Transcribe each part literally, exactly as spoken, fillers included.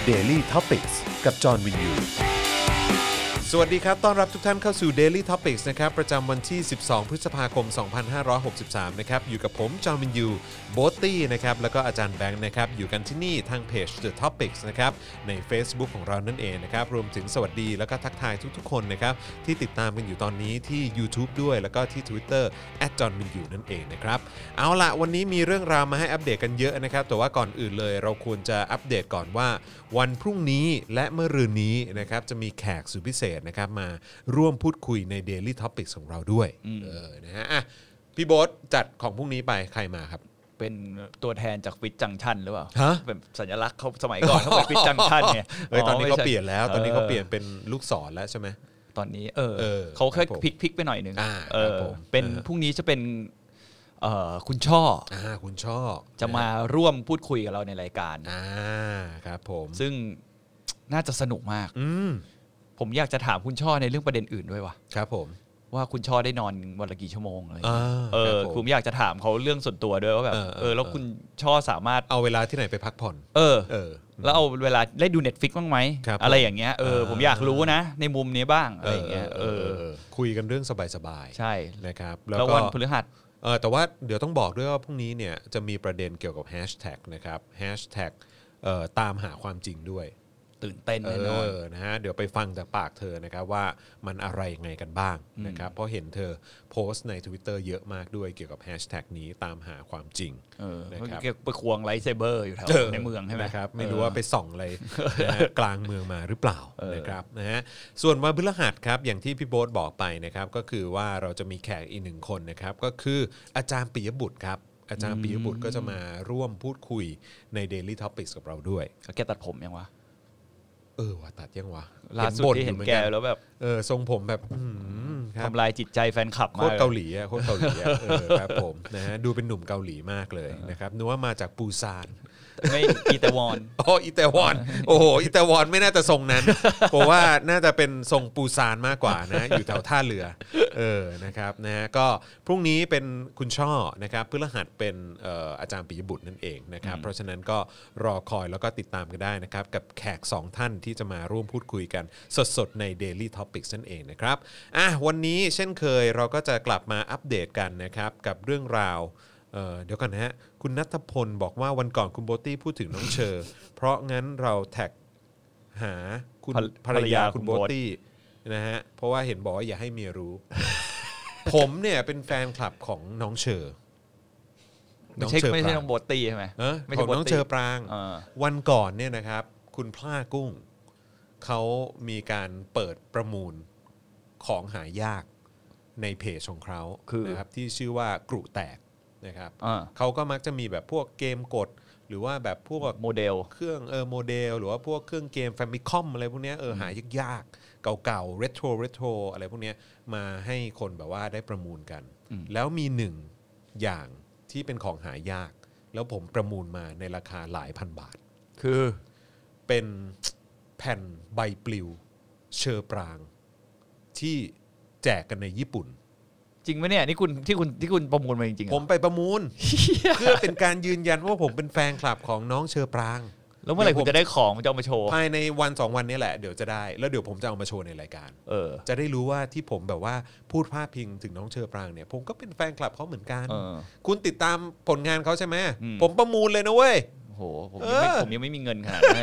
Daily Topics กับจอห์นวินยูสวัสดีครับต้อนรับทุกท่านเข้าสู่ Daily Topics นะครับประจำวันที่สิบสองพฤษภาคมสองพันห้าร้อยหกสิบสามนะครับอยู่กับผมจอห์นวินยูโบทตี้นะครับแล้วก็อาจารย์แบงค์นะครับอยู่กันที่นี่ทางเพจ The Topics นะครับใน Facebook ของเรานั่นเองนะครับรวมถึงสวัสดีแล้วก็ทักทายทุกๆคนนะครับที่ติดตามกันอยู่ตอนนี้ที่ YouTube ด้วยแล้วก็ที่ Twitterแอท จอห์นวินยูนั่นเองนะครับเอาล่ะวันนี้มีเรื่องราวมาให้อัปเดตกันเยอะนะครับแต่ว่าก่อนอื่นเลยเราควรจะอัปเดตก่อนว่าวันพรุ่งนี้และเมื่อรืนนี้นะครับจะมีแขกสุดพิเศษนะครับมาร่วมพูดคุยใน Daily Topics ของเราด้วยเออนะฮะอ่ะพี่โบ๊ทจัดของพรุ่งนี้ไปใครมาครับเป็นตัวแทนจากฟิตจังชันหรือเปล่าฮะเป็นสัญลักษณ์เขาสมัยก่อนเขาเป็นฟิตจังชันไงเฮ้ยตอนนี้เขาเปลี่ยนแล้วตอนนี้เขาเปลี่ยนเป็นลูกศรแล้วใช่ไหมตอนนี้เออเขาแค่พลิกพลิกไปหน่อยนึงเออเป็นพรุ่งนี้จะเป็นเอ่อคุณช่ออ่าคุณช่อจะมาร่วมพูดคุยกับเราในรายการอ่าครับผมซึ่งน่าจะสนุกมากอืมผมอยากจะถามคุณช่อในเรื่องประเด็นอื่นด้วยว่ะครับผมว่าคุณช่อได้นอนวันละกี่ชั่วโมงอะไรเออผมอยากจะถามเขาเรื่องส่วนตัวด้วยว่าแบบเออแล้วคุณช่อสามารถเอาเวลาที่ไหนไปพักผ่อนเออเออแล้วเอาเวลาได้ดู Netflix บ้างไหมอะไรอย่างเงี้ยเออผมอยากรู้นะในมุมนี้บ้างอะไรอย่างเงี้ยเออคุยกันเรื่องสบายๆใช่นะครับแล้ววันพฤหัสเออแต่ว่าเดี๋ยวต้องบอกด้วยว่าพรุ่งนี้เนี่ยจะมีประเด็นเกี่ยวกับแฮชแท็กนะครับแฮชแท็กเอ่อตามหาความจริงด้วยตื่นเต้นแน่นอนนะฮะเดี๋ยวไปฟังจากปากเธอนะครับว่ามันอะไรยังไงกันบ้างนะครับเพราะเห็นเธอโพสต์ใน Twitter เยอะมากด้วยเกี่ยวกับแฮชแท็กนี้ตามหาความจริงนะครับไปควงไลท์เซเบอร์อยู่แถวในเมืองใช่ไหมครับไม่รู้ว่าไปส่องอะไรกลางเมืองมาหรือเปล่านะครับนะฮะส่วนวันพฤหัสครับอย่างที่พี่โบ๊ทบอกไปนะครับก็คือว่าเราจะมีแขกอีกหนึ่งคนนะครับก็คืออาจารย์ปิยบุตรครับอาจารย์ปิยบุตรก็จะมาร่วมพูดคุยใน Daily Topics กับเราด้วยแกตัดผมยังวะเออว่าตัดยังวะล่าสุดที่เห็นแกแล้วแบบเออทรงผมแบบทำลายจิตใจแฟนคลับมากโคตรเกาหลีอ่ะโคตรเกาหลีอ่ะเออครับผมนะฮะดูเป็นหนุ่มเกาหลีมากเลยนะครับนึกว่ามาจากปูซานไม่อีเตวอนโอ้อีเตวอนโอ้โหอีเตวอนไม่น่าจะทรงนั้นเพราะว่าน่าจะเป็นทรงปูซานมากกว่านะอยู่แถวท่าเรือเออนะครับนะฮะก็พรุ่งนี้เป็นคุณช่อนะครับพฤหัสเป็นอาจารย์ปิยบุตรนั่นเองนะครับเพราะฉะนั้นก็รอคอยแล้วก็ติดตามกันได้นะครับกับแขกสองท่านที่จะมาร่วมพูดคุยกันสดๆใน Daily Topics นั่นเองนะครับอ่ะวันนี้เช่นเคยเราก็จะกลับมาอัปเดตกันนะครับกับเรื่องราวเอ่อเดี๋ยวก่อนนะฮะคุณณัฐพลบอกว่าวันก่อนคุณโบตี้พูดถึงน้องเชอร์เพราะงั้นเราแท็กหาคุณภรรยาคุณโบตี้นะฮะเพราะว่าเห็นบอกว่าอย่าให้เมียรู้ ผมเนี่ยเป็นแฟนคลับของน้องเชอร์ไม่ใช่ไม่ใช่น้องโบตี้ใช่ไหมเออของน้องเชอร์ปรางวันก่อนเนี่ยนะครับคุณพลากุ้งเขามีการเปิดประมูลของหายากในเพจของเขานะครับที่ชื่อว่ากรุแตกนะครับเขาก็มักจะมีแบบพวกเกมกดหรือว่าแบบพวกโมเดลเครื่องเออโมเดลหรือว่าพวกเครื่องเกม Famicom อะไรพวกนี้เออหายากๆเก่าๆเรโทรเรโทรอะไรพวกนี้มาให้คนแบบว่าได้ประมูลกันแล้วมีหนึ่งอย่างที่เป็นของหายากแล้วผมประมูลมาในราคาหลายพันบาทคือเป็นแผ่นใบปลิวเชอร์ปรางที่แจกกันในญี่ปุ่นจริงไหมเนี่ยนี่คุณที่คุณที่คุณประมูลมาจริงๆผมไปประมูล เพื่อเป็นการยืนยันว่าผมเป็นแฟนคลับของน้องเชอร์ปรางแล้วเมื่อไหร่คุณจะได้ของจะเอามาโชว์ภายในวันสองวันนี้แหละเดี๋ยวจะได้แล้วเดี๋ยวผมจะเอามาโชว์ในรายการเออจะได้รู้ว่าที่ผมแบบว่าพูดพาดพิงถึงน้องเชอร์ปรางเนี่ยผมก็เป็นแฟนคลับเขาเหมือนกันคุณติดตามผลงานเขาใช่ไหมผมประมูลเลยนะเว้ยโอ้โหผมยังไม่ผมยังไม่มีเงินขนาดนั้น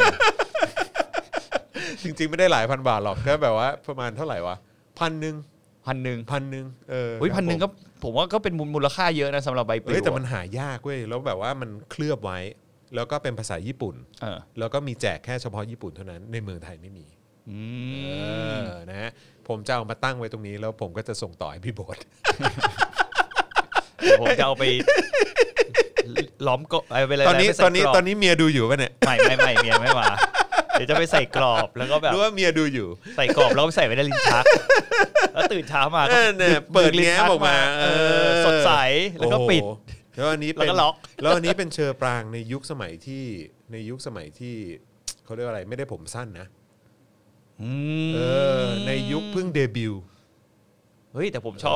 จริงๆไม่ได้หลายพันบาทหรอกแค่แบบว่าประมาณเท่าไหร่วะพันหนึ่งพันหนึ่งพันหนึ่งเอออุ้ยพันหนึ่งก็ผมว่าก็เป็นมูลค่าเยอะนะสำหรับใบปลิวแต่มันหายากเว้ยแล้วแบบว่ามันเคลือบไว้แล้วก็เป็นภาษาญี่ปุ่นแล้วก็มีแจกแค่เฉพาะญี่ปุ่นเท่านั้นในเมืองไทยไม่มีเออนะฮะผมจะเอามาตั้งไว้ตรงนี้แล้วผมก็จะส่งต่อให้พี่โบ๊ทผมจะเอาไปล้อมก็ไปเลยตอนนี้ตอนนี้ตอนนี้เมียดูอยู่ป่ะเนี่ยไม่ไม่ไม่เมียไม่มาเดี๋ยวจะไปใส่กรอบแล้วก็แบบรู้ว่าเมียดูอยู่ใส่กรอบแล้วใส่ไว้ในลิ้นชักแล้วตื่นเช้ามาก็เปิดแง้มออกมาสดใสแล้วก็ปิดแล้วอันนี้เป็นแล้วอันนี้เป็นเชอร์ปรางในยุคสมัยที่ในยุคสมัยที่เขาเรียกอะไรไม่ได้ผมสั้นนะเออในยุคเพิ่งเดบิวต์เฮ้ยแต่ผมชอบ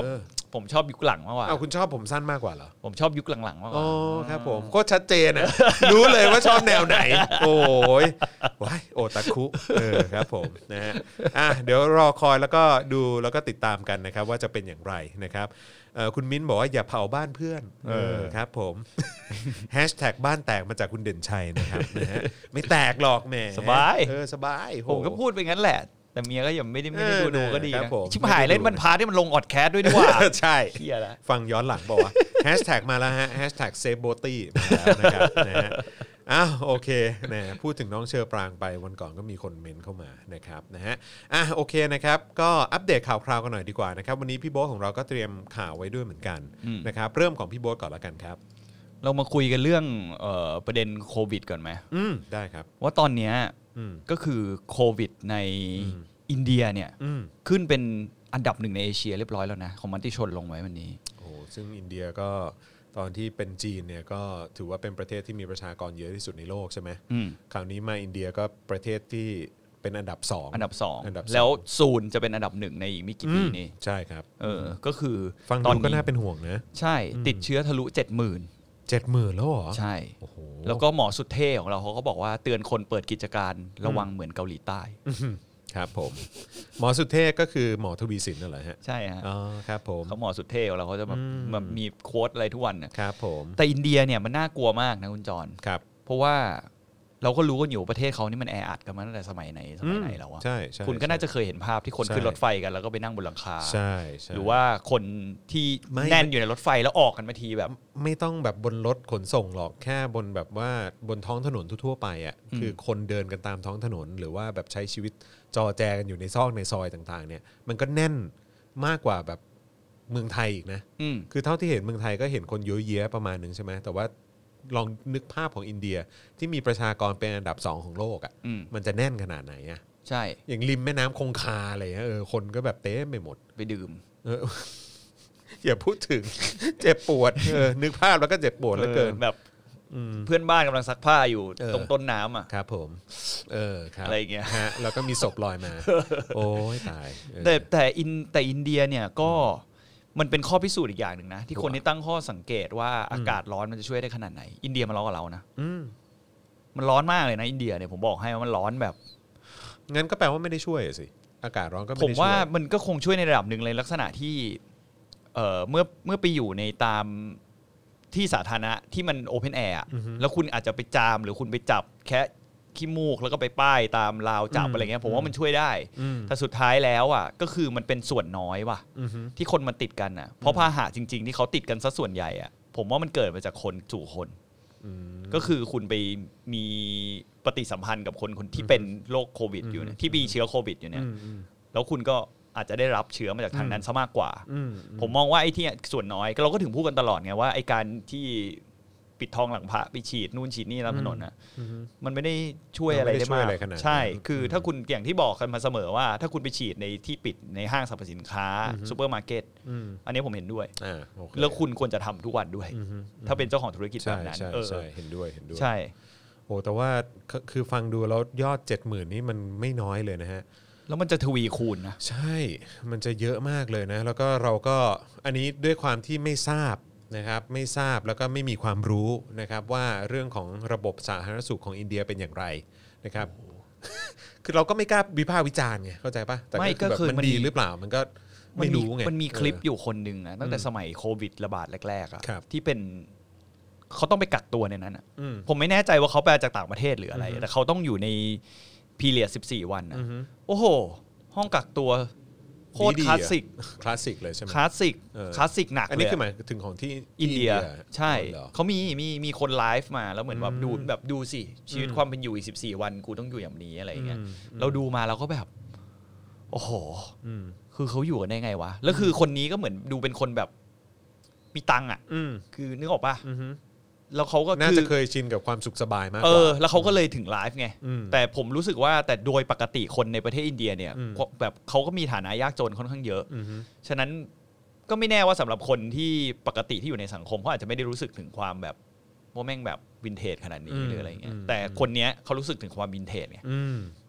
ผมชอบยุคหลังมากกว่าอ้าวคุณชอบผมสั้นมากกว่าเหรอผมชอบยุคหลังๆมากกว่าอ๋อครับผมก็ชัดเจนนะรู้เลยว่าชอบแนวไหนโอ้ยว้ายโอตาคุเออครับผมนะฮะอ่ะเดี๋ยวรอคอยแล้วก็ดูแล้วก็ติดตามกันนะครับว่าจะเป็นอย่างไรนะครับคุณมิ้นบอกว่าอย่าเผาบ้านเพื่อนเออครับผมแฮชแท็กบ้านแตกมาจากคุณเด่นชัยนะครับนะฮะไม่แตกหรอกแหมสบายเออสบายผมก็พูดไปงั้นแหละแต่เมียก็ยังไม่ได้ไม่ได้ดูดูก็ดีนะชิบหายเล่นมันพาที่มันลงออดแคสด้วยนี่ว่าใช่เหี้ยละฟังย้อนหลังบอกว่าแฮชแท็กมาแล้วฮะแฮชแท็กเซฟโบตี้มาแล้วนะครับนะฮะอ้าวโอเคนะพูดถึงน้องเชอปรางไปวันก่อนก็มีคนเมนเข้ามานะครับนะฮะอ่ะโอเคนะครับก็อัปเดตข่าวคราวกันหน่อยดีกว่านะครับวันนี้พี่โบ๊ทของเราก็เตรียมข่าวไว้ด้วยเหมือนกันนะครับเริ่มของพี่โบ๊ทก่อนละกันครับเรามาคุยกันเรื่องเอ่อประเด็นโควิดก่อนไหมอืมได้ครับว่าตอนเนี้ยก็คือโควิดในอินเดียเนี่ยขึ้นเป็นอันดับหนึ่งในเอเชียเรียบร้อยแล้วนะของมติชนลงไว้วันนี้โอ้ซึ่งอินเดียก็ตอนที่เป็นจีนเนี่ยก็ถือว่าเป็นประเทศที่มีประชากรเยอะที่สุดในโลกใช่ไหมคราวนี้มาอินเดียก็ประเทศที่เป็นอันดับสองอันดับสองแล้วศูนย์จะเป็นอันดับหนึ่งในอีกไม่กี่ปีนี้ใช่ครับเออก็คือฟังดูก็น่าเป็นห่วงนะใช่ติดเชื้อทะลุเจ็ดหมื่นเจ็ดหมื่นแล้วเหรอใช่แล้วก็หมอสุดเท่ของเราเขาก็บอกว่าเตือนคนเปิดกิจการระวังเหมือนเกาหลีใต้ครับผมหมอสุเทพก็คือหมอทวีสินนั่นแหละฮะใช่ฮะอ๋อครับผมเขาหมอสุเทพเราเขาจะแบบแบบมีโค้ดอะไรทุกวันนะครับผมแต่อินเดียเนี่ยมันน่ากลัวมากนะคุณจรครับเพราะว่าเราก็รู้กันอยู่ประเทศเขานี่มันแออัดกันมาตั้งแต่สมัยไหนสมัยไหนแล้วอะใช่คุณก็น่าจะเคยเห็นภาพที่คนขึ้นรถไฟกันแล้วก็ไปนั่งบนหลังคาใช่หรือว่าคนที่แน่นอยู่ในรถไฟแล้วออกกันมาทีแบบไม่ต้องแบบบนรถขนส่งหรอกแค่บนแบบว่าบนท้องถนนทั่วไปอ่ะคือคนเดินกันตามท้องถนนหรือว่าแบบใช้ชีวิตจอแจกันอยู่ในซอกในซอยต่างๆเนี่ยมันก็แน่นมากกว่าแบบเมืองไทยอีกนะคือเท่าที่เห็นเมืองไทยก็เห็นคนเยอะแยะประมาณนึงใช่ไหมแต่ว่าลองนึกภาพของอินเดียที่มีประชากรเป็นอันดับสองของโลกอ่ะมันจะแน่นขนาดไหนอ่ะใช่อย่างริมแม่น้ำคงคาอะไรเงี้ยเออคนก็แบบเต็มไปหมดไปดื่มเอออย่าพูดถึงเจ็บปวดเออนึกภาพแล้วก็เจ็บปวดเหลือเกินแบบเพื่อนบ้านกำลังซักผ้าอยู่ตรงต้นน้ำอ่ะครับผมเออครับอะไรเงี้ยฮะแล้วก็มีศพลอยมาโอ้ยตายแต่แต่อินแต่อินเดียเนี่ยก็มันเป็นข้อพิสูจน์อีกอย่างหนึ่งนะที่คนที่ตั้งข้อสังเกตว่าอากาศร้อนมันจะช่วยได้ขนาดไหนอินเดียมันร้อนกว่าเรานะมันร้อนมากเลยนะอินเดียเนี่ยผมบอกให้ว่ามันร้อนแบบงั้นก็แปลว่าไม่ได้ช่วยสิอากาศร้อนก็ไม่ได้ช่วยผมว่ามันก็คงช่วยในระดับหนึ่งเลยลักษณะที่เอ่อเมื่อเมื่อไปอยู่ในตามที่สาธารณะที่มันโอเพนแอร์แล้วคุณอาจจะไปจามหรือคุณไปจับแค่ขี้มูกแล้วก็ไปป้ายตามราวจับอะไรเงี้ยผมว่ามันช่วยได้แต่สุดท้ายแล้วอ่ะก็คือมันเป็นส่วนน้อยว่ะที่คนมันติดกันอ่ะเพราะพาหะจริงๆที่เขาติดกันซะส่วนใหญ่อ่ะผมว่ามันเกิดมาจากคนสู่คนก็คือคุณไปมีปฏิสัมพันธ์กับคนคนที่เป็นโรคโควิดอยู่เนี่ยที่มีเชื้อโควิดอยู่เนี่ยแล้วคุณก็อาจจะได้รับเชื้อมาจากทางนั้นซะมากกว่าผมมองว่าไอ้ที่ส่วนน้อยเราก็ถึงพูดกันตลอดไงว่าไอ้การที่ปิดทองหลังพระไปฉีดนู่นฉีดนี่ตามถนนนะมันไม่ได้ช่วยอะไรได้มากใช่คือถ้าคุณอย่างที่บอกกันมาเสมอว่าถ้าคุณไปฉีดในที่ปิดในห้างสรรพสินค้าซูเปอร์มาร์เก็ตอันนี้ผมเห็นด้วยแล้วคุณควรจะทำทุกวันด้วยถ้าเป็นเจ้าของธุรกิจแบบนั้นเออเห็นด้วยเห็นด้วยใช่โอ้แต่ว่าคือฟังดูแล้วยอด เจ็ดหมื่น นี่มันไม่น้อยเลยนะฮะแล้วมันจะทวีคูณนะใช่มันจะเยอะมากเลยนะแล้วก็เราก็อันนี้ด้วยความที่ไม่ทราบนะครับไม่ทราบแล้วก็ไม่มีความรู้นะครับว่าเรื่องของระบบสาธารณสุขของอินเดียเป็นอย่างไรนะครับคือเราก็ไม่กล้าวิพากษ์วิจารณ์ไงเข้าใจป่ะแต่ก็คือมันดีหรือเปล่ามันก็ไม่รู้ไงมันมีคลิปอยู่คนนึงนะตั้งแต่สมัยโควิดระบาดแรกๆอ่ะที่เป็นเขาต้องไปกักตัวในนั้นอ่ะผมไม่แน่ใจว่าเขาไปจากต่างประเทศหรืออะไรแต่เขาต้องอยู่ในพีเรียดสิบสี่วันนะโอ้โหห้องกักตัวโคตรคลาสสิกคลาสสิกเลยใช่ไหมคลาสสิกคลาสสิกหนักเลยอันนี้คือหมายถึงของที่อินเดียใช่เขามีมีมีคนไลฟ์มาแล้วเหมือนแบบดูแบบดูสิชีวิตความเป็นอยู่อีกสิบสี่วันกูต้องอยู่อย่างนี้อะไรเงี้ยเราดูมาเราก็แบบโอ้โหคือเขาอยู่กันได้ไงวะแล้วคือคนนี้ก็เหมือนดูเป็นคนแบบมีตังค์อ่ะคือนึกออกป่ะแล้วเขาก็น่าจะเคยชินกับความสุขสบายมากกว่าเออแล้วเขาก็เลยถึงไลฟ์ไงแต่ผมรู้สึกว่าแต่โดยปกติคนในประเทศอินเดียเนี่ยแบบเขาก็มีฐานะยากจนค่อนข้างเยอะฉะนั้นก็ไม่แน่ว่าสำหรับคนที่ปกติที่อยู่ในสังคมเขาอาจจะไม่ได้รู้สึกถึงความแบบว่าแม่งแบบวินเทจขนาดนี้หรืออะไรเงี้ยแต่คนเนี้ยเขารู้สึกถึงความวินเทจไง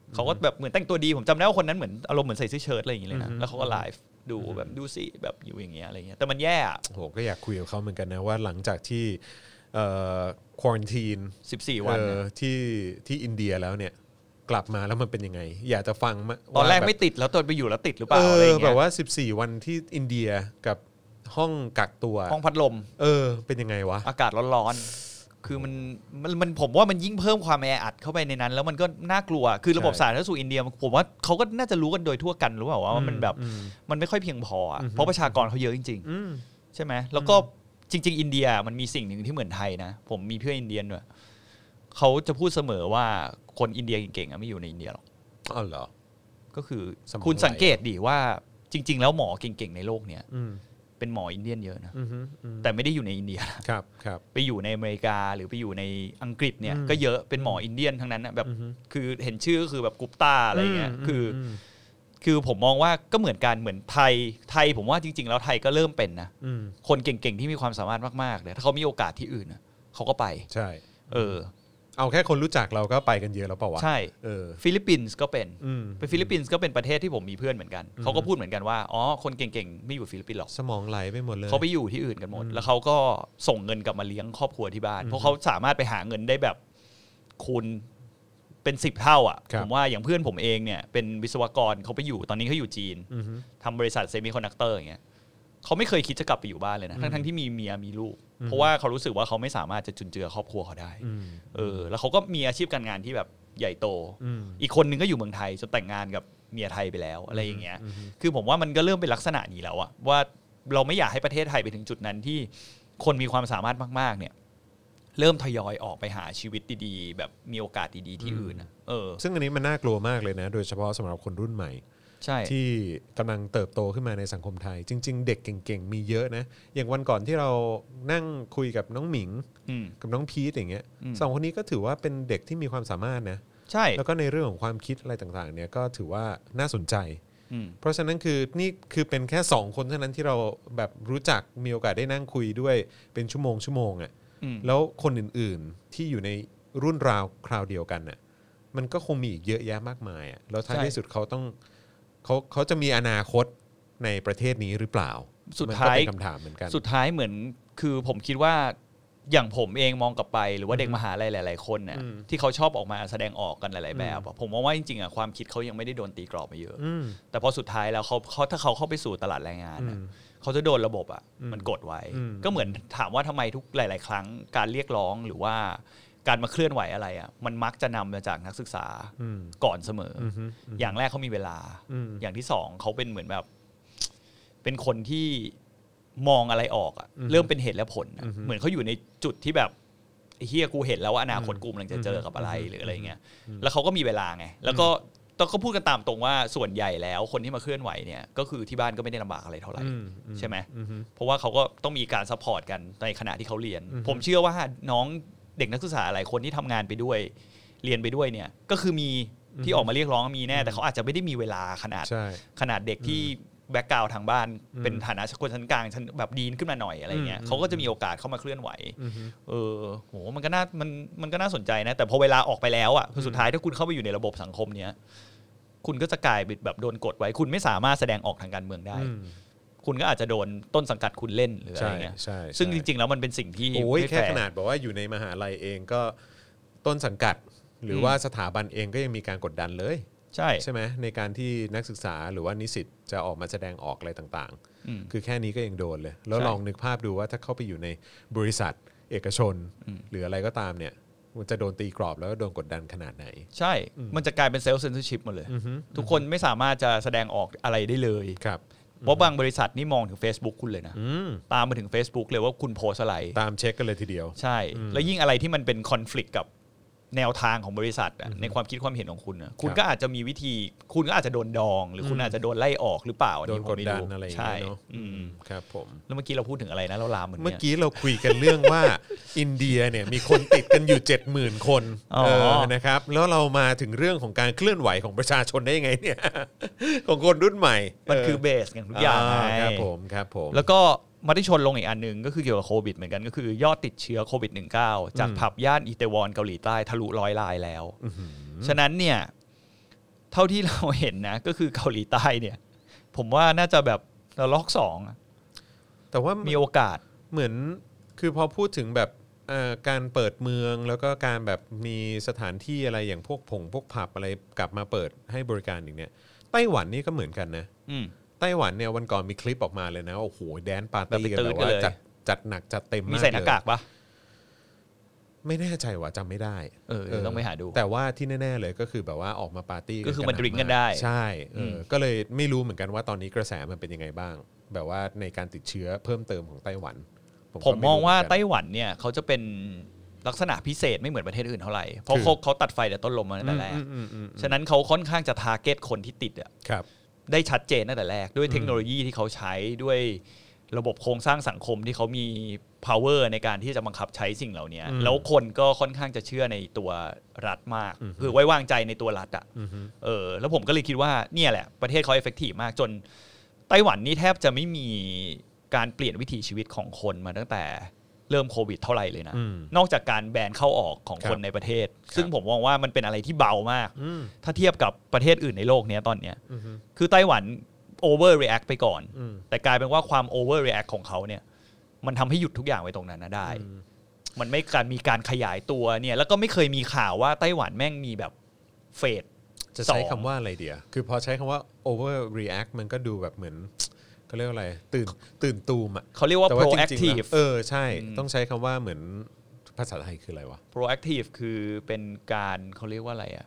เขาก็แบบเหมือนแต่งตัวดีผมจำได้ว่าคนนั้นเหมือนอารมณ์เหมือนใส่เสื้อเชิ้ตอะไรอย่างเงี้ยเลยนะแล้วเขาก็ไลฟ์ดูแบบดูสิแบบอยู่อย่างเงี้ยอะไรเงี้ยแต่มันแย่โหก็อยากคุยกับเขาเหมือนกันนะว่าหลังจากที่เอ่อควอรันทีนสิบสี่วันที่ที่อินเดียแล้วเนี่ยกลับมาแล้วมันเป็นยังไงอยากจะฟังตอนแรกไม่ติดแล้วตอนไปอยู่แล้วติดหรือเปล่าอะไรเงี้ยแบบว่าสิบสี่วันที่อินเดียกับห้องกักตัวห้องพัดลมเออเป็นยังไงวะอากาศร้อนๆคือมันมันมันผมว่ามันยิ่งเพิ่มความแออัดเข้าไปในนั้นแล้วมันก็น่ากลัวคือระบบสาธารณสุขอินเดียผมว่าเขาก็น่าจะรู้กันโดยทั่วกันหรือเปล่าว่ามันแบบมันไม่ค่อยเพียงพอเพราะประชากรเขาเยอะจริงๆใช่ไหมแล้วก็จริงๆอินเดียมันมีสิ่งหนึ่งที่เหมือนไทยนะผมมีเพื่อนอินเดียด้วยเขาจะพูดเสมอว่าคนอินเดียเก่งๆไม่อยู่ในอินเดียหรอกอ๋อเหรอก็คือคุณสังเกตดิว่าจริงๆแล้วหมอเก่งๆในโลกเนี้ยเป็นหมออินเดียนเยอะนะแต่ไม่ได้อยู่ในอินเดียครับครับไปอยู่ในอเมริกาหรือไปอยู่ในอังกฤษเนี่ยก็เยอะเป็นหมออินเดียนทั้งนั้นนะแบบคือเห็นชื่อก็คือแบบกุปตาอะไรเงี้ยคือคือผมมองว่าก็เหมือนกันเหมือนไทยไทยผมว่าจริงๆแล้วไทยก็เริ่มเป็นนะคนเก่งๆที่มีความสามารถมากๆเลยถ้าเขามีโอกาสที่อื่นเขาก็ไปใช่เออเอาแค่คนรู้จักเราก็ไปกันเยอะแล้วเปล่าวะใช่ฟิลิปปินส์ก็เป็นไปฟิลิปปินส์ก็เป็นประเทศที่ผมมีเพื่อนเหมือนกันเขาก็พูดเหมือนกันว่าอ๋อคนเก่งๆไม่อยู่ฟิลิปปินส์หรอกสมองไหลไปหมดเลยเขาไปอยู่ที่อื่นกันหมดแล้วเขาก็ส่งเงินกลับมาเลี้ยงครอบครัวที่บ้านเพราะเขาสามารถไปหาเงินได้แบบคูณเป็นสิบเท่าอ่ะผมว่าอย่างเพื่อนผมเองเนี่ยเป็นวิศวกรเขาไปอยู่ตอนนี้เขาอยู่จีนทำบริษัทเซมิคอนดักเตอร์อย่างเงี้ยเขาไม่เคยคิดจะกลับไปอยู่บ้านเลยนะทั้งๆที่มีเมียมีลูกเพราะว่าเขารู้สึกว่าเขาไม่สามารถจะจุนเจือครอบครัวเขาได้เออแล้วเขาก็มีอาชีพการงานที่แบบใหญ่โตอีกคนนึงก็อยู่เมืองไทยจนแต่งงานกับเมียไทยไปแล้วอะไรอย่างเงี้ยคือผมว่ามันก็เริ่มเป็นลักษณะนี้แล้วอะว่าเราไม่อยากให้ประเทศไทยไปถึงจุดนั้นที่คนมีความสามารถมากๆเนี่ยเริ่มทยอยออกไปหาชีวิตดีๆแบบมีโอกาสดีๆที่อื่นนะเออซึ่งอันนี้มันน่ากลัวมากเลยนะโดยเฉพาะสำหรับคนรุ่นใหม่ที่กำลังเติบโตขึ้นมาในสังคมไทยจริงๆเด็กเก่งๆมีเยอะนะอย่างวันก่อนที่เรานั่งคุยกับน้องหมิงกับน้องพีทอย่างเงี้ยสองคนนี้ก็ถือว่าเป็นเด็กที่มีความสามารถนะใช่แล้วก็ในเรื่องของความคิดอะไรต่างๆเนี่ยก็ถือว่าน่าสนใจเพราะฉะนั้นคือนี่คือเป็นแค่สองคนเท่านั้นที่เราแบบรู้จักมีโอกาสได้นั่งคุยด้วยเป็นชั่วโมงชั่วโมงอ่ะแล้วคนอื่นๆที่อยู่ในรุ่นราวคราวเดียวกันน่ะมันก็คงมีอีกเยอะแยะมากมายอ่ะแล้วท้ายที่สุดเขาต้องเขาเขาจะมีอนาคตในประเทศนี้หรือเปล่าสุดท้ายเป็นคำถามเหมือนกันสุดท้ายเหมือนคือผมคิดว่าอย่างผมเองมองกลับไปหรือว่าเด็กมหาลัยหลายๆคนเนี่ยที่เขาชอบออกมาแสดงออกกันหลายๆแบบผมมองว่าจริงๆอ่ะความคิดเขายังไม่ได้โดนตีกรอบมาเยอะแต่พอสุดท้ายแล้วเขาเขาถ้าเขาเข้าไปสู่ตลาดแรงงานเขาจะโดนระบบอ่ะมันกดไว้ก็เหมือนถามว่าทำไมทุกหลายๆครั้งการเรียกร้องหรือว่าการมาเคลื่อนไหวอะไรอ่ะมันมักจะนำมาจากนักศึกษาก่อนเสมออย่างแรกเขามีเวลาอย่างที่สองเขาเป็นเหมือนแบบเป็นคนที่มองอะไรออกอ่ะเริ่มเป็นเหตุและผลเหมือนเขาอยู่ในจุดที่แบบไอ้เฮียกูเห็นแล้วว่าอนาคตกูกำลังจะเจอกับอะไรหรืออะไรเงี้ยแล้วเขาก็มีเวลาไงแล้วก็ต้องก็พูดกันตามตรงว่าส่วนใหญ่แล้วคนที่มาเคลื่อนไหวเนี่ยก็คือที่บ้านก็ไม่ได้ลำบากอะไรเท่าไหร่ใช่ไหมเพราะว่าเขาก็ต้องมีการซัพพอร์ตกันในขณะที่เขาเรียนผมเชื่อว่าน้องเด็กนักศึกษาหลายคนที่ทำงานไปด้วยเรียนไปด้วยเนี่ยก็คือมีที่ออกมาเรียกร้องมีแน่แต่เขาอาจจะไม่ได้มีเวลาขนาดขนาดเด็กที่แบ็คกราวด์ทางบ้านเป็นฐานะคนชั้นกลางชั้นแบบดีนขึ้นมาหน่อยอะไรเงี้ยเขาก็จะมีโอกาสเข้ามาเคลื่อนไหวเออโหมันก็น่ามันมันก็น่าสนใจนะแต่พอเวลาออกไปแล้วอ่ะสุดท้ายถ้าคุณเข้าไปอยู่ในระบบสังคมเนี้ยคุณก็จะกลายแบบโดนกดไว้คุณไม่สามารถแสดงออกทางการเมืองได้คุณก็อาจจะโดนต้นสังกัดคุณเล่นหรืออะไรเงี้ยซึ่งจริงๆแล้วมันเป็นสิ่งที่โอ้ยแค่ขนาดบอกว่าอยู่ในมหาลัยเองก็ต้นสังกัดหรือว่าสถาบันเองก็ยังมีการกดดันเลยใช่ใช่ไหมในการที่นักศึกษาหรือว่านิสิตจะออกมาแสดงออกอะไรต่างๆคือแค่นี้ก็ยังโดนเลยแล้วลองนึกภาพดูว่าถ้าเข้าไปอยู่ในบริษัทเอกชนหรืออะไรก็ตามเนี่ยมันจะโดนตีกรอบแล้วก็โดนกดดันขนาดไหนใช่มันจะกลายเป็นเซลฟ์เซนเซอร์ชิพหมดเลยทุกคนไม่สามารถจะแสดงออกอะไรได้เลยครับเพราะบางบริษัทนี่มองถึง Facebook คุณเลยนะตามมาถึง Facebook เลยว่าคุณโพสอะไรตามเช็คกันเลยทีเดียวใช่แล้วยิ่งอะไรที่มันเป็นคอนฟลิกต์กับแนวทางของบริษัทในความคิดความเห็นของคุณนะคุณก็อาจจะมีวิธีคุณก็อาจจะโดนดองหรือคุณอาจจะโดนไล่ออกหรือเปล่าโดนกดดันอะไรอย่างเงี้ยเนาะครับผมแล้วเมื่อกี้เราพูดถึงอะไรนะเราลามเหมือนเมื่อกี้เราคุยกันเรื่องว่าอินเดียเนี่ยมีคนติดกันอยู่ เจ็ดหมื่น คนเออนะครับแล้วเรามาถึงเรื่องของการเคลื่อนไหวของประชาชนได้ยังไงเนี่ยของคนรุ่นใหม่มันคือเบสอย่างทุกอย่างครับผมครับผมแล้วก็มติชนลงอีกอันนึงก็คือเกี่ยวกับโควิดเหมือนกันก็คือยอดติดเชื้อโควิด สิบเก้า จากผับย่านอิเตวอนเกาหลีใต้ทะลุร้อยรายแล้วฉะนั้นเนี่ยเท่าที่เราเห็นนะก็คือเกาหลีใต้เนี่ยผมว่าน่าจะแบบระลอกสองแต่ว่ามีโอกาสเหมือนคือพอพูดถึงแบบการเปิดเมืองแล้วก็การแบบมีสถานที่อะไรอย่างพวกผงพวกผับอะไรกลับมาเปิดให้บริการอย่างเนี้ยไต้หวันนี่ก็เหมือนกันนะไต้หวันเนี่ยวันก่อนมีคลิปออกมาเลยนะโอ้โหแดนปาร์ตี้กันแบบว่าจัดจัดหนักจัดเต็มมากเลยมีใส่หน้ากากปะไม่แน่ใจว่าจำไม่ได้เออต้องไปหาดูแต่ว่าที่แน่ๆเลยก็คือแบบว่าออกมาปาร์ตี้ก็คือมาดื่มกันได้ใช่เออก็เลยไม่รู้เหมือนกันว่าตอนนี้กระแสมันเป็นยังไงบ้างแบบว่าในการติดเชื้อเพิ่มเติมของไต้หวันผมมองว่าไต้หวันเนี่ยเขาจะเป็นลักษณะพิเศษไม่เหมือนประเทศอื่นเท่าไหร่เพราะเขาเขาตัดไฟแต่ต้นลมมาตั้งแต่แรกฉะนั้นเขาค่อนข้างจะทาร์เก็ตคนที่ติดอ่ะได้ชัดเจนตั้งแต่แรกด้วยเทคโนโลยีที่เขาใช้ด้วยระบบโครงสร้างสังคมที่เขามี power ในการที่จะบังคับใช้สิ่งเหล่านี้แล้วคนก็ค่อนข้างจะเชื่อในตัวรัฐมากคือไว้วางใจในตัวรัฐอ่ะเออแล้วผมก็เลยคิดว่าเนี่ยแหละประเทศเขา effective มากจนไต้หวันนี่แทบจะไม่มีการเปลี่ยนวิถีชีวิตของคนมาตั้งแต่เริ่มโควิดเท่าไหร่เลยนะนอกจากการแบนเข้าออกของคนในประเทศซึ่งผมมองว่ามันเป็นอะไรที่เบามากถ้าเทียบกับประเทศอื่นในโลกนี้ตอนนี้คือไต้หวัน over react ไปก่อนแต่กลายเป็นว่าความ over react ของเขาเนี่ยมันทำให้หยุดทุกอย่างไว้ตรงนั้นนะได้มันไม่การมีการขยายตัวเนี่ยแล้วก็ไม่เคยมีข่าวว่าไต้หวันแม่งมีแบบเฟสจะใช้คำว่าอะไรเดียวคือพอใช้คำว่า over react มันก็ดูแบบเหมือนเขาเรียกว่าอะไรตื่นตื่นตูมอ่ะเขาเรียกว่า proactive เออใช่ต้องใช้คำว่าเหมือนภาษาไทยคืออะไรวะ proactive คือเป็นการเขาเรียกว่าอะไรอ่ะ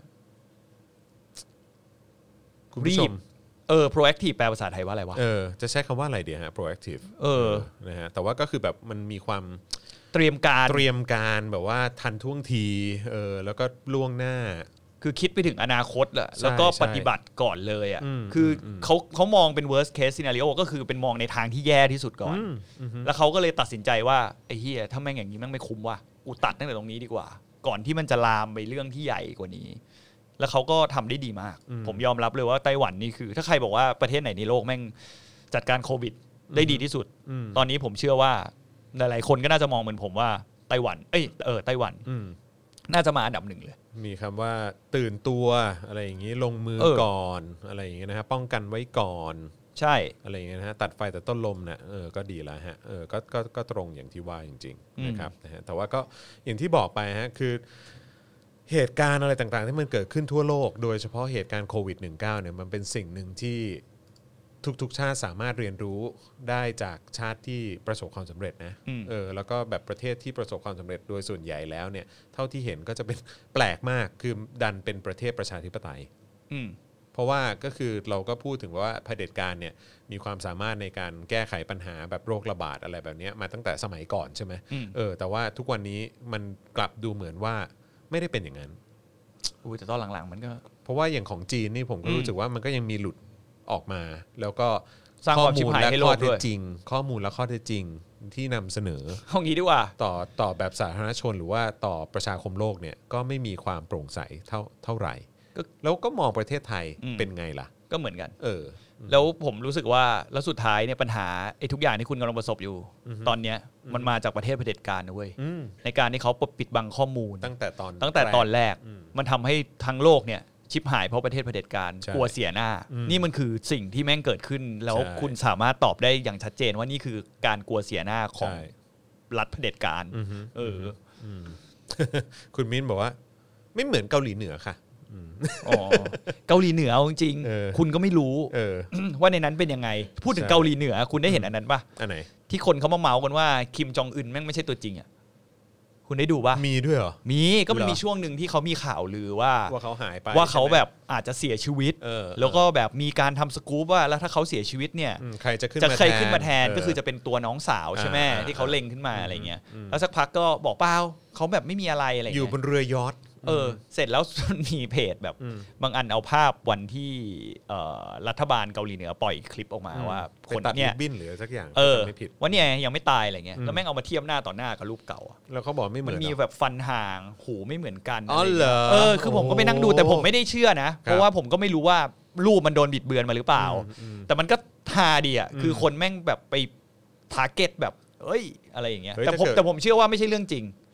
คุณผู้ชมเออ proactive แปลภาษาไทยว่าอะไรวะเออจะใช้คำว่าอะไรเดียวฮะ proactive เออนะฮะแต่ว่าก็คือแบบมันมีความเตรียมการเตรียมการแบบว่าทันท่วงทีเออแล้วก็ล่วงหน้าคือคิดไปถึงอนาคตแหละแล้วก็ปฏิบัติก่อนเลยอ่ะคือเขาเขามองเป็น worst case scenario ก็คือเป็นมองในทางที่แย่ที่สุดก่อนแล้วเขาก็เลยตัดสินใจว่าไอ้เหี้ยถ้าแม่งอย่างนี้แม่งไม่คุ้มว่ะกูตัดตั้งแต่ตรงนี้ดีกว่าก่อนที่มันจะลามไปเรื่องที่ใหญ่กว่านี้แล้วเขาก็ทำได้ดีมากผมยอมรับเลยว่าไต้หวันนี่คือถ้าใครบอกว่าประเทศไหนในโลกแม่งจัดการโควิดได้ดีที่สุดตอนนี้ผมเชื่อว่าหลายๆคนก็น่าจะมองเหมือนผมว่าไต้หวันเอ้ยเออไต้หวันน่าจะมาอันดับหนึ่งเลยมีคำว่าตื่นตัวอะไรอย่างนี้ลงมือก่อนอะไรอย่างเงี้ยนะฮะป้องกันไว้ก่อนใช่อะไรอย่างเงี้ยนะฮะตัดไฟแต่ต้นลมเนี่ยเออก็ดีแล้วฮะเออก็ก็ก็ตรงอย่างที่ว่าจริงๆนะครับนะฮะแต่ว่าก็อย่างที่บอกไปฮะคือเหตุการณ์อะไรต่างๆที่มันเกิดขึ้นทั่วโลกโดยเฉพาะเหตุการณ์โควิด สิบเก้า เนี่ยมันเป็นสิ่งหนึ่งที่ทุกๆชาติสามารถเรียนรู้ได้จากชาติที่ประสบความสำเร็จนะเออแล้วก็แบบประเทศที่ประสบความสำเร็จโดยส่วนใหญ่แล้วเนี่ยเท่าที่เห็นก็จะเป็นแปลกมากคือดันเป็นประเทศประชาธิปไตยเพราะว่าก็คือเราก็พูดถึงว่าเผด็จการเนี่ยมีความสามารถในการแก้ไขปัญหาแบบโรคระบาดอะไรแบบนี้มาตั้งแต่สมัยก่อนใช่ไหมเออแต่ว่าทุกวันนี้มันกลับดูเหมือนว่าไม่ได้เป็นอย่างนั้นอุ้ยแต่ตอนหลังๆมันก็เพราะว่าอย่างของจีนนี่ผมก็รู้สึกว่ามันก็ยังมีหลุดออกมาแล้วก็สร้างความชิบหายให้โลกด้วยจริงข้อมูลและข้อเท็จจริงที่นำเสนอห้องนี้ดีกว่าต่อต่อแบบสาธารณชนหรือว่าต่อประชาคมโลกเนี่ยก็ไม่มีความโปร่งใสเท่าเท่าไหร่แล้วก็มองประเทศไทยเป็นไงล่ะก็เหมือนกันเออแล้วผมรู้สึกว่าแล้วสุดท้ายเนี่ยปัญหาไอ้ทุกอย่างที่คุณกำลังประสบอยู่ตอนเนี้ยมันมาจากประเทศเผด็จการนะเว้ยในการที่เขาปิดบังข้อมูลตั้งแต่ตอนตั้งแต่ตอนแรกมันทำให้ทั้งโลกเนี่ยชิบหายเพราะประเทศเผด็จการกลัวเสียหน้านี่มันคือสิ่งที่แม่งเกิดขึ้นแล้วคุณสามารถตอบได้อย่างชัดเจนว่านี่คือการกลัวเสียหน้าของรัฐเผด็จการเออคุณมิ้นบอกว่าไม่เหมือนเกาหลีเหนือค่ะอ๋อเกาหลีเหนือจริงๆคุณก็ไม่รู้ว่าในนั้นเป็นยังไงพูดถึงเกาหลีเหนือคุณได้เห็นอันนั้นป่ะอันไหนที่คนเขามาเมาส์กันว่าคิมจองอึนแม่งไม่ใช่ตัวจริงอ่ะคุณได้ดูป่ะมีด้วยเหรอมีก็มันมีช่วงหนึ่งที่เขามีข่าวลือว่าว่าเขาหายไปว่าเขาแบบอาจจะเสียชีวิตแล้วก็แบบมีการทำสกู๊ปว่าแล้วถ้าเขาเสียชีวิตเนี่ยใครจะขึ้นจะใครขึ้นมาแทนก็คือจะเป็นตัวน้องสาวใช่ไหมที่เขาเล็งขึ้นมาอะไรเงี้ยแล้วสักพักก็บอกเปล่าเขาแบบไม่มีอะไรอะไรอยู่บนเรือยอทเออเสร็จแล้วมีเพจแบบบางอันเอาภาพวันที่รัฐบาลเกาหลีเหนือปล่อยคลิปออกมาว่าคนเนี่ยบินหรือสักอย่างเออว่าเนี่ยยังไม่ตายอะไรเงี้ยแล้วแม่งเอามาเทียบหน้าต่อหน้ากับรูปเก่าแล้วเขาบอกไม่เหมือนมันมีแบบฟันห่างหูไม่เหมือนกันอ๋อเหรอเออคือผมก็ไปนั่งดูแต่ผมไม่ได้เชื่อนะเพราะว่าผมก็ไม่รู้ว่ารูปมันโดนบิดเบือนมาหรือเปล่าแต่มันก็ฮาดีอ่ะคือคนแม่งแบบไปทาร์เก็ตแบบเอ้ยอะไรอย่างเงี้ยแต่ผมแต่ผมเชื่อว่าไม่ใช่เรื่องจริง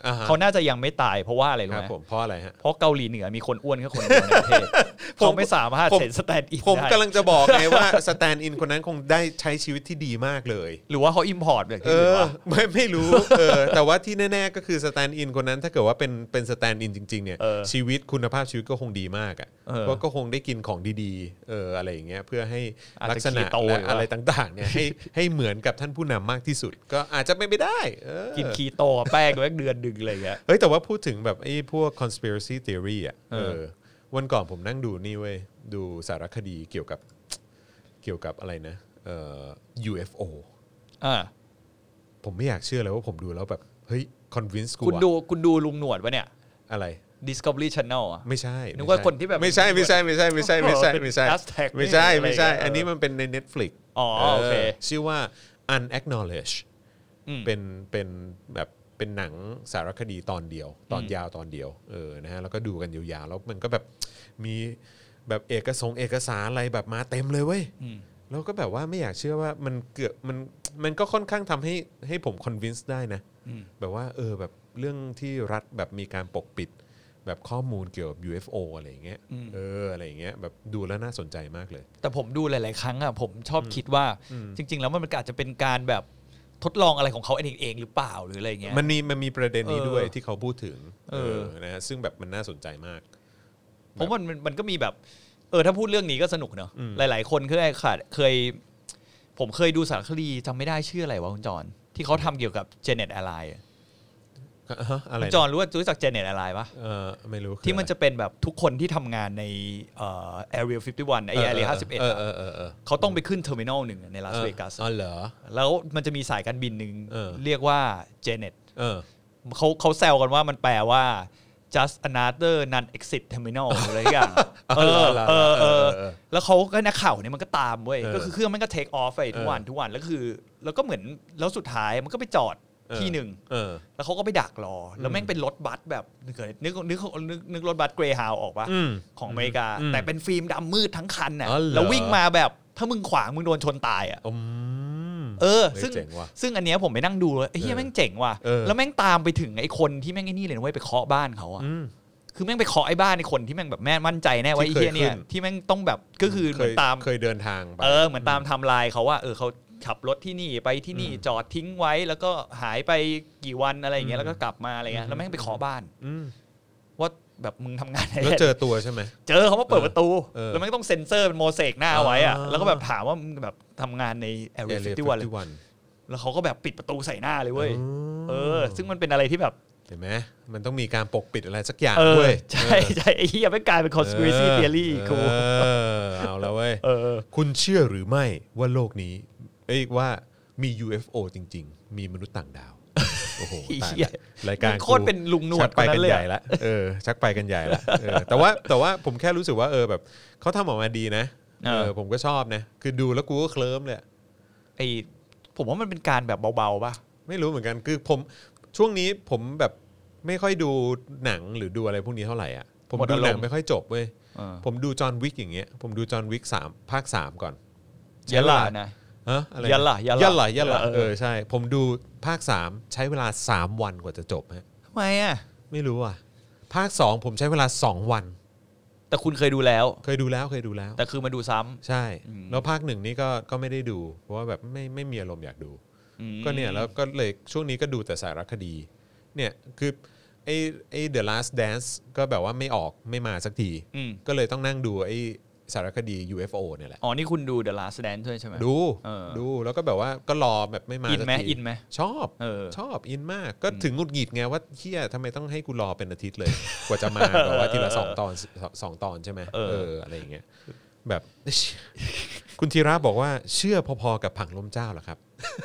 เขาน่าจะยังไม่ตายเพราะว่าอะไรรู้ไหมเพราะอะไรฮะเพราะเกาหลีเหนือมีคนอ้วนแค่คนเดียวในประเทศเขาไม่สามารถเซ็นสแตนด์อินได้ผมกำลังจะบอกไงว่าสแตนด์อินคนนั้นคงได้ใช้ชีวิตที่ดีมากเลยหรือว่าเขาอิมพอร์ตแบบเออไม่ไม่รู้เออแต่ว่าที่แน่ๆก็คือสแตนด์อินคนนั้นถ้าเกิดว่าเป็นเป็นสแตนด์อินจริงๆเนี่ยชีวิตคุณภาพชีวิตก็คงดีมากอ่ะเพราะก็คงได้กินของดีๆเอออะไรอย่างเงี้ยเพื่อให้ลักษณะและอะไรต่างๆเนี่ยให้ให้เหมือนกับท่านผู้นำมากที่สุดก็อาจจะไม่ได้กินคีโตแป้งด้วยเดือนดึงอะไรเงี้ยเฮ้ยแต่ว่าพูดถึงแบบไอ้พวก conspiracy theory อ่ะเออวันก่อนผมนั่งดูนี่เว้ยดูสารคดีเกี่ยวกับเกี่ยวกับอะไรนะเอ่อ ยู เอฟ โออ่าผมไม่อยากเชื่อเลยว่าผมดูแล้วแบบเฮ้ย convince กูคุณดูคุณดูลุงหนวดปะเนี่ยอะไร Discovery Channel อ่ะไม่ใช่นึกว่าคนที่แบบไม่ใช่ไม่ใช่ไม่ใช่ไม่ใช่ไม่ใช่ไม่ใช่ไม่ใช่ไม่ใช่อันนี้มันเป็นใน Netflix อ๋อโอเคชื่อว่า unacknowledged เป็นเป็นแบบเป็นหนังสารคดีตอนเดียวตอนยาวตอนเดียวเออนะฮะแล้วก็ดูกันยาวๆแล้วมันก็แบบมีแบบเอกสงเอกสารอะไรแบบมาเต็มเลยเว้ยแล้วก็แบบว่าไม่อยากเชื่อว่ามันเกือบมันมันก็ค่อนข้างทำให้ให้ผมคอนวินส์ได้นะแบบว่าเออแบบเรื่องที่รัฐแบบมีการปกปิดแบบข้อมูลเกี่ยวกับ ยู เอฟ โอ อะไรอย่างเงี้ยเอออะไรอย่างเงี้ยแบบดูแล้วน่าสนใจมากเลยแต่ผมดูหลายๆครั้งอ่ะผมชอบคิดว่าจริงๆแล้วมันอาจจะเป็นการแบบทดลองอะไรของเขาเองเองหรือเปล่าหรืออะไรเงี้ยมันมีมันมีประเด็นนี้ด้วยที่เขาพูดถึงเออนะฮะซึ่งแบบมันน่าสนใจมากเพราะมันมันก็มีแบบเออถ้าพูดเรื่องนี้ก็สนุกเนอะหลายๆคนเคยขาดเคยผมเคยดูสารคดีจำไม่ได้ชื่ออะไรวะคุณจอนที่เขาทำเกี่ยวกับ Janet Allen อะไรจอนรู้ว่ารู้จัก Janet Allen ป่ะเออไม่รู้ที่มันจะเป็นแบบทุกคนที่ทำงานในเอ่อ Area ห้าสิบเอ็ดไอ้ Area ห้าสิบเอ็ดเขาต้องไปขึ้นเทอร์มินอลหนึ่งในลาสเวกัสอ๋อเหรอแล้วมันจะมีสายการบินหนึ่งเรียกว่า Janet เขาเขาแซวกันว่ามันแปลว่า just another non-exit terminal อะไรอย่างเออเออเออแล้วเขาก็นักข่าวเนี่ยมันก็ตามเว้ยก็คือเครื่องมันก็ take off ไปทุกวันทุกวันแล้วคือแล้วก็เหมือนแล้วสุดท้ายมันก็ไปจอดที่หนึ่งแล้วเขาก็ไปดักรอแล้วแม่งเป็นรถบัสแบบนึกนึกนึกนึกรถบัสเกรย์ฮาวออกปะของอเมริกาแต่เป็นฟิล์มดำมืดทั้งคันน่ะแล้ววิ่งมาแบบถ้ามึงขวางมึงโดนชนตายอ่ะเออซึ่งซึ่งอันเนี้ยผมไปนั่งดูเลยไอ้เหี้ยแม่งเจ๋งว่ะแล้วแม่งตามไปถึงไอ้คนที่แม่งไอ้นี่เลยนะเว้ยไปเคาะบ้านเขาอ่ะคือแม่งไปเคาะไอ้บ้านไอ้คนที่แม่งแบบแม่มั่นใจแน่ว่าไอ้เหี้ยเนี่ยที่แม่งต้องแบบก็คือเหมือนตามเคยเดินทางเออเหมือนตามไทม์ไลน์เขาว่าเออเขาขับรถที่นี่ไปที่นี่จอดทิ้งไว้แล้วก็หายไปกี่วันอะไรอย่างเงี้ยแล้วก็กลับมาอะไรเงี้ยแล้วแม่งไปขอบ้านว่าแบบมึงทำงานอะไรแล้วเจอตัวใช่ไหมเจอเขาว่าเปิดประตูแล้วแม่งต้องเซ็นเซอร์เป็นโมเสกหน้าไว้อะแล้วก็แบบถามว่ามึงแบบทำงานใน Area ห้าสิบเอ็ดแล้วเขาก็แบบปิดประตูใส่หน้าเลยเว้ยเออซึ่งมันเป็นอะไรที่แบบเห็นไหมมันต้องมีการปกปิดอะไรสักอย่างเว้ยใช่ใช่ไอ้เหี้ยไม่กลายเป็น conspiracy theory กูเอาแล้วเว้ยคุณเชื่อหรือไม่ว่าโลกนี้เอ้ยว่ามี ยู เอฟ โอ จริงๆมีมนุษย์ต่างดาวโอ้โหตายรายการโคตรเป็นลุงหนวดไปกันใหญ่ละเออชักไปกันใหญ่ละเออแต่ว่าแต่ว่าผมแค่รู้สึกว่าเออแบบเขาทำออกมาดีนะเออผมก็ชอบนะคือดูแล้วกูก็เคลิ้มเลยไอผมว่ามันเป็นการแบบเบาๆป่ะไม่รู้เหมือนกันคือผมช่วงนี้ผมแบบไม่ค่อยดูหนังหรือดูอะไรพวกนี้เท่าไหร่อ่ะผมดูหนังไม่ค่อยจบเว้ยผมดูจอห์นวิกอย่างเงี้ยผมดูจอห์นวิกสามภาคสามก่อนเยอะล่ะนะฮะอะไรยันล่ะยันล่ะยันล่ะยันล่ะเออใช่ผมดูภาคสามใช้เวลาสามวันกว่าจะจบฮะทำไมอ่ะไม่รู้อ่ะภาคสองผมใช้เวลาสองวันแต่คุณเคยดูแล้วเคยดูแล้วเคยดูแล้วแต่คือมาดูซ้ำใช่แล้วภาคหนึ่งนี่ก็ก็ไม่ได้ดูเพราะว่าแบบไม่ไม่มีอารมณ์อยากดูก็เนี่ยแล้วก็เลยช่วงนี้ก็ดูแต่สารคดีเนี่ยคือไอ้ไอ้ The Last Dance ก็แบบว่าไม่ออกไม่มาสักทีก็เลยต้องนั่งดูไอ้สารคดี ยู เอฟ โอ เนี่ยแหละอ๋อนี่คุณดู The Last Dance ด้วยใช่ไหมดูดูแล้วก็แบบว่าก็รอแบบไม่มาอินไหมอินไหมชอบชอบอินมากก็ถึงหงุดหงิดไงว่าเฮียทำไมต้องให้กูรอเป็นอาทิตย์เลยกว่าจะมาแบบว่าทีละสองตอนสองตอนใช่ไหมเอออะไรอย่างเงี้ยแบบคุณธีระบอกว่าเชื่อพอๆกับผังลมเจ้าเหรอครับ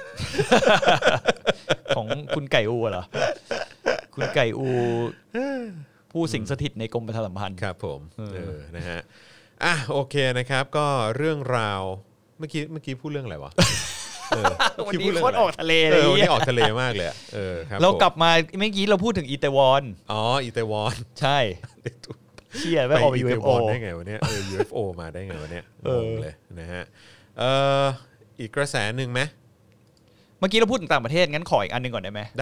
ของคุณไก่อูเหรอคุณไก่อูผู้สิงสถิตในกรมประชาสัมพันธ์ครับผมเออนะฮะอ่ะโอเคนะครับก็เรื่องราวเมื่อกี้เมื่อกี้พูดเรื่องอะไรวะเออวันนี้โคตรออกทะเลเลยวันนี้ออกทะเลมากเลยเออครับเรากลับมาเมื่อกี้เราพูดถึงอีเตวอนอ๋ออีเตวอนใช่เชี่ยไม่ออก ยู เอฟ โอได้ไงวะเนี่ยเออ ยู เอฟ โอ มาได้ไงวะเนี่ยงงเลยนะฮะเอ่ออีกกระแสนึงมั้ยเมื่อกี้เราพูดถึงต่างประเทศงั้นขออีกอันนึงก่อนได้ไหมได้สิ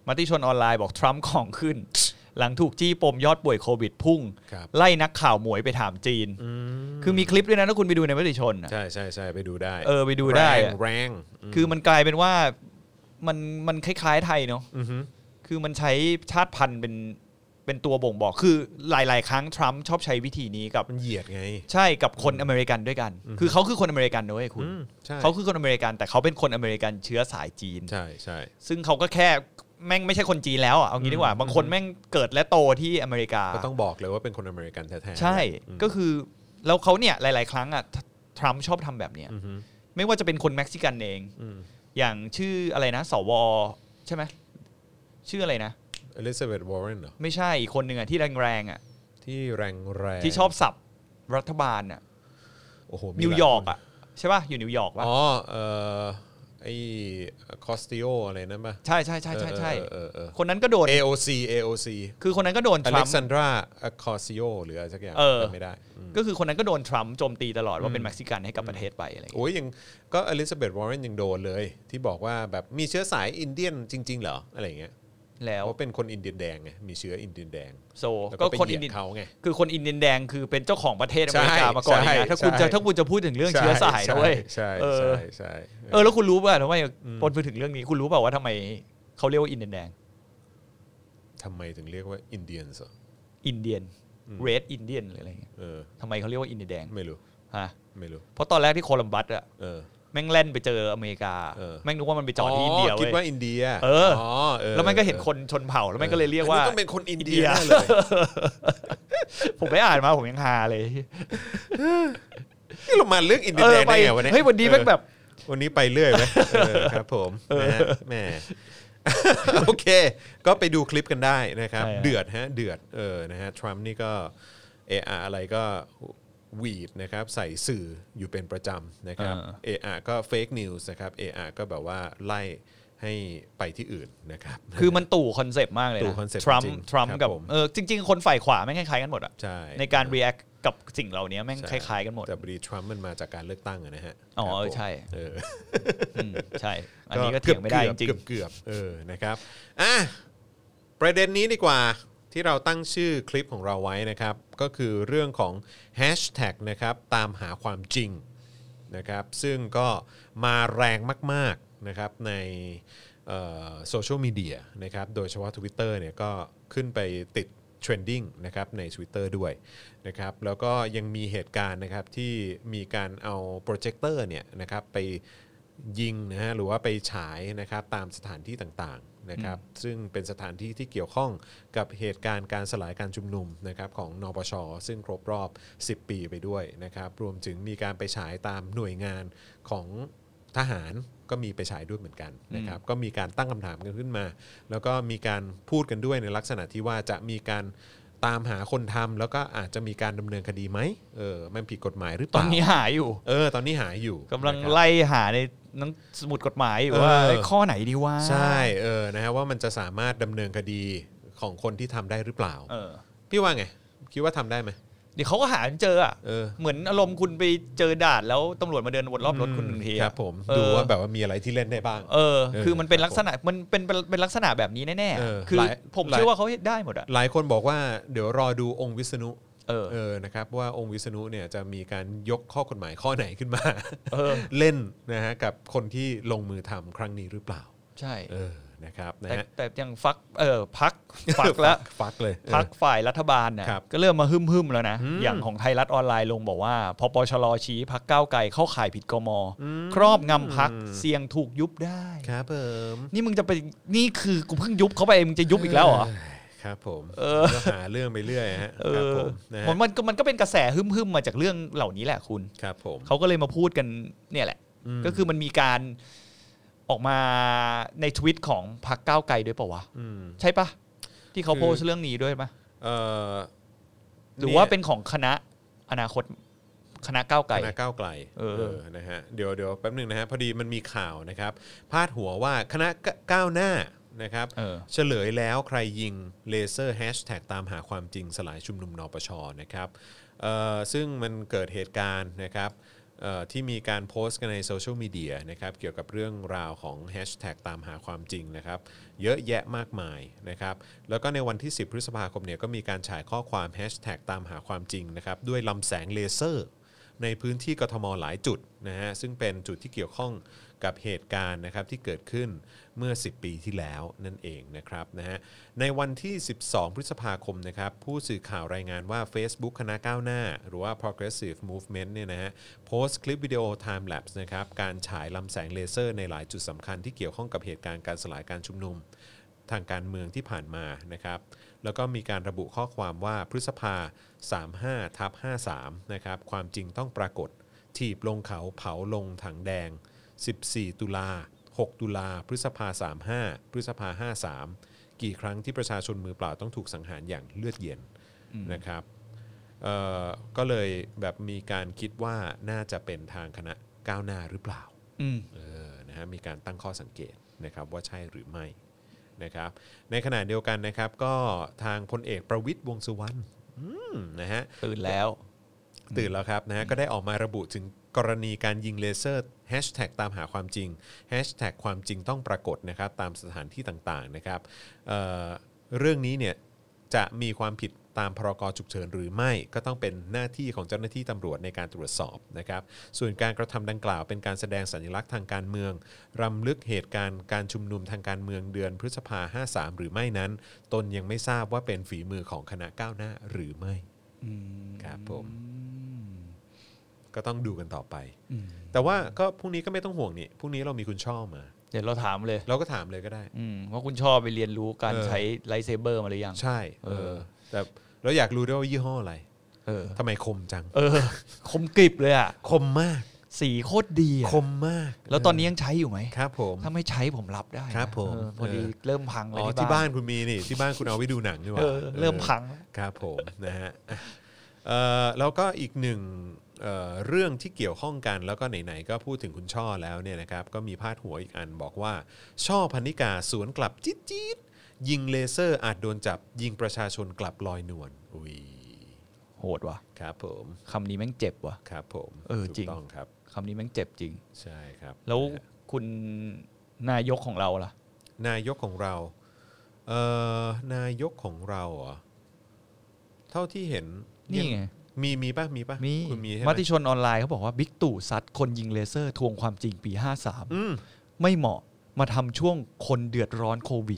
มติชนออนไลน์บอกทรัมป์ของขึ้นหลังถูกจี้ปมยอดป่วยโควิดพุ่งไล่นักข่าวหมวยไปถามจีนคือมีคลิปด้วยนะถ้าคุณไปดูในมติชนใช่ใช่ใช่ไปดูได้เออไปดูได้แรงคือมันกลายเป็นว่ามันมันคล้ายๆไทยเนาะคือมันใช้ชาติพันธุ์เป็นเป็นตัวบ่งบอกคือหลายๆครั้งทรัมป์ชอบใช้วิธีนี้กับมันเหยียดไงใช่กับคนอเมริกันด้วยกันคือเขาคือคนอเมริกันนะเว้ยคุณเขาคือคนอเมริกันแต่เขาเป็นคนอเมริกันเชื้อสายจีนใช่ใช่ซึ่งเขาก็แค่แม่งไม่ใช่คนจีนแล้วอ่ะเอางี้ดีกว่าบางคนแม่งเกิดและโตที่อเมริกาก็ต้องบอกเลยว่าเป็นคนอเมริกันแท้ๆใช่ก็คือแล้วเขาเนี่ยหลายๆครั้งอ่ะทรัมป์ชอบทำแบบเนี้ยไม่ว่าจะเป็นคนเม็กซิกันเองอย่างชื่ออะไรนะสวใช่ไหมชื่ออะไรนะอลิซาเบธวอร์เรนเหรอไม่ใช่อีกคนหนึ่งอ่ะที่แรงๆอ่ะที่แรงแรงที่ชอบสับรัฐบาลอ่ะโอ้โหนิวยอร์กอ่ะใช่ป่ะอยู่นิวยอร์กป่ะอ๋อเอ่อไอ้คอสติโออะไรนั่นป่ะใช่ใช่ใช่ใช่ใช่คนนั้นก็โดนเอ โอ ซี เอ โอ ซีคือคนนั้นก็โดนทรัมป์อเล็กซานดราคอสติโอหรืออะไรสักอย่างไม่ได้ก็คือคนนั้นก็โดนทรัมป์โจมตีตลอดว่าเป็นเม็กซิกันให้กับประเทศไปอะไรโอ้ยยังก็อลิซาเบธวอร์เรนยังโดนเลยที่บอกว่าแบบมีเชื้อสายอินเดียนจริงๆเหรออะไรอย่างเงี้ยแล้วเขาเป็นคนอินเดียนแดงไงมีเชื้ออินเดียนแดงโซก็คนอินเดียนเขาไงคือคนอินเดียนแดงคือเป็นเจ้าของประเทศอเมริกามาก่อนนะถ้าคุณจะถ้าคุณจะพูดถึงเรื่องเชื้อสายด้วยใช่ใช่ใช่เออแล้วคุณรู้ป่ะทำไมปนไปถึงเรื่องนี้คุณรู้ป่ะว่าทำไมเขาเรียกว่าอินเดียนแดงทำไมถึงเรียกว่าอินเดียนส์อินเดียนเรดอินเดียนหรืออะไรเงี้ยทำไมเขาเรียกว่าอินเดียนแดงไม่รู้ฮะไม่รู้เพราะตอนแรกที่โคลัมบัสอะแม่งเล่นไปเจออเมริกาแม่งนึกว่ามันไปจอดที่อินเดียเว้ยคิดว่าอินเดียเออแล้วแม่งก็เห็นคนชนเผ่าแล้วแม่งก็เลยเรียกว่าต้องเป็นคนอินเดียเลยผมไปอ่านมาผมยังฮาเลยนี่เรามาเรื่องอินเดียแดงได้ไงวะเนี่ยเฮ้ยวันนี้แม่งแบบวันนี้ไปเรื่อยไหมครับผมนะฮะแหมโอเคก็ไปดูคลิปกันได้นะครับเดือดฮะเดือดเออนะฮะทรัมป์นี่ก็เอออะไรก็วีดนะครับใส่สื่ออยู่เป็นประจำนะครับเออก็เฟกนิวส์นะครับเออก็แบบว่าไล่ให้ไปที่อื่นนะครับคือมันตู่คอนเซปต์มากเลยนะทรัมป์ทรัมป์กับเออจริงๆคนฝ่ายขวาแม่งคล้ายๆกันหมดอ่ะในการรีแอคกับสิ่งเหล่านี้แม่งคล้ายๆกันหมดแต่บรีทรัมป์มันมาจากการเลือกตั้งนะฮะอ๋อใช่เออใช่อันนี้ก็เถียงไม่ได้จริงเกือบๆเออนะครับอ่ะประเด็นนี้ดีกว่าที่เราตั้งชื่อคลิปของเราไว้นะครับก็คือเรื่องของแฮชแท็กนะครับตามหาความจริงนะครับซึ่งก็มาแรงมากๆนะครับในโซเชียลมีเดียนะครับโดยเฉพาะ Twitter เนี่ยก็ขึ้นไปติดเทรนดิ้งนะครับใน Twitter ด้วยนะครับแล้วก็ยังมีเหตุการณ์นะครับที่มีการเอาโปรเจคเตอร์เนี่ยนะครับไปยิงนะฮะหรือว่าไปฉายนะครับตามสถานที่ต่างๆนะครับซึ่งเป็นสถานที่ที่เกี่ยวข้องกับเหตุการณ์การสลายการชุมนุมนะครับของนปช.ซึ่งครบรอบสิบปีไปด้วยนะครับรวมถึงมีการไปฉายตามหน่วยงานของทหารก็มีไปฉายด้วยเหมือนกันนะครับก็มีการตั้งคำถามกันขึ้นมาแล้วก็มีการพูดกันด้วยในลักษณะที่ว่าจะมีการตามหาคนทำแล้วก็อาจจะมีการดำเนินคดีไหมเออมันผิดกฎหมายหรือเปล่าตอนนี้หาอยู่เออตอนนี้หาอยู่กำลังไล่หาในหนังสมุดกฎหมายอยู่ว่าข้อไหนดีว่าใช่เออนะฮะว่ามันจะสามารถดำเนินคดีของคนที่ทำได้หรือเปล่าเออพี่ว่าไงคิดว่าทำได้ไหมเดี๋ยวเขาก็หาเจออ่ะเหมือนอารมณ์คุณไปเจอด่านแล้วตำรวจมาเดินวนรอบรถคุณหนึ่งทีครับผมดูว่าแบบว่ามีอะไรที่เล่นได้บ้างเออคือมันเป็นลักษณะมันเป็นเป็นลักษณะแบบนี้แน่ๆคือผมเชื่อว่าเขาได้หมดอ่ะหลายคนบอกว่าเดี๋ยวรอดูองค์วิษณุเออเออนะครับว่าองค์วิษณุเนี่ยจะมีการยกข้อกฎหมายข้อไหนขึ้นมาเล่นนะฮะกับคนที่ลงมือทำครั้งนี้หรือเปล่าใช่เออนะครับนะฮะแต่ยังฟักเออพักฟักแล้วฟักเลยพักฝ่ายรัฐบาลเนี่ยก็เริ่มมาหึ่มๆแล้วนะอย่างของไทยรัฐออนไลน์ลงบอกว่าพปชรชี้พักก้าวไกลเข้าข่ายผิดกมครอบงำพักเสี่ยงถูกยุบได้ครับผมนี่มึงจะไปนี่คือกูเพิ่งยุบเขาไปมึงจะยุบอีกแล้วเหรอครับผมก็หาเรื่องไปเรื่อยฮะครับผมมันก็มันก็เป็นกระแสหึ่มๆมาจากเรื่องเหล่านี้แหละคุณครับผมเขาก็เลยมาพูดกันเนี่ยแหละก็คือมันมีการออกมาในทวิตของพรรคก้าวไกลด้วยเปล่าวะใช่ปะที่เขาโพสต์เรื่องนี้ด้วยปะหรือว่าเป็นของคณะอนาคตคณะก้าวไกลคณะก้าวไกลเออนะฮะเดี๋ยวเดี๋ยวแป๊บนึงนะฮะพอดีมันมีข่าวนะครับพาดหัวว่าคณะก้าวหน้านะครับเฉลยแล้วใครยิงเลเซอร์แฮชแท็กตามหาความจริงสลายชุมนุมนปช.นะครับซึ่งมันเกิดเหตุการณ์นะครับเอ่อที่มีการโพสต์กันในโซเชียลมีเดียนะครับเกี่ยวกับเรื่องราวของแฮชแท็กตามหาความจริงนะครับเยอะแยะมากมายนะครับแล้วก็ในวันที่สิบพฤษภาคมเนี่ยก็มีการฉายข้อความแฮชแท็กตามหาความจริงนะครับด้วยลำแสงเลเซอร์ในพื้นที่กทมหลายจุดนะฮะซึ่งเป็นจุดที่เกี่ยวข้องกับเหตุการณ์นะครับที่เกิดขึ้นเมื่อสิบปีที่แล้วนั่นเองนะครับนะฮะในวันที่สิบสองพฤษภาคมนะครับผู้สื่อข่าวรายงานว่า Facebook คณะก้าวหน้าหรือว่า Progressive Movement เนี่ยนะฮะโพสต์คลิปวิดีโอ Time Lapse นะครับการฉายลำแสงเลเซอร์ในหลายจุดสำคัญที่เกี่ยวข้องกับเหตุการณ์การสลายการชุมนุมทางการเมืองที่ผ่านมานะครับแล้วก็มีการระบุข้อความว่าพฤษภา สามสิบห้าทับห้าสิบสาม นะครับความจริงต้องปรากฏถีบลงเขาเผาลงถังแดงสิบสี่ตุลาหกตุลาพฤษภาสามสิบห้าพฤษภาห้าสิบสามกี่ครั้งที่ประชาชนมือเปล่าต้องถูกสังหารอย่างเลือดเย็นนะครับก็เลยแบบมีการคิดว่าน่าจะเป็นทางคณะก้าวหน้าหรือเปล่าเออนะฮะมีการตั้งข้อสังเกตนะครับว่าใช่หรือไม่นะครับในขณะเดียวกันนะครับก็ทางพลเอกประวิตรวงษ์สุวรรณนะฮะตื่นแล้วตื่นแล้วครับนะฮะก็ได้ออกมาระบุถึงกรณีการยิงเลเซอร์แฮชแท็กตามหาความจริงแฮชแท็กความจริงต้องปรากฏนะครับตามสถานที่ต่างๆนะครับ เอ่อ เรื่องนี้เนี่ยจะมีความผิดตามพรกฉุกเฉินหรือไม่ก็ต้องเป็นหน้าที่ของเจ้าหน้าที่ตำรวจในการตรวจสอบนะครับส่วนการกระทำดังกล่าวเป็นการแสดงสัญลักษณ์ทางการเมืองรำลึกเหตุการณ์การชุมนุมทางการเมืองเดือนพฤษภาห้าสิบสามหรือไม่นั้นตนยังไม่ทราบว่าเป็นฝีมือของคณะก้าวหน้าหรือไม่ครับผมก็ต้องดูกันต่อไปแต่ว่าก็พรุ่งนี้ก็ไม่ต้องห่วงนี่พรุ่งนี้เรามีคุณช่อมาเดี๋ยวเราถามเลยเราก็ถามเลยก็ได้ว่าคุณชอบไปเรียนรู้การใช้ไลท์เซเบอร์มาหรือยังใช่เออแต่เราอยากรู้ด้วยว่ายี่ห้ออะไรเออทำไมคมจังเออคมกริบเลยอ่ะคมมากสีโคตรดีคมมากแล้วตอนนี้ยังใช้อยู่ไหมครับผมถ้าไม่ใช้ผมรับได้ครับผมพอดีเริ่มพังเลยที่บ้านคุณมีนี่ที่บ้านคุณเอาไว้ดูหนังนี่หว่าเริ่มพังครับผมนะฮะเอ่อแล้วก็อีกหนึ่งเอ่อเรื่องที่เกี่ยวข้องกันแล้วก็ไหนๆก็พูดถึงคุณช่อแล้วเนี่ยนะครับก็มีพาดหัวอีกอันบอกว่าช่อพนิกาสวนกลับจี๊ดจี๊ดยิงเลเซอร์อาจโดนจับยิงประชาชนกลับลอยนวลอุ้ยโหดว่ะครับผมคำนี้แม่งเจ็บว่ะครับผมเออจริงต้องครับคำนี้แม่งเจ็บจริงใช่ครับแล้วคุณนายกของเราล่ะนายกของเราเอ่อนายกของเราเหรอเท่าที่เห็นนี่ไงมีมีป่ะมีป่ะมีคุณมีมติชนออนไลน์เขาบอกว่าบิ๊กตู่ซัดคนยิงเลเซอร์ทวงความจริงปีห้าสิบสามไม่เหมาะมาทำช่วงคนเดือดร้อนโควิด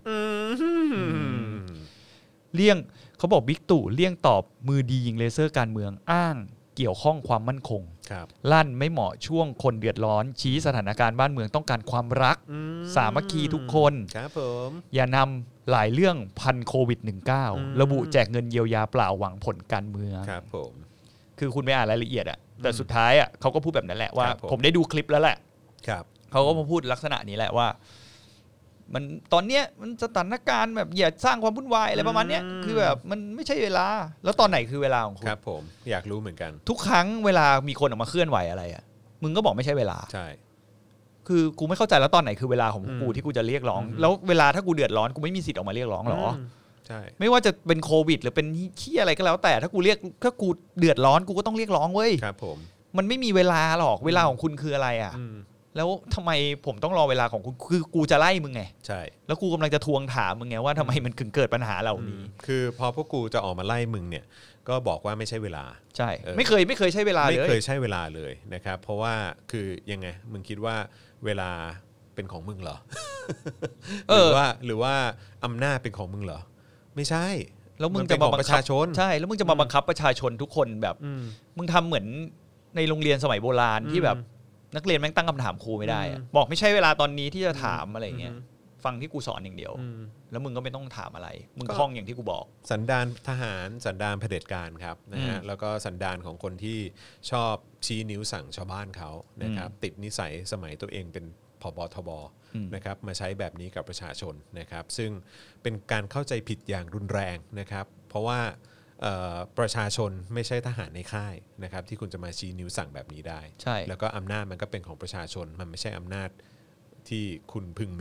เลี่ยงเขาบอกบิ๊กตู่เลี่ยงตอบมือดียิงเลเซอร์การเมืองอ้างเกี่ยวข้องความมั่นคงลั่นไม่เหมาะช่วงคนเดือดร้อนชี้สถานการณ์บ้านเมืองต้องการความรักสามัคคีทุกคนครับผมอย่านำหลายเรื่องพันโควิด สิบเก้า ระบุแจกเงินเยียวยาเปล่าหวังผลการเมืองครับผมคือคุณไม่อ่านรายละเอียดอะแต่สุดท้ายอะเขาก็พูดแบบนั้นแหละว่าผมได้ดูคลิปแล้วแหละครับเขาก็มาพูดลักษณะนี้แหละว่ามันตอนเนี้ยมันสถานการณ์แบบอย่าสร้างความวุ่นวายอะไรประมาณเนี้ยคือแบบมันไม่ใช่เวลาแล้วตอนไหนคือเวลาของคุณครับผมอยากรู้เหมือนกันทุกครั้งเวลามีคนออกมาเคลื่อนไหวอะไรอ่ะมึงก็บอกไม่ใช่เวลาใช่คือกูไม่เข้าใจแล้วตอนไหนคือเวลาของกูที่กูจะเรียกร้องแล้วเวลาถ้ากูเดือดร้อนกูไม่มีสิทธิ์ออกมาเรียกร้องหรอใช่ไม่ว่าจะเป็นโควิดหรือเป็นขี้อะไรก็แล้วแต่ถ้ากูเรียกถ้ากูเดือดร้อนกูก็ต้องเรียกร้องเว้ยครับผมมันไม่มีเวลาหรอกเวลาของคุณคืออะไรอ่ะแล้วทำไมผมต้องรอเวลาของคุณคือกูจะไล่มึงไงใช่แล้วกูกำลังจะทวงถามมึงไงว่าทำไมมันถึงเกิดปัญหาเหล่านี้คือพอพวกกูจะออกมาไล่มึงเนี่ยก็บอกว่าไม่ใช่เวลาใช่ไม่เคยไม่เคยใช้เวลาเลยไม่เคยใช้เวลาเลยนะครับเพราะว่าคือยังไงมึงคิดว่าเวลาเป็นของมึงเหรอหรือว่าหรือว่าอำนาจเป็นของมึงเหรอไม่ใช่แล้วมึงจะมาบังคับใช่แล้วมึงจะมาบังคับประชาชนทุกคนแบบมึงทำเหมือนในโรงเรียนสมัยโบราณที่แบบนักเรียนแม่งตั้งคำถามครูไม่ได้บอกไม่ใช่เวลาตอนนี้ที่จะถามอะไรเงี้ยฟังที่กูสอนอย่างเดียวแล้วมึงก็ไม่ต้องถามอะไรมึงคล่องอย่างที่กูบอกสันดานทหารสันดานเผด็จการครับนะฮะแล้วก็สันดานของคนที่ชอบชี้นิ้วสั่งชาวบ้านเขานะครับติดนิสัยสมัยตัวเองเป็นผบ.ทบ.นะครับมาใช้แบบนี้กับประชาชนนะครับซึ่งเป็นการเข้าใจผิดอย่างรุนแรงนะครับเพราะว่าประชาชนไม่ใช่ทหารในค่ายนะครับที่คุณจะมาชี้นิ้วสั่งแบบนี้ได้ใช่แล้วก็อำนาจมันก็เป็นของประชาชนมันไม่ใช่อำนาจที่คุณพึงมี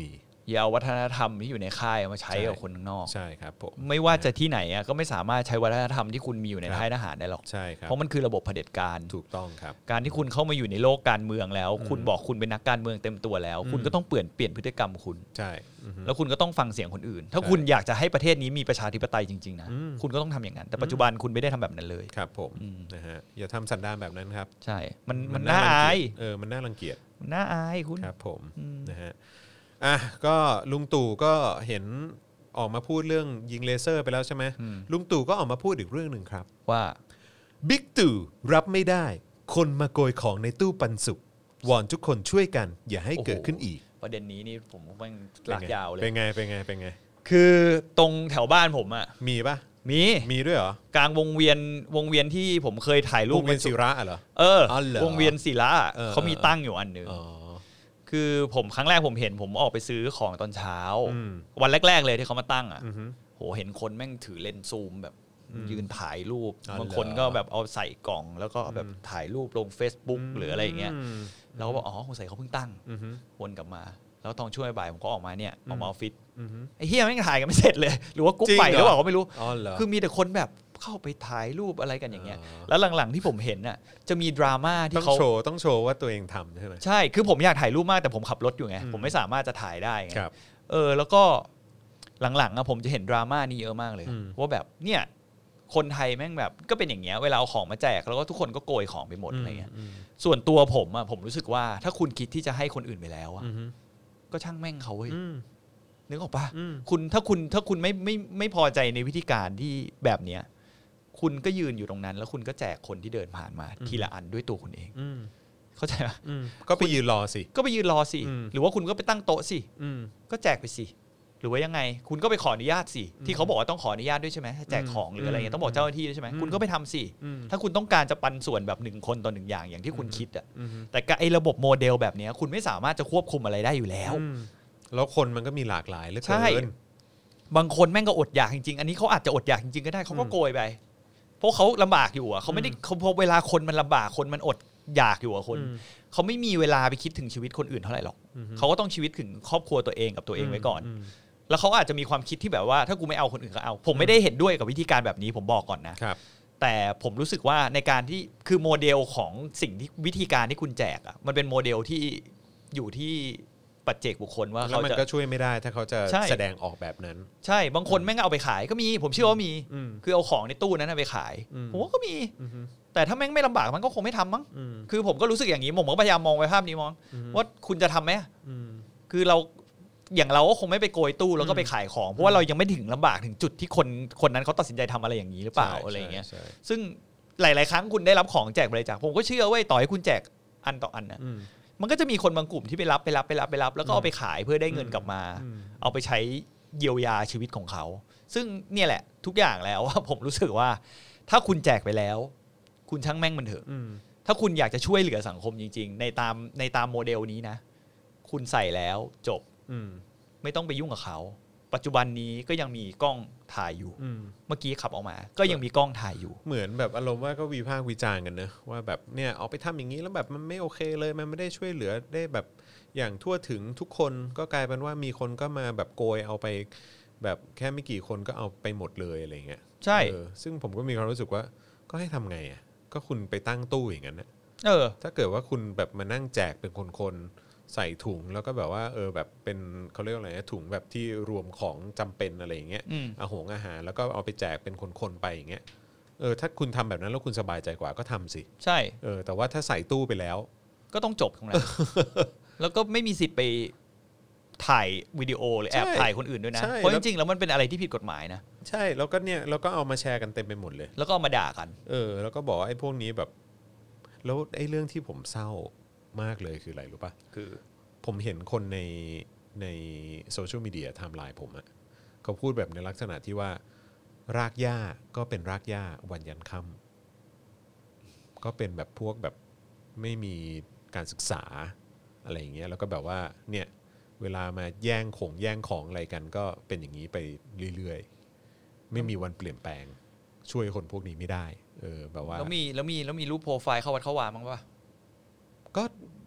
อย่าเอาวัฒนธรรมที่อยู่ในค่ายมาใช้กับคนข้างนอกใช่ครับผมไม่ว่าจะที่ไหนอ่ะก็ไม่สามารถใช้วัฒนธรรมที่คุณมีอยู่ในค่ายทหารได้หรอกใช่ครับเพราะมันคือระบบเผด็จการถูกต้องครับการที่คุณเข้ามาอยู่ในโลกการเมืองแล้วคุณบอกคุณเป็นนักการเมืองเต็มตัวแล้วคุณก็ต้องเปลี่ยนเปลี่ยนพฤติกรรมคุณใช่แล้วคุณก็ต้องฟังเสียงคนอื่นถ้าคุณอยากจะให้ประเทศนี้มีประชาธิปไตยจริงๆนะคุณก็ต้องทำอย่างนั้นแต่ปัจจุบันคุณไม่ได้ทำแบบนั้นเลยครับผมนะฮะอย่าทำสันดานแบบนั้นครับใช่มันมันน่าอายเออมันน่ารังเกียจมันน่าอายคุณครับผมนะฮะอ่ะก็ลุงตู่ก็เห็นออกมาพูดเรื่องยิงเลเซอร์ไปแล้วใช่ไหมลุงตู่ก็ออกมาพูดอีกเรื่องหนึ่งครับว่าบิ๊กตู่รับไม่ได้คนมาโกยของในตู้ปันสุกวอนทุกคนช่วยกันอย่าให้เกิดขึ้นอีกประเด็นนี้นี่ผมว่าลากยาวเลยเป็นไงเป็นไงเป็นไงคือตรงแถวบ้านผมอ่ะมีปะมีมีด้วยเหรอกลางวงเวียนวงเวียนที่ผมเคยถ่ายรูปวงเวียนศิระเหรอเออวงเวียนศิระเขามีตั้งอยู่อันนึงคือผมครั้งแรกผมเห็นผมออกไปซื้อของตอนเช้าวันแรกๆเลยที่เขามาตั้งอ่ะโหเห็นคนแม่งถือเลนส์ซูมแบบยืนถ่ายรูปบางคนก็แบบเอาใส่กล่องแล้วก็แบบถ่ายรูปลง Facebook หรืออะไรอย่างเงี้ยแล้วก็บอกอ๋อคงใส่เขาเพิ่งตั้งวนกลับมาแล้วตอนช่วงบ่ายผมก็ออกมาเนี่ยออกมาออฟฟิศไอ้เฮียแม่งถ่ายกันไม่เสร็จเลยหรือว่ากุ๊กใหม่หรือเปล่าก็ไม่รู้คือมีแต่คนแบบเข้าไปถ่ายรูปอะไรกันอย่างเงี้ยแล้วหลังๆที่ผมเห็นน่ะจะมีดราม่าที่เขาต้องโชว์ต้องโชว์ว่าตัวเองทำใช่ไหมใช่คือผมอยากถ่ายรูปมากแต่ผมขับรถอยู่ไงผมไม่สามารถจะถ่ายได้ไงเออแล้วก็หลังๆอะผมจะเห็นดราม่านี้เยอะมากเลยว่าแบบเนี่ยคนไทยแม่งแบบก็เป็นอย่างเงี้ยเวลาเอาของมาแจกแล้วก็ทุกคนก็โกยของไปหมดอะไรเงี้ยส่วนตัวผมอะผมรู้สึกว่าถ้าคุณคิดที่จะให้คนอื่นไปแล้วอะก็ช่างแม่งเขาเว้ยนึกออกปะคุณถ้าคุณถ้าคุณไม่ไม่ไม่พอใจในวิธีการที่แบบเนี้ยคุณก็ยืนอยู่ตรงนั้นแล้วคุณก็แจกคนที่เดินผ่านมาทีละอันด้วยตัวคุณเองเข้าใจไหมก็ไปยืนรอสิก็ไปยืนรอสิหรือว่าคุณก็ไปตั้งโต๊ะสิก็แจกไปสิหรือว่ายังไงคุณก็ไปขออนุญาตสิที่เขาบอกว่าต้องขออนุญาตด้วยใช่ไหมถ้าแจกของหรืออะไรเงี้ยต้องบอกเจ้าหน้าที่ด้วยใช่ไหมคุณก็ไปทำสิถ้าคุณต้องการจะปันส่วนแบบหนึ่งคนต่อหนึ่งอย่างอย่างที่คุณคิดอ่ะแต่ไอ้ระบบโมเดลแบบนี้คุณไม่สามารถจะควบคุมอะไรได้อยู่แล้วแล้วคนมันก็มีหลากหลายเหลือเกินบางคนแม่งก็อดอยากจริงๆอันนี้เขาอาจจะอดอยากจริงๆก็ได้เขาก็โกยไปเพราะเขาลำบากอยู่อ่ะเขาไม่ได้เขาพอเวลาคนมันลำบากคนมันอดอยากอยู่อ่ะคนเขาไม่มีเวลาไปคิดถึงชีวิตคนอื่นเท่าไหร่หรอกเขาก็ต้องชีวิตถึงครอบครัวตัวเองกับตัวเองไว้ก่อนแล้วเขาอาจจะมีความคิดที่แบบว่าถ้ากูไม่เอาคนอื่นก็เอาผมไม่ได้เห็นด้วยกับวิธีการแบบนี้ผมบอกก่อนนะแต่ผมรู้สึกว่าในการที่คือโมเดลของสิ่งที่วิธีการที่คุณแจกอ่ะมันเป็นโมเดลที่อยู่ที่ปัจเจกบุคคลว่าเขาจะก็ช่วยไม่ได้ถ้าเขาจะแสดงออกแบบนั้นใช่บางคนแม่งเอาไปขายก็มีผมเชื่อว่ามีคือเอาของในตู้นั้นไปขายผมว่าก็มีแต่ถ้าแม่งไม่ลำบากมันก็คงไม่ทำมั้งคือผมก็รู้สึกอย่างนี้ผมก็พยายามมองไปภาพนี้มองว่าคุณจะทำไหมคือเราอย่างเราก็คงไม่ไปโกยตู้แล้วก็ไปขายของเพราะว่าเรายังไม่ถึงลำบากถึงจุดที่คนคนนั้นเขาตัดสินใจทำอะไรอย่างนี้หรือเปล่าอะไรอย่างเงี้ยซึ่งหลายๆครั้งคุณได้รับของแจกบริจาคผมก็เชื่อว่าต่อให้คุณแจกอันต่ออันนะมันก็จะมีคนบางกลุ่มที่ไปรับไปรับไปรับไปรับแล้วก็เอาไปขายเพื่อได้เงินกลับมาเอาไปใช้เยียวยาชีวิตของเขาซึ่งเนี่ยแหละทุกอย่างแล้วว่าผมรู้สึกว่าถ้าคุณแจกไปแล้วคุณช่างแม่งมันเถอะถ้าคุณอยากจะช่วยเหลือสังคมจริงๆในตามในตามโมเดลนี้นะคุณใส่แล้วจบไม่ต้องไปยุ่งกับเขาปัจจุบันนี้ก็ยังมีกล้องถ่ายอยู่เมื่อกี้ขับออกมาก็ยังมีกล้องถ่ายอยู่เหมือนแบบอารมณ์ว่าก็วิพากษ์วิจารณ์กันนะว่าแบบเนี่ยเอาไปทำอย่างนี้แล้วแบบมันไม่โอเคเลยมันไม่ได้ช่วยเหลือได้แบบอย่างทั่วถึงทุกคนก็กลายเป็นว่ามีคนก็มาแบบโกยเอาไปแบบแค่ไม่กี่คนก็เอาไปหมดเลยอะไรเงี้ยใช่ซึ่งผมก็มีความรู้สึกว่าก็ให้ทำไงอ่ะก็คุณไปตั้งตู้อย่างนั้นนะเออถ้าเกิดว่าคุณแบบมานั่งแจกเป็นคนๆใส่ถุงแล้วก็แบบว่าเออแบบเป็นเขาเรียกอะไรนะถุงแบบที่รวมของจำเป็นอะไรอย่างเงี้ยอาหงอาหารแล้วก็เอาไปแจกเป็นคนๆไปอย่างเงี้ยเออถ้าคุณทำแบบนั้นแล้วคุณสบายใจกว่าก็ทำสิใช่เออแต่ว่าถ้าใส่ตู้ไปแล้วก็ต้องจบตรงนั้น แล้วก็ไม่มีสิทธิ์ไปถ่ายวิดีโอหรือแอบถ่ายคนอื่นด้วยนะเพราะจริงๆแล้วมันเป็นอะไรที่ผิดกฎหมายนะใช่แล้วก็เนี่ยเราก็เอามาแชร์กันเต็มไปหมดเลยแล้วก็เอามาด่ากันเออแล้วก็บอกไอ้พวกนี้แบบแล้วไอ้เรื่องที่ผมเศร้ามากเลยคืออะไรรู้ป่ะคือผมเห็นคนในในโซเชียลมีเดียไทม์ไลน์ผมอะเขาพูดแบบในลักษณะที่ว่ารากหญ้าก็เป็นรากหญ้าวันยันค่ำก็เป็นแบบพวกแบบไม่มีการศึกษาอะไรอย่างเงี้ยแล้วก็แบบว่าเนี่ยเวลามาแย่งของแย่งของอะไรกันก็เป็นอย่างนี้ไปเรื่อยๆไม่มีวันเปลี่ยนแปลงช่วยคนพวกนี้ไม่ได้เออแบบว่าแล้วมีแล้วมีแล้วมีรูปโปรไฟล์เข้าวัดเข้าวามั้งป่ะก็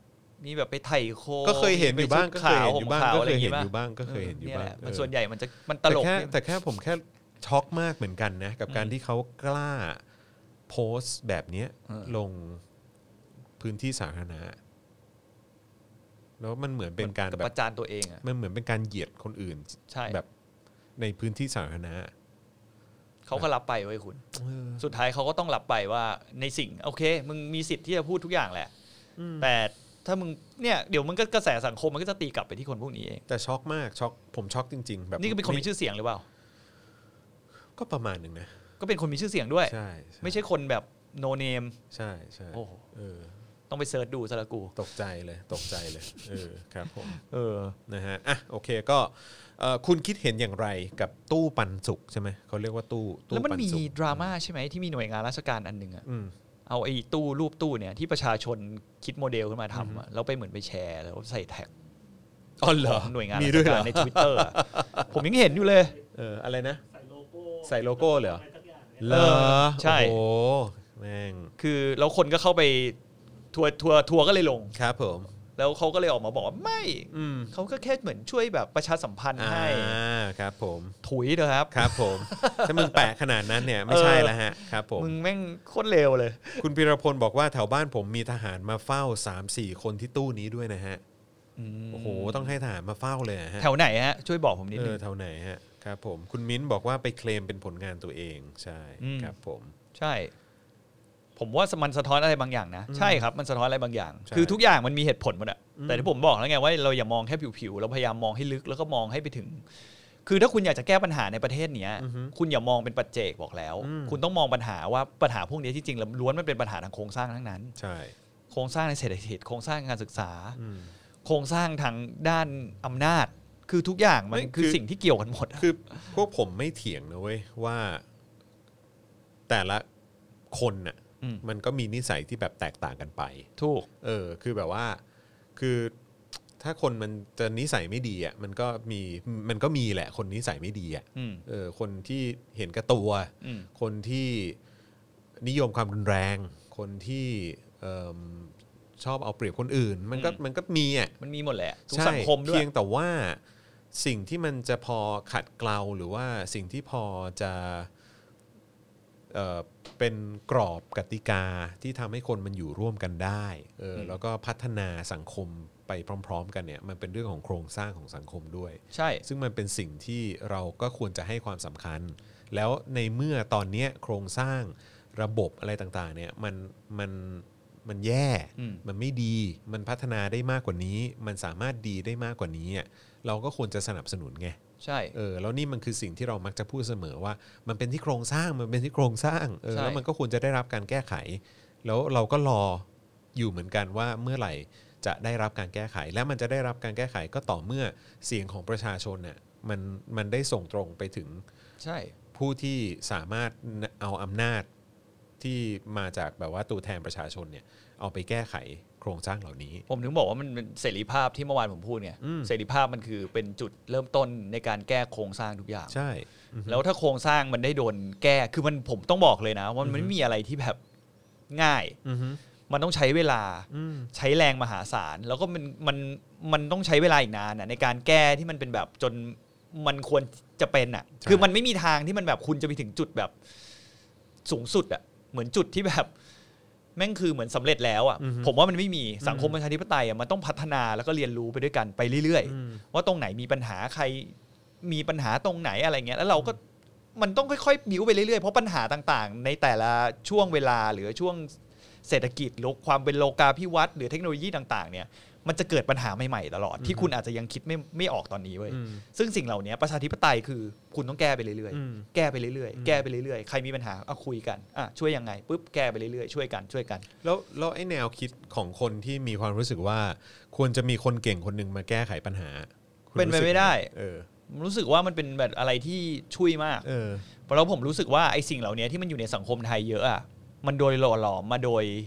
มีแบบไปไถ่โคก็เคยเห็นอยู่บ้างก็เคยเห็นอยู่บ้างก็เคยเห็นออะไรยู่บ้างก็เคยเห็นอยู่บ้างมันส่วนใหญ่มันจะมันตลกแต่แค่แต่แค่ผมแค่ช็อกมากเหมือนกันนะกับการที่เขากล้าโพสต์แบบนี้ลงพื้นที่สาธารณะแล้วมันเหมือนเป็นการแบบประจานตัวเองอ่ะมันเหมือนเป็นการเหยียดคนอื่นแบบในพื้นที่สาธารณะเขาก็รับไปเว้ยคุณสุดท้ายเขาก็ต้องรับไปว่าในสิ่งโอเคมึงมีสิทธิ์ที่จะพูดทุกอย่างแหละแต่ถ้ามึงเนี่ยเดี๋ยวมันก็กระแสสังคมมันก็จะตีกลับไปที่คนพวกนี้เองแต่ช็อกมากช็อกผมช็อกจริงๆแบบนี่ก็เป็นคนมีชื่อเสียงหรือเปล่าก็ประมาณนึงนะก็เป็นคนมีชื่อเสียงด้วยใช่ไม่ใช่คนแบบโนเนมใช่ใช่โอ้เออต้องไปเสิร์ชดูซะละกูตกใจเลยตกใจเลยเออครับผมเออนะฮะอ่ะโอเคก็คุณคิดเห็นอย่างไรกับตู้ปันสุกใช่ไหมเขาเรียกว่าตู้ตู้ปันสุกแล้วมันมีดราม่าใช่ไหมที่มีหน่วยงานราชการอันหนึ่งอ่ะเอาไอ้ตู้รูปตู้เนี่ยที่ประชาชนคิดโมเดลขึ้นมาทำแล้วไปเหมือนไปแชร์แล้วใส่แท็กอ๋อเหรอหน่วยงานราชการใน Twitter ผมยังเห็นอยู่เลยเอออะไรนะใส่โลโก้ใส่โลโก้เลยเหรอเหรอใช่โอ้แม่งคือแล้วคนก็เข้าไปทัวร์ทัวร์ทัวร์ก็เลยลงครับผมแล้วเขาก็เลยออกมาบอกว่าไม่เขาก็แค่เหมือนช่วยแบบประชาสัมพันธ์ให้ครับผมถุยเถอะครับครับผมถ้ามึงแปะขนาดนั้นเนี่ยไม่ใช่แล้วฮะครับผมมึงแม่งโคตรเลวเลยคุณพีรพลบอกว่าแถวบ้านผมมีทหารมาเฝ้า สามสี่ คนที่ตู้นี้ด้วยนะฮะโอ้โหต้องให้ทหารมาเฝ้าเลยฮะแถวไหนฮะช่วยบอกผมนิดนึงเออแถวไหนฮะครับผมคุณมิ้นบอกว่าไปเคลมเป็นผลงานตัวเองใช่ครับผมใช่ผมว่ามันสะท้อนอะไรบางอย่างนะใช่ครับมันสะท้อนอะไรบางอย่างคือทุกอย่างมันมีเหตุผลหมดอะแต่ที่ผมบอกแล้วไงว่าเราอย่ามองแค่ผิวๆเราพยายามมองให้ลึกแล้วก็มองให้ไปถึงคือถ้าคุณอยากจะแก้ปัญหาในประเทศนี้คุณอย่ามองเป็นปัจเจกบอกแล้วคุณต้องมองปัญหาว่าปัญหาพวกนี้ที่จริงล้วนมันเป็นปัญหาทางโครงสร้างทั้งนั้นใช่โครงสร้างในเศรษฐกิจโครงสร้างการศึกษาโครงสร้างทางด้านอำนาจคือทุกอย่างมันคือสิ่งที่เกี่ยวกันหมดคือพวกผมไม่เถียงนะเว้ยว่าแต่ละคนน่ะมันก็มีนิสัยที่แบบแตกต่างกันไปถูกเออคือแบบว่าคือถ้าคนมันจะนิสัยไม่ดีอ่ะมันก็มีมันก็มีแหละคนนิสัยไม่ดีอ่ะเออคนที่เห็นแก่ตัวคนที่นิยมความรุนแรงคนที่ชอบเอาเปรียบคนอื่นมันก็มันก็มีอ่ะมันมีหมดแหละทุกสังคมด้วยเพียงแต่ว่าสิ่งที่มันจะพอขัดเกลาหรือว่าสิ่งที่พอจะเอ่อเป็นกรอบกติกาที่ทำให้คนมันอยู่ร่วมกันได้เออแล้วก็พัฒนาสังคมไปพร้อมๆกันเนี่ยมันเป็นเรื่องของโครงสร้างของสังคมด้วยใช่ซึ่งมันเป็นสิ่งที่เราก็ควรจะให้ความสำคัญแล้วในเมื่อตอนนี้โครงสร้างระบบอะไรต่างๆเนี่ยมันมันมันแย่มันไม่ดีมันพัฒนาได้มากกว่านี้มันสามารถดีได้มากกว่านี้เราก็ควรจะสนับสนุนไงใช่เออแล้วนี่มันคือสิ่งที่เรามักจะพูดเสมอว่ามันเป็นที่โครงสร้างมันเป็นที่โครงสร้างเออแล้วมันก็ควรจะได้รับการแก้ไขแล้วเราก็รออยู่เหมือนกันว่าเมื่อไหร่จะได้รับการแก้ไขและมันจะได้รับการแก้ไขก็ต่อเมื่อเสียงของประชาชนเนี่ยมันมันได้ส่งตรงไปถึงใช่ผู้ที่สามารถเอาอำนาจที่มาจากแบบว่าตัวแทนประชาชนเนี่ยเอาไปแก้ไขโครงสร้างเหล่านี้ผมถึงบอกว่ามันเป็นเสรีภาพที่เมื่อวานผมพูดไงเสรีภาพมันคือเป็นจุดเริ่มต้นในการแก้โครงสร้างทุกอย่างใช่แล้วถ้าโครงสร้างมันได้โดนแก้คือมันผมต้องบอกเลยนะว่ามันไม่มีอะไรที่แบบง่ายมันต้องใช้เวลาใช้แรงมหาศาลแล้วก็มันมันมันต้องใช้เวลาอีกนานในการแก้ที่มันเป็นแบบจนมันควรจะเป็นอ่ะคือมันไม่มีทางที่มันแบบคุณจะไปถึงจุดแบบสูงสุดอ่ะเหมือนจุดที่แบบแม่งคือเหมือนสำเร็จแล้วอ่ะผมว่ามันไม่มีสังคมประชาธิปไตยอ่ะมันต้องพัฒนาแล้วก็เรียนรู้ไปด้วยกันไปเรื่อยๆว่าตรงไหนมีปัญหาใครมีปัญหาตรงไหนอะไรเงี้ยแล้วเราก็มันต้องค่อยๆบิ้วไปเรื่อยๆเพราะปัญหาต่างๆในแต่ละช่วงเวลาหรือช่วงเศรษฐกิจหรือความเป็นโลกาภิวัตน์หรือเทคโนโลยีต่างๆเนี่ยมันจะเกิดปัญหาใหม่ๆตลอดที่คุณอาจจะยังคิดไม่ไม่ออกตอนนี้เว้ยซึ่งสิ่งเหล่านี้ประชาธิปไตยคือคุณต้องแก้ไปเรื่อยๆแก้ไปเรื่อยๆแก้ไปเรื่อยๆใครมีปัญหาเอาคุยกันอ่ะช่วยยังไงปุ๊บแก้ไปเรื่อยๆช่วยกันช่วยกันแล้วแล้วไอ้แนวคิดของคนที่มีความรู้สึกว่าควรจะมีคนเก่งคนหนึ่งมาแก้ไขปัญหาเป็นไปไม่ได้เออรู้สึกว่ามันเป็นแบบอะไรที่ช่วยมากเออเพราะผมรู้สึกว่าไอ้สิ่งเหล่านี้ที่มันอยู่ในสังคมไทยเยอะอ่ะมันโดยหล่อหลอมมาโดย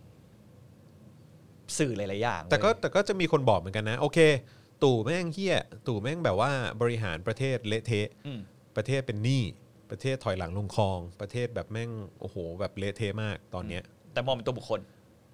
สื่อหลายๆอย่างแต่ก็แต่ก็จะมีคนบอกเหมือนกันนะโอเคตู่แม่งเหี้ยตู่แม่งแบบว่าบริหารประเทศเละเทะประเทศเป็นหนี้ประเทศถอยหลังลงคลองประเทศแบบแม่งโอ้โหแบบเละเทะมากตอนเนี้ยแต่มองเป็นตัวบุคคล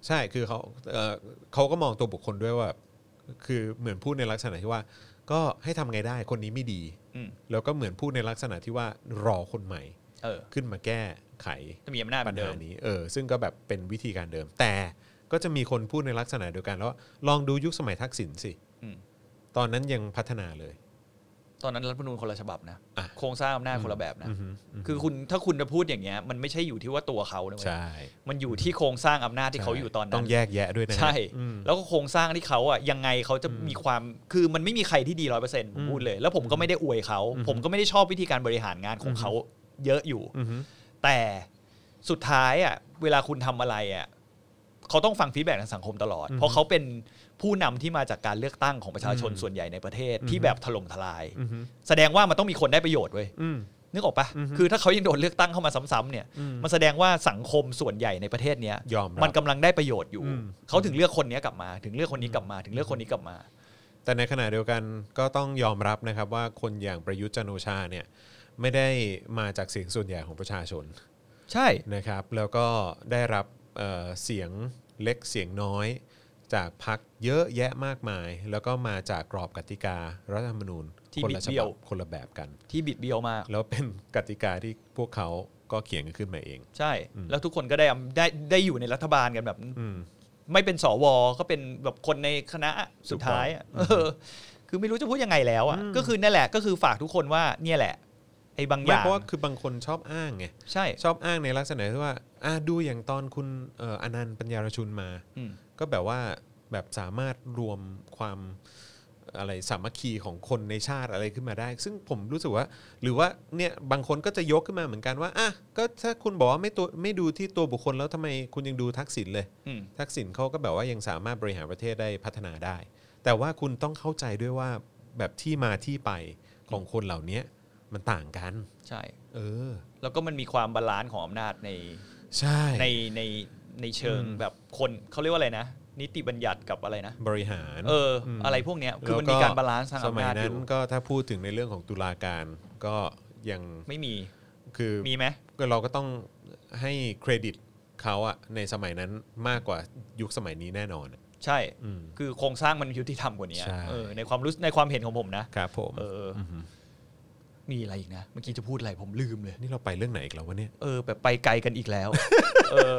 ใช่คือเขาเอ่อเขาก็มองตัวบุคคลด้วยว่าคือเหมือนพูดในลักษณะที่ว่าก็ให้ทำไงได้คนนี้ไม่ดีแล้วก็เหมือนพูดในลักษณะที่ว่ารอคนใหม่ขึ้นมาแก้ไขปัญหานี้เออซึ่งก็แบบเป็นวิธีการเดิมแต่ก็จะมีคนพูดในลักษณะเดียวกันแล้วลองดูยุคสมัยทักษิณสิตอนนั้นยังพัฒนาเลยตอนนั้นรัฐธรรมนูญคนละฉบับนะโครงสร้างอำนาจคนละแบบนะคือคุณถ้าคุณจะพูดอย่างเงี้ยมันไม่ใช่อยู่ที่ว่าตัวเขานะเว้ยมันอยู่ที่โครงสร้างอำนาจที่เขาอยู่ตอนนั้นต้องแยกแยะด้วยนะใช่แล้วก็โครงสร้างที่เขาอ่ะยังไงเขาจะมีความคือมันไม่มีใครที่ดีร้อยเปอร์เซ็นต์ผมพูดเลยแล้วผมก็ไม่ได้อวยเขาผมก็ไม่ได้ชอบวิธีการบริหารงานของเขาเยอะอยู่แต่สุดท้ายอ่ะเวลาคุณทำอะไรอ่ะเขาต้องฟังฟีดแบ็กทางสังคมตลอดเพราะเขาเป็นผู้นำที่มาจากการเลือกตั้งของประชาชนส่วนใหญ่ในประเทศที่แบบถล่มทลายแสดงว่ามันต้องมีคนได้ประโยชน์เว้ยนึกออกปะคือถ้าเขายังโดนเลือกตั้งเข้ามาซ้ำๆเนี่ยมันแสดงว่าสังคมส่วนใหญ่ในประเทศนี้มันกำลังได้ประโยชน์อยู่เขาถึงเลือกคนนี้กลับมาถึงเลือกคนนี้กลับมาถึงเลือกคนนี้กลับมาแต่ในขณะเดียวกันก็ต้องยอมรับนะครับว่าคนอย่างประยุทธ์จันทร์โอชาเนี่ยไม่ได้มาจากเสียงส่วนใหญ่ของประชาชนใช่นะครับแล้วก็ได้รับเอ่อเสียงเล็กเสียงน้อยจากพรรคเยอะแยะมากมายแล้วก็มาจากกรอบกติการัฐธรรมนูญคนละฉบับคนละแบบกันที่บิดเบี้ยวมากแล้วเป็นกติกาที่พวกเขาก็เขียนกันขึ้นมาเองใช่แล้วทุกคนก็ได้ได้ได้อยู่ในรัฐบาลกันแบบไม่เป็นสวก็เป็นแบบคนในคณะสุดท้ายเออคือไม่รู้จะพูดยังไงแล้วอ่ะก็คือนั่นแหละก็คือฝากทุกคนว่าเนี่ยแหละไอ้บางอย่างเพราะว่าคือบางคนชอบอ้างไงใช่ชอบอ้างในลักษณะที่ว่าอ่ะดูอย่างตอนคุณเอ่ออนันต์ปัญญารชุนมาก็แบบว่าแบบสามารถรวมความอะไรสามัคคีของคนในชาติอะไรขึ้นมาได้ซึ่งผมรู้สึกว่าหรือว่าเนี่ยบางคนก็จะยกขึ้นมาเหมือนกันว่าอ่ะก็ถ้าคุณบอกว่าไม่ตัวไม่ดูที่ตัวบุคคลแล้วทำไมคุณยังดูทักษิณเลยทักษิณเขาก็แบบว่ายังสามารถบริหารประเทศได้พัฒนาได้แต่ว่าคุณต้องเข้าใจด้วยว่าแบบที่มาที่ไปของคนเหล่านี้มันต่างกันใช่เออแล้วก็มันมีความบาลานซ์ของอำนาจในใช่ในในในเชิงแบบคนเขาเรียกว่าอะไรนะนิติบัญญัติกับอะไรนะบริหารเอออะไรพวกเนี้ยคือมันมีการบาลานซ์ทางอำนาจอยู่สมัยนั้นก็ถ้าพูดถึงในเรื่องของตุลาการก็ยังไม่มีคือมีไหมก็เราก็ต้องให้เครดิตเขาอะในสมัยนั้นมากกว่ายุคสมัยนี้แน่นอนใช่คือโครงสร้างมันยุติธรรมกว่านี้เออในความรู้ในความเห็นของผมนะครับผมเออมีอะไรอีกนะเมื่อกี้จะพูดอะไรผมลืมเลยนี่เราไปเรื่องไหนอีกแล้ววะเนี่ยเออแบบไปไกลกันอีกแล้วเออ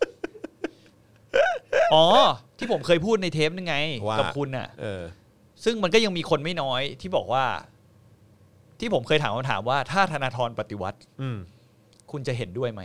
อ๋อที่ผมเคยพูดในเทปนึงไงกับคุณน่ะซึ่งมันก็ยังมีคนไม่น้อยที่บอกว่าที่ผมเคยถามคำถามว่าถ้าธนาธรปฏิวัติคุณจะเห็นด้วยไหม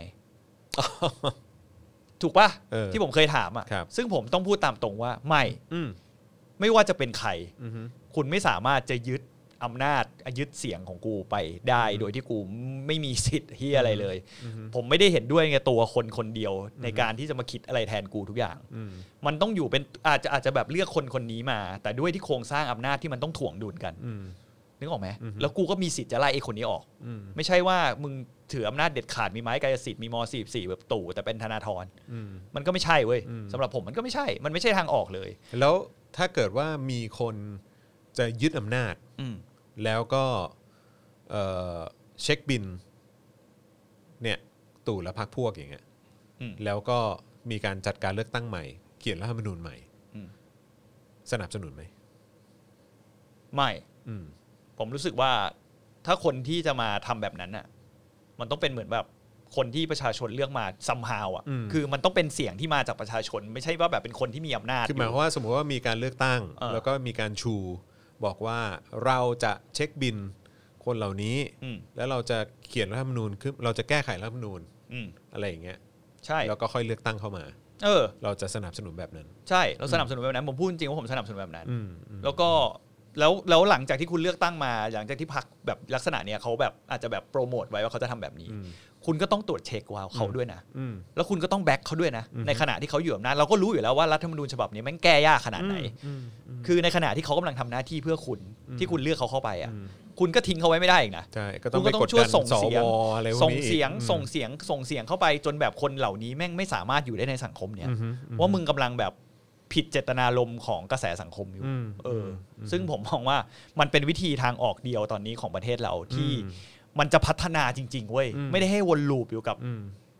ถูกป่ะที่ผมเคยถามอ่ะซึ่งผมต้องพูดตามตรงว่าไม่ไม่ว่าจะเป็นใครคุณไม่สามารถจะยึดอำนาจยึดเสียงของกูไปได้โดยที่กูไม่มีสิทธิ์ที่อะไรเลยผมไม่ได้เห็นด้วยไงตัวคนคนเดียวในการที่จะมาคิดอะไรแทนกูทุกอย่างมันต้องอยู่เป็นอาจจะอาจจะแบบเลือกคนคนนี้มาแต่ด้วยที่โครงสร้างอำนาจที่มันต้องถ่วงดุลกันนึกออกไหมแล้วกูก็มีสิทธิ์จะไล่ไอ้คนนี้ออกไม่ใช่ว่ามึงถืออำนาจเด็ดขาดมีไม้กายสิทธิ์มีม.สี่สิบสี่แบบตู่แต่เป็นธนาธรมันก็ไม่ใช่เว้ยสำหรับผมมันก็ไม่ใช่มันไม่ใช่ทางออกเลยแล้วถ้าเกิดว่ามีคนจะยึดอำนาจแล้วก็เช็คบินเนี่ยตู่และพรรคพวกอย่างเงี้ยแล้วก็มีการจัดการเลือกตั้งใหม่เขียนรัฐธรรมนูญใหม่สนับสนุนไหมไม่ผมรู้สึกว่าถ้าคนที่จะมาทำแบบนั้นน่ะมันต้องเป็นเหมือนแบบคนที่ประชาชนเลือกมาซัมฮาวอ่ะคือมันต้องเป็นเสียงที่มาจากประชาชนไม่ใช่ว่าแบบเป็นคนที่มีอำนาจคือหมายความว่าสมมติว่ามีการเลือกตั้งแล้วก็มีการชูบอกว่าเราจะเช็คบินคนเหล่านี้แล้วเราจะเขียนรัฐธรรมนูญคือเราจะแก้ไขรัฐธรรมนูญอะไรอย่างเงี้ยใช่แล้วก็ค่อยเลือกตั้งเข้ามาเออเราจะสนับสนุนแบบนั้นใช่เราสนับสนุนแบบนั้นผมพูดจริงว่าผมสนับสนุนแบบนั้นแล้วก็แล้วแล้วหลังจากที่คุณเลือกตั้งมาหลังจากที่พรรคแบบลักษณะเนี้ยเขาแบบอาจจะแบบโปรโมทไว้ว่าเขาจะทำแบบนี้คุณก็ต้องตรวจเช็คว่าเขาด้วยนะแล้วคุณก็ต้องแบ็คเขาด้วยนะในขณะที่เขาอยู่อำนาจเราก็รู้อยู่แล้วว่ารัฐธรรมนูญฉบับนี้แม่งแก้ยากขนาดไหนคือในขณะที่เขากำลังทำหน้าที่เพื่อคุณที่คุณเลือกเขาเข้าไปอ่ะคุณก็ทิ้งเขาไว้ไม่ได้อีกนะคุณก็ต้องช่วยส่งเสียงส่งเสียงส่งเสียงส่งเสียงเข้าไปจนแบบคนเหล่านี้แม่งไม่สามารถอยู่ได้ในสังคมเนี่ยว่ามึงกำลังแบบผิดเจตนารมณ์ของกระแสสังคมอยู่เออซึ่งผมมองว่ามันเป็นวิธีทางออกเดียวตอนนี้ของประเทศเราที่มันจะพัฒนาจริงๆเว้ยไม่ได้ให้วนลูปอยู่กับ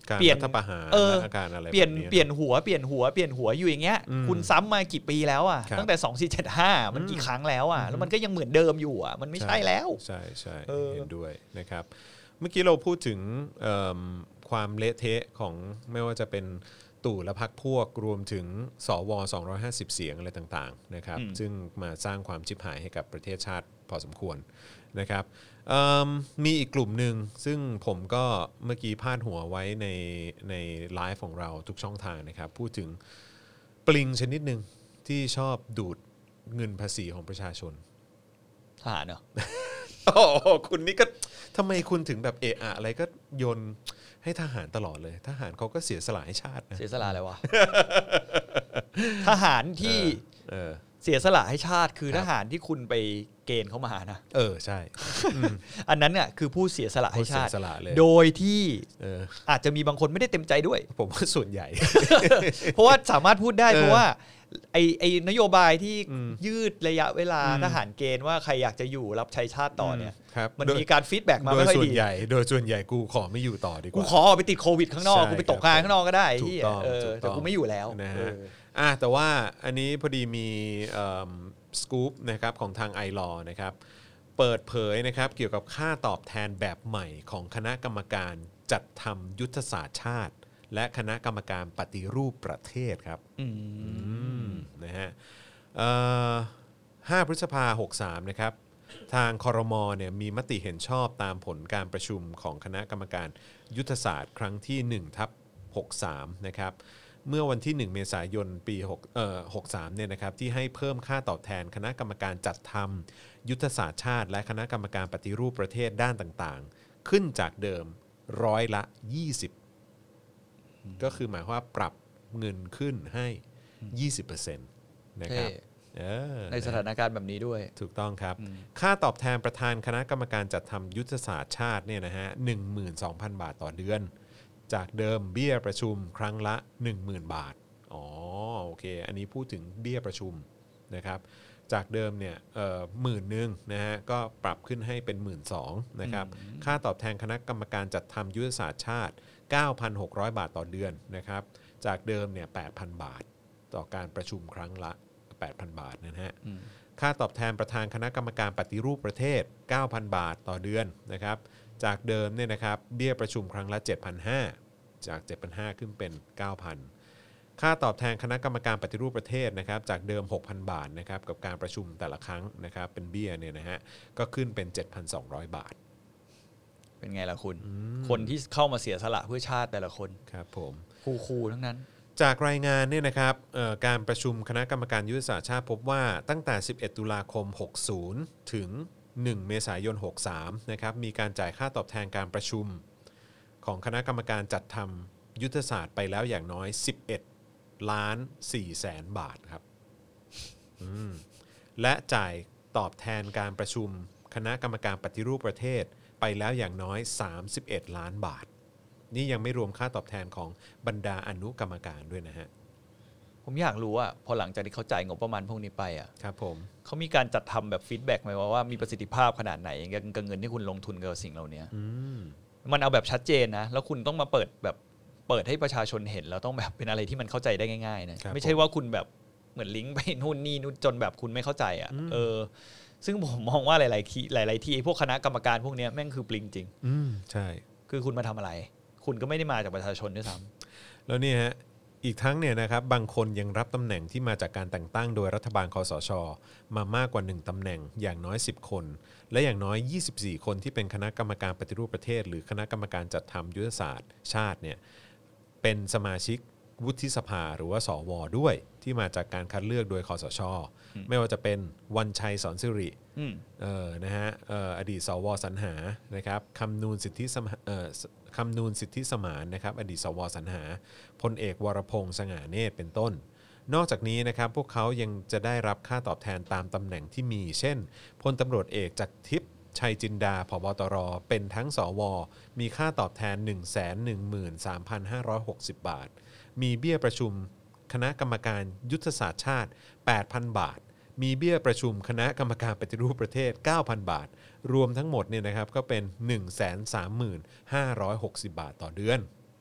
การเปลี่ยนรัฐประหารเออและการอะไรเปลี่ยนแบบเปลี่ยนหัวเปลี่ยนหัวเปลี่ยนหัวอยู่อย่างเงี้ยอืมคุณซ้ำมากี่ปีแล้วอ่ะครับตั้งแต่สองสี่เจ็ดห้ามันอืมกี่ครั้งแล้วอ่ะแล้วมันก็ยังเหมือนเดิมอยู่อ่ะมันไม่ใช่แล้วใช่ใช่เออเห็นด้วยนะครับ เมื่อกี้เราพูดถึงเอิ่มความเละเทะของไม่ว่าจะเป็นตู่และพรรคพวกรวมถึงสวสองร้อยห้าสิบเสียงอะไรต่างๆนะครับซึ่งมาสร้างความชิบหายให้กับประเทศชาติพอสมควรนะครับเอิ่มมีอีกกลุ่มหนึ่งซึ่งผมก็เมื่อกี้พาดหัวไว้ในในไลฟ์ของเราทุกช่องทางนะครับพูดถึงปลิงชนิดหนึ่งที่ชอบดูดเงินภาษีของประชาชนทหารเนาะโอ้โหคุณนี่ก็ทำไมคุณถึงแบบเอะอะอะไรก็โยนให้ทหารตลอดเลยทหารเขาก็เสียสละให้ชาตินะเสียสละอะไรวะ ทหารที่เออเสียสละให้ชาติคือครับทหารที่คุณไปเกณฑ์เขามานะเออใช่อันนั้นเนี่ยคือผู้เสียสละให้ชาติผู้เสียสละเลยโดยที่เอออาจจะมีบางคนไม่ได้เต็มใจด้วยผมว่าส่วนใหญ่เพราะว่าสามารถพูดได้เออเพราะว่าไอไอนโยบายที่อืมยืดระยะเวลาอืมทหารเกณฑ์ว่าใครอยากจะอยู่รับใช้ชาติต่อเนี่ยครับมันโดยมีการฟีดแบ็กมาโดไม่ยค่อยส่วนดีใหญ่โดยส่วนใหญ่กูขอไม่อยู่ต่อดีกกูว่าขอออกไปติดโควิดข้างนอกใช่กูไปตกงานข้างนอกก็ได้ถูกที่ต้องเออถูกต้องแต่กูไม่อยู่แล้วนะเอฮะออ่ะแต่ว่าอันนี้พอดีมีสกู๊ปนะครับของทางไอรอนะครับเปิดเผยนะครับเกี่ยวกับค่าตอบแทนแบบใหม่ของคณะกรรมการจัดทำยุทธศาสตร์ชาติ และคณะกรรมการปฏิรูปประเทศครับอืมอืมนะฮะเอ่อห้าพฤษภาหกสามนะครับทางครมเนี่ยมีมติเห็นชอบตามผลการประชุมของคณะกรรมการยุทธศาสตร์ครั้งที่1ทับหกสามนะครับเมื่อวันที่หนึ่งเมษายนปี6เอ่อหกสามเนี่ยนะครับที่ให้เพิ่มค่าตอบแทนคณะกรรมการจัดทำยุทธศาสตร์ชาติ และคณะกรรมการปฏิรูปประเทศด้านต่างๆ ขึ้นจากเดิมร้อยละยี่สิบก็คือหมายความว่าปรับเงินขึ้นให้ ยี่สิบเปอร์เซ็นต์ นะครับเท่เออในสถานการณ์แบบนี้ด้วยถูกต้องครับ ค่าตอบแทนประธานคณะกรรมการจัดทำยุทธศาสตร์ชาติเนี่ยนะฮะ หนึ่งหมื่นสองพัน บาทต่อเดือน จากเดิมเบี้ยประชุมครั้งละ หนึ่งหมื่น บาท อ๋อโอเค อันนี้พูดถึงเบี้ยประชุมนะครับ จากเดิมเนี่ยเอ่อหมื่นหนึ่งนะฮะก็ปรับขึ้นให้เป็น หนึ่งหมื่นสองพัน นะครับค่าตอบแทนคณะกรรมการจัดทำยุทธศาสตร์ชาติ เก้าพันหกร้อย บาทต่อเดือนนะครับจากเดิมเนี่ย แปดพัน บาท ต่อการประชุมครั้งละ แปดพัน บาทนะฮะค่าตอบแทนประธานคณะกรรมการปฏิรูปประเทศ เก้าพัน บาทต่อเดือนนะครับจากเดิมเนี่ยนะครับเบี้ยประชุมครั้งละ เจ็ดพันห้าร้อย จาก เจ็ดพันห้าร้อย ขึ้นเป็น เก้าพัน ค่าตอบแทนคณะกรรมการปฏิรูปประเทศนะครับจากเดิม หกพัน บาทนะครับกับการประชุมแต่ละครั้งนะครับเป็นเบี้ยเนี่ยนะฮะก็ขึ้นเป็น เจ็ดพันสองร้อย บาทเป็นไงล่ะคุณ คนที่เข้ามาเสียสละเพื่อชาติแต่ละคนครับผมคูลๆทั้งนั้นจากรายงานเนี่ยนะครับเอ่อการประชุมคณะกรรมการยุทธศาสตร์ชาติพบว่าตั้งแต่ สิบเอ็ด ตุลาคม หกสิบ ถึง หนึ่ง เมษายน หกสาม นะครับมีการจ่ายค่าตอบแทนการประชุมของคณะกรรมการจัดทำยุทธศาสตร์ไปแล้วอย่างน้อย สิบเอ็ด ล้าน สี่แสน บาทครับอืมและจ่ายตอบแทนการประชุมคณะกรรมการปฏิรูปประเทศไปแล้วอย่างน้อย สามสิบเอ็ด ล้านบาทนี่ยังไม่รวมค่าตอบแทนของบรรดาอนุกรรมการด้วยนะฮะผมอยากรู้ว่าพอหลังจากที่เขาจ่ายงบประมาณพวกนี้ไปอ่ะครับผมเขามีการจัดทำแบบฟีดแบ็กไหมว่าว่ามีประสิทธิภาพขนาดไหนกับเงินที่คุณลงทุนกับสิ่งเหล่านี้อืมมันเอาแบบชัดเจนนะแล้วคุณต้องมาเปิดแบบเปิดให้ประชาชนเห็นแล้วต้องแบบเป็นอะไรที่มันเข้าใจได้ง่ายๆนะครับ ไม่ใช่ว่าคุณแบบเหมือนลิงก์ไปนู่นนี่นู่นจนแบบคุณไม่เข้าใจอ่ะอืมเออซึ่งผมมองว่าหลายๆที่หลายๆที่พวกคณะกรรมการพวกเนี้ยแม่งคือปลิงจริงอืมใช่คือคุณมาทำอะไร คุณก็ไม่ได้มาจากประชาชนด้วยซ้ำแล้วเนี่ยฮะอีกทั้งเนี่ยนะครับบางคนยังรับตำแหน่งที่มาจากการแต่งตั้งโดยรัฐบาลคสช.มามากกว่าหนึ่งตำแหน่งอย่างน้อยสิบคน และอย่างน้อยยี่สิบสี่คนที่เป็นคณะกรรมการปฏิรูปประเทศหรือคณะกรรมการจัดทำยุทธศาสตร์ชาติเนี่ยเป็นสมาชิกวุฒิสภาหรือว่าสวด้วยที่มาจากการคัดเลือกโดยคสช.ไม่ว่าจะเป็นวันชัยสอนสิริอืมเออนะฮะเอ่ออดีตสวสรรหานะครับคำนูนสิทธิสมเอ่อคำนูนสิทธิสมานนะครับอดีตสวสรรหาพลเอกวรพงษ์สง่าเนตรเป็นต้น นอกจากนี้นะครับพวกเขายังจะได้รับค่าตอบแทนตามตำแหน่งที่มีเช่นพลตำรวจเอกจากทิพย์ชัยจินดาผบตรเป็นทั้งสวมีค่าตอบแทน หนึ่งแสนหนึ่งหมื่นสามพันห้าร้อยหกสิบ บาทมีเบี้ยประชุมคณะกรรมการยุทธศาสตร์ชาติ แปดพัน บาทมีเบี้ยประชุมคณะกรรมการปฏิรูปประเทศ เก้าพัน บาทรวมทั้งหมดเนี่ยนะครับก็เป็น หนึ่งแสนสามหมื่นห้าร้อยหกสิบ บาทต่อเดือนก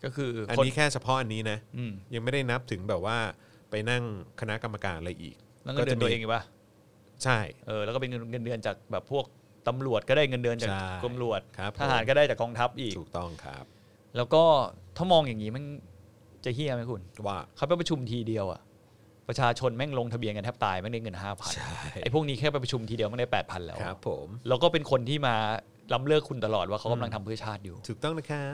ก็คืออันนี้แค่เฉพาะอันนี้นะอืมยังไม่ได้นับถึงแบบว่าไปนั่งคณะกรรมการอะไรอีกแล้วเงินเดือนตัวเองอีกป่ะใช่เออแล้วก็เป็นเงินเดือนจากแบบพวกตำรวจก็ได้เงินเดือนจากตำรวจทหารก็ได้จากกองทัพอีกถูกต้องครับแล้วก็ถ้ามองอย่างนี้มันจะเหี้ยไหมคุณว่าเขาไปประชุมทีเดียวอ่ะประชาชนแม่งลงทะเบียนกันแทบตายแม่งได้เงิน ห้าพัน ไอ้พวกนี้แค่ไปประชุมทีเดียวแม่งได้ แปดพัน แล้วครับผมแล้วก็เป็นคนที่มาล้ำเลิกคุณตลอดว่าเขากำลังทำเพื่อชาติอยู่ถูกต้องนะครับ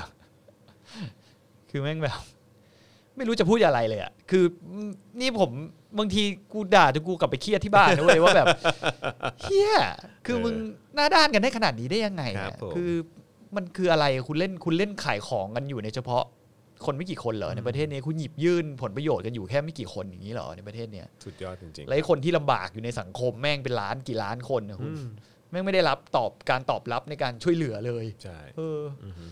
คือแม่งแบบไม่รู้จะพูดอะไรเลยอ่ะคือนี่ผมบางทีกูด่าจนกูกลับไปเครียดที่บ้านนะเว้ยว่าแบบเฮียคือมึงหน้าด้านกันได้ขนาดนี้ได้ยังไงคือมันคืออะไรคุณเล่นคุณเล่นขายของกันอยู่ในเฉพาะคนไม่กี่คนเหรอในประเทศนี้คุณหยิบยื่นผลประโยชน์กันอยู่แค่ไม่กี่คนอย่างนี้เหรอในประเทศเนี้ยสุดยอดจริงๆแล้วไอ้คนที่ลำบากอยู่ในสังคมแม่งเป็นล้านกี่ล้านคนนะคุณแม่งไม่ได้รับตอบการตอบรับในการช่วยเหลือเลยใช่เออ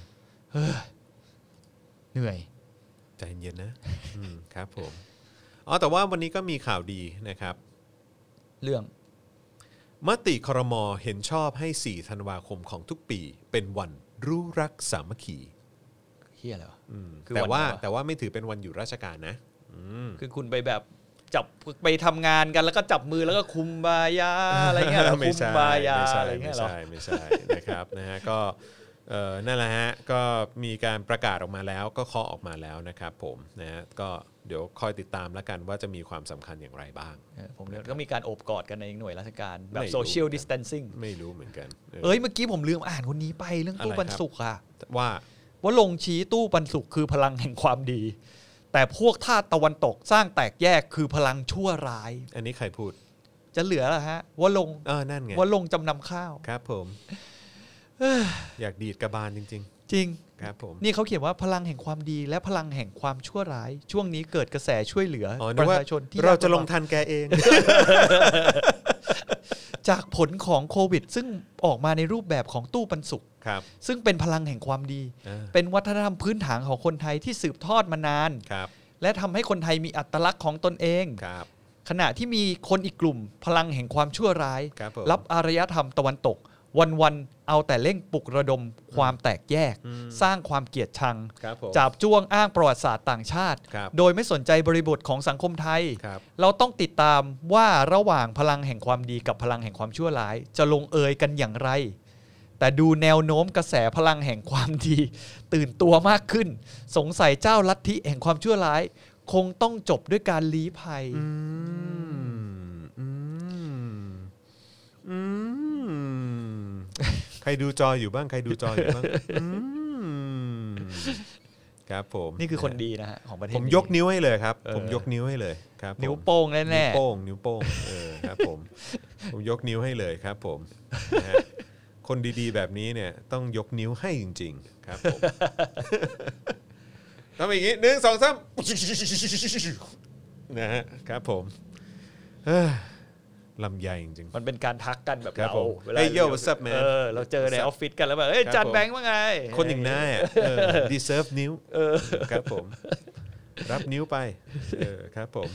เหนื่อยใจเย็นนะครับผมอ๋อแต่ว่าวันนี้ก็มีข่าวดีนะครับเรื่องมติครม.เห็นชอบให้สี่ธันวาคมของทุกปีเป็นวันรู้รักสามัคคีเฮียอะไรวะแต่ว่าแต่ว่าไม่ถือเป็นวันหยุดราชการนะคือคุณไปแบบจับไปทำงานกันแล้วก็จับมือแล้วก็คุมบายาอะไรเงี้ยหรอคุมบายาอะไรเงี้ยหรอไม่ใช่ไม่ใช่นะครับนะฮะก็เออนั่นแหละฮะก็มีการประกาศออกมาแล้วก็เคาะออกมาแล้วนะครับผมนะฮะก็เดี๋ยวคอยติดตามแล้วกันว่าจะมีความสำคัญอย่างไรบ้างผมเดี๋ยวก็มีการโอบกอดกันในหน่วยราชการแบบโซเชียลดิสแทนซิ่งไม่รู้เหมือนกันเอ้ยเมื่อกี้ผมลืมอ่านคนนี้ไปเรื่องตู้ปันสุขอะว่าว่าลงชี้ตู้ปันสุขคือพลังแห่งความดีแต่พวกทาสตะวันตกสร้างแตกแยกคือพลังชั่วร้ายอันนี้ใครพูดจะเหลือเหรอฮะว่าลงเออนั่นไงว่าลงจำนำข้าวครับผมอยากดีดกระบาลจริงๆจริงครับผมนี่เขาเขียนว่าพลังแห่งความดีและพลังแห่งความชั่วร้ายช่วงนี้เกิดกระแสช่วยเหลือประชาชนที่เราจะลงทันแกเองจากผลของโควิดซึ่งออกมาในรูปแบบของตู้ปันสุขซึ่งเป็นพลังแห่งความดีเป็นวัฒนธรรมพื้นฐานของคนไทยที่สืบทอดมานานและทำให้คนไทยมีอัตลักษณ์ของตนเองขณะที่มีคนอีกกลุ่มพลังแห่งความชั่วร้ายรับอารยธรรมตะวันตกวันๆเอาแต่เร่งปลุกระดมความแตกแยกสร้างความเกลียดชังจับจ้วงอ้างประวัติศาสตร์ต่างชาติโดยไม่สนใจบริบทของสังคมไทยเราต้องติดตามว่าระหว่างพลังแห่งความดีกับพลังแห่งความชั่วร้ายจะลงเอยกันอย่างไรแต่ดูแนวโน้มกระแสพลังแห่งความดีตื่นตัวมากขึ้นสงสัยเจ้าลัทธิแห่งความชั่วร้ายคงต้องจบด้วยการลี้ภัยใครดูจออยู่บ้างใครดูจออยู่บ้างครับผมนี่คือคนดีนะฮะของประเทศผมยกนิ้วให้เลยครับผมยกนิ้วให้เลยครับนิ้วโป้งแน่ๆนิ้วโป้งนิ้วโป้งเออครับผมผมยกนิ้วให้เลยครับผมนะฮะคนดีๆแบบนี้เนี่ยต้องยกนิ้วให้จริงๆครับผมทำอย่างนี้หนึ่งสองสามนะฮะครับผมลำใหญ่จริงๆมันเป็นการทักกันแบบเราเฮ้ยโย่ what's up man เออเราเจอในออฟฟิศกันแล้วแบบเอ้ยจันแบงค์ว่าไงคนอย่างน้าอ่ะ deserve นิ้วครับผมรับนิ้วไปเออครับผม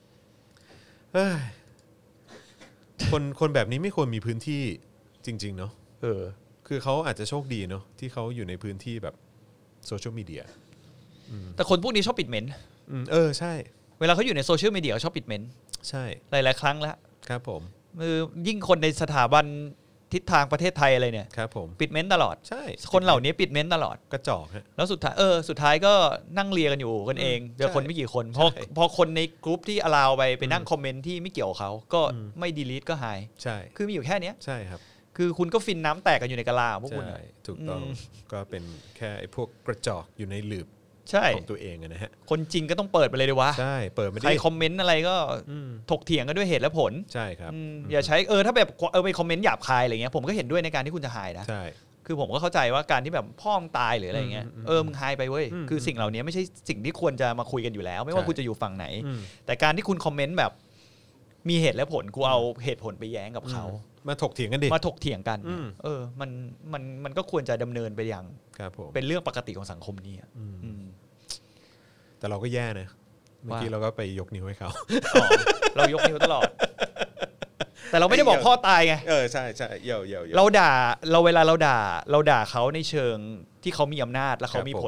คนคนแบบนี้ไม่ควรมีพื้นที่จริงๆเนาะเออคือเขาอาจจะโชคดีเนาะที่เขาอยู่ในพื้นที่แบบโซเชียลมีเดียแต่คนพวกนี้ชอบปิดเมนต์เออใช่เวลาเขาอยู่ในโซเชียลมีเดียเขาชอบปิดเมนต์ใช่หลายๆครั้งแล้วครับผมคือยิ่งคนในสถาบันทิศทางประเทศไทยอะไรเนี่ยครับผมปิดเมนต์ตลอดใช่คนเหล่านี้ปิดเมนต์ตลอดกระจอกฮะแล้วสุดท้ายเออสุดท้ายก็นั่งเลียกันอยู่กันเองเจอคนไม่กี่คนพอพอคนในกลุ่มที่อลาวไปไปนั่งคอมเมนต์ที่ไม่เกี่ยวเขาก็ไม่ดีลีทก็หายใช่คือมีอยู่แค่นี้ใช่ครับคือคุณก็ฟินน้ำแตกกันอยู่ในกะลาพวกคุณใช่ถูกต้องก็เป็นแค่ไอ้พวกกระจอกอยู่ในหลืบของตัวเองนะฮะคนจริงก็ต้องเปิดไปเลยดีวะใช่เปิดไม่ได้ใครคอมเมนต์อะไรก็ถกเถียงกันด้วยเหตุและผลใช่ครับอย่าใช้เออถ้าแบบเออไปคอมเมนต์หยาบคายอะไรเงี้ยผมก็เห็นด้วยในการที่คุณจะหายนะใช่คือผมก็เข้าใจว่าการที่แบบพ่อมตายหรืออะไรเงี้ยเออมึงหายไปเว้ยคือสิ่งเหล่านี้ไม่ใช่สิ่งที่ควรจะมาคุยกันอยู่แล้วไม่ว่าคุณจะอยู่ฝั่งไหนแต่การที่คุณคอมเมนต์แบบมีเหตุและผลกูเอาเหตุผลไปแย้งกับเขามาถกเถียงกันดิมาถกเถียงกันเออมันมันมันก็ควรจะดำเนินไปอย่างเป็นเรื่องปกติของสังคมนี้แต่เราก็แย่นะเมื่อกี้เราก็ไปยกนิ้วให้เขาเรายกนิ้วตลอดแต่เราไม่ได้บอกพ่อตายไงเออใช่ใช่เย่ๆเราด่าเราเวลาเราด่าเราด่าเขาในเชิงที่เขามีอำนาจและเขามีผล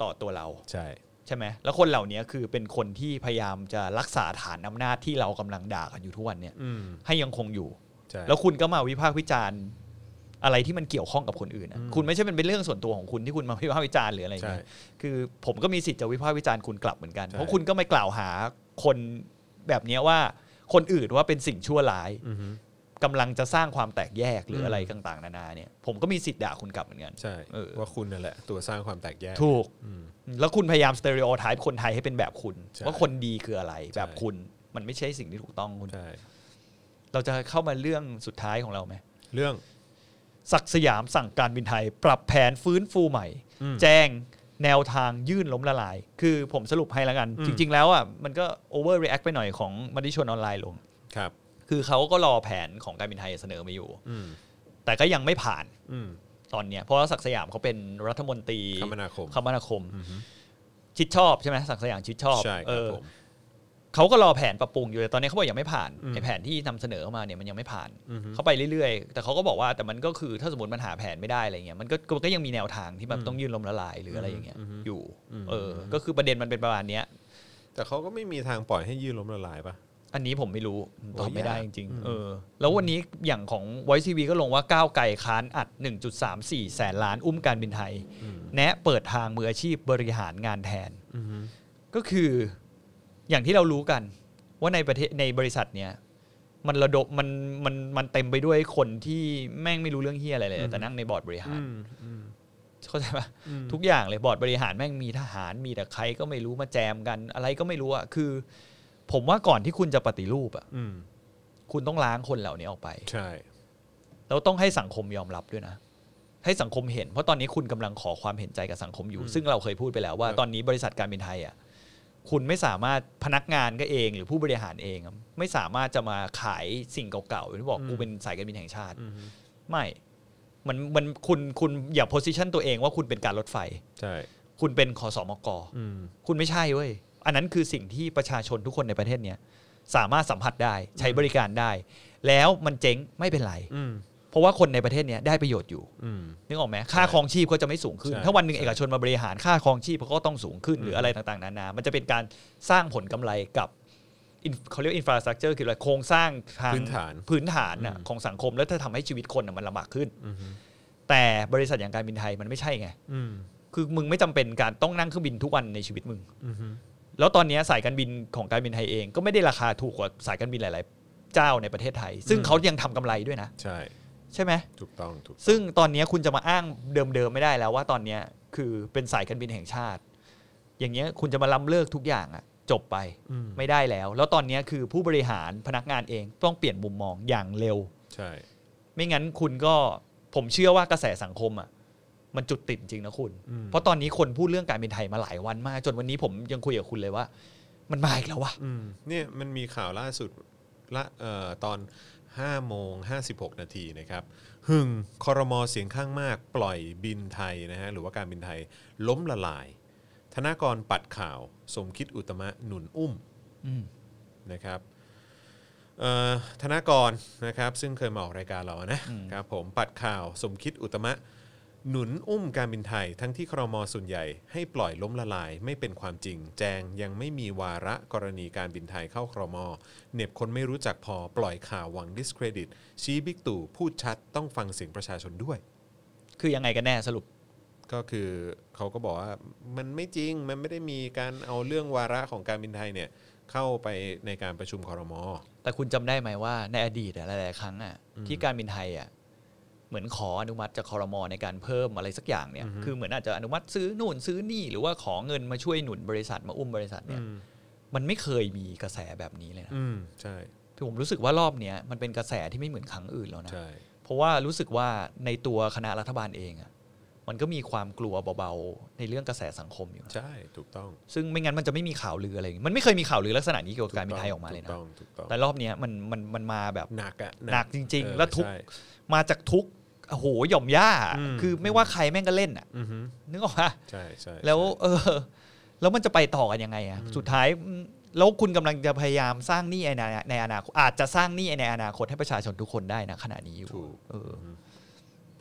ต่อตัวเราใช่ใช่ไหมแล้วคนเหล่านี้คือเป็นคนที่พยายามจะรักษาฐานอำนาจที่เรากำลังด่ากันอยู่ทุกวันเนี่ยให้ยังคงอยู่แล้วคุณก็มาวิพากษ์วิจารณ์อะไรที่มันเกี่ยวข้องกับคนอื่นนะคุณไม่ใช่เป็นเรื่องส่วนตัวของคุณที่คุณมาวิพากษ์วิจารณ์หรืออะไรอย่างเงี้ยคือผมก็มีสิทธิ์จะวิพากษ์วิจารณ์คุณกลับเหมือนกันเพราะคุณก็ไม่กล่าวหาคนแบบนี้ว่าคนอื่นว่าเป็นสิ่งชั่วร้ายกำลังจะสร้างความแตกแยกหรืออะไรต่างๆนานาเนี่ยผมก็มีสิทธิ์ด่าคุณกลับเหมือนกันใช่ว่าคุณนั่นแหละตัวสร้างความแตกแยกถูกแล้วคุณพยายามสเตอริโอไทป์คนไทยให้เป็นแบบคุณว่าคนดีคืออะไรแบบคุณมันไม่ใช่สิ่งที่ถูกต้องคุณเราจะเข้ามาเรื่องสุดท้ายของเราไหมเรื่องศักดิ์สยามสั่งการบินไทยปรับแผนฟื้นฟูใหม่แจ้งแนวทางยื่นล้มละลายคือผมสรุปให้แล้วกันจริงๆแล้วอ่ะมันก็โอเวอร์รีแอคไปหน่อยของมติชนออนไลน์ลงครับคือเขาก็รอแผนของการบินไทยเสนอมาอยู่แต่ก็ยังไม่ผ่านตอนเนี้ยเพราะว่าศักดิ์สยามเขาเป็นรัฐมนตรีคมนาคมคมนาคมชิดชอบใช่ไหมศักดิ์สยามชิดชอบใช่ครับผมเขาก็รอแผนปรับปรุงอยู่แต่ตอนนี้เขาบอกยังไม่ผ่านไอ้แผนที่นำเสนอมาเนี่ยมันยังไม่ผ่านเขาไปเรื่อยๆแต่เขาก็บอกว่าแต่มันก็คือถ้าสมมติมันหาแผนไม่ได้อะไรเงี้ยมันก็ก็ยังมีแนวทางที่มันต้องยื่นล้มละลายหรืออะไรอย่างเงี้ยอยู่เออก็คือประเด็นมันเป็นประมาณนี้แต่เขาก็ไม่มีทางปล่อยให้ยื่นล้มละลายป่ะอันนี้ผมไม่รู้ตอบไม่ได้จริงๆเออแล้ววันนี้อย่างของ Voice ที วี ก็ลงว่าก้าวไกลค้านอัด หนึ่งจุดสามสี่ แสนล้านอุ้มการบินไทยแนะเปิดทางมืออาชีพบริหารงานแทนก็คืออย่างที่เรารู้กันว่าในประเทศในบริษัทเนี้ยมันระดมมันมันมันเต็มไปด้วยคนที่แม่งไม่รู้เรื่องเฮียอะไรเลยแต่นั่งในบอร์ดบริหารเข้าใจป่ะทุกอย่างเลยบอร์ดบริหารแม่งมีทหารมีแต่ใครก็ไม่รู้มาแจมกันอะไรก็ไม่รู้อ่ะคือผมว่าก่อนที่คุณจะปฏิรูปอ่ะคุณต้องล้างคนเหล่านี้ออกไปใช่แล้วต้องให้สังคมยอมรับด้วยนะให้สังคมเห็นเพราะตอนนี้คุณกำลังขอความเห็นใจกับสังคมอยู่ซึ่งเราเคยพูดไปแล้วว่าตอนนี้บริษัทการบินไทยอ่ะคุณไม่สามารถพนักงานก็เองหรือผู้บริหารเองไม่สามารถจะมาขายสิ่งเก่าๆที่บอกกูเป็นสายการบินแห่งชาติไม่มันมันคุณคุณอย่าโพสิชันตัวเองว่าคุณเป็นการรถไฟใช่คุณเป็นขสมกคุณไม่ใช่เว้ยอันนั้นคือสิ่งที่ประชาชนทุกคนในประเทศเนี้ยสามารถสัมผัสได้ใช้บริการได้แล้วมันเจ๊งไม่เป็นไรเพราะว่าคนในประเทศนี้ได้ประโยชน์อยู่นึกออกไหมค่าครองชีพก็จะไม่สูงขึ้นถ้าวันหนึ่งเอกชนมาบริหารค่าครองชีพก็ต้องสูงขึ้นหรืออะไรต่างๆนานามันจะเป็นการสร้างผลกำไรกับเขาเรียกอินฟราสตรัคเจอร์คืออะไรโครงสร้างทางพื้นฐานพื้นฐานของสังคมแล้วถ้าทำให้ชีวิตคนมันลำบากขึ้นแต่บริษัทอย่างการบินไทยมันไม่ใช่ไงคือมึงไม่จำเป็นการต้องนั่งเครื่องบินทุกวันในชีวิตมึงแล้วตอนนี้สายการบินของการบินไทยเองก็ไม่ได้ราคาถูกกว่าสายการบินหลายๆเจ้าในประเทศไทยซึ่งเขายังทำกำไรด้วยนะใช่ใช่ไหมถูกต้องถูกซึ่งตอนนี้คุณจะมาอ้างเดิมๆไม่ได้แล้วว่าตอนนี้คือเป็นสายการบินแห่งชาติอย่างเงี้ยคุณจะมาล้ำเลิกทุกอย่างอะจบไปไม่ได้แล้วแล้วตอนนี้คือผู้บริหารพนักงานเองต้องเปลี่ยนมุมมองอย่างเร็วใช่ไม่งั้นคุณก็ผมเชื่อว่ากระแสสังคมอะมันจุดติดจริงนะคุณเพราะตอนนี้คนพูดเรื่องการบินไทยมาหลายวันมากจนวันนี้ผมยังคุยกับคุณเลยว่ามันมาอีกแล้ววะเนี่ยมันมีข่าวล่าสุดละเอ่อตอนห้าโมงห้าสิบหกนาทีนะครับหึ่งครม.เสียงข้างมากปล่อยบินไทยนะฮะหรือว่าการบินไทยล้มละลายธนากรปัดข่าวสมคิดอุตมะหนุนอุ้มนะครับธนากรนะครับซึ่งเคยมาออกรายการเรานะครับผมปัดข่าวสมคิดอุตมะหนุนอุ้มการบินไทยทั้งที่ครม.ส่วนใหญ่ให้ปล่อยล้มละลายไม่เป็นความจริงแจงยังไม่มีวาระกรณีการบินไทยเข้าครม.เน็บคนไม่รู้จักพอปล่อยข่าวหวังดิสเครดิตชี้บิ๊กตู่พูดชัดต้องฟังเสียงประชาชนด้วยคือยังไงกันแน่สรุปก็คือเขาก็บอกว่ามันไม่จริงมันไม่ได้มีการเอาเรื่องวาระของการบินไทยเนี่ยเข้าไปในการประชุมครม. แต่คุณจำได้ไหมว่าในอดีตหลายๆครั้งอ่ะที่การบินไทยอ่ะเหมือนขออนุมัติจากครม.ในการเพิ่มอะไรสักอย่างเนี่ยคือเหมือนอาจจะอนุมัติซื้อนู่นซื้อนี่หรือว่าขอเงินมาช่วยหนุนบริษัทมาอุ้มบริษัทเนี่ยมันไม่เคยมีกระแสแบบนี้เลยนะอืมใช่ผมรู้สึกว่ารอบเนี้ยมันเป็นกระแสที่ไม่เหมือนครั้งอื่นแล้วนะเพราะว่ารู้สึกว่าในตัวคณะรัฐบาลเองอ่ะมันก็มีความกลัวเบาๆในเรื่องกระแสสังคมอยู่ใช่ถูกต้องซึ่งไม่งั้นมันจะไม่มีข่าวลืออะไรมันไม่เคยมีข่าวลือลักษณะนี้เกี่ยวกับการบินไทยออกมาเลยนะแต่รอบนี้มันมันมันมาแบบหนักอะหนักจริงๆแล้วทุกมาจากทุกโอ้โหหย่อมย่าคือไม่ว่าใครแม่งก็เล่นอ่ะนึกออกป่ะใช่ใช่แล้วเออแล้วมันจะไปต่อกันยังไงอ่ะสุดท้ายแล้วคุณกำลังจะพยายามสร้างหนี้ในอนาคตอาจจะสร้างหนี้ในอนาคตให้ประชาชนทุกคนได้นะขณะนี้อยู่เออ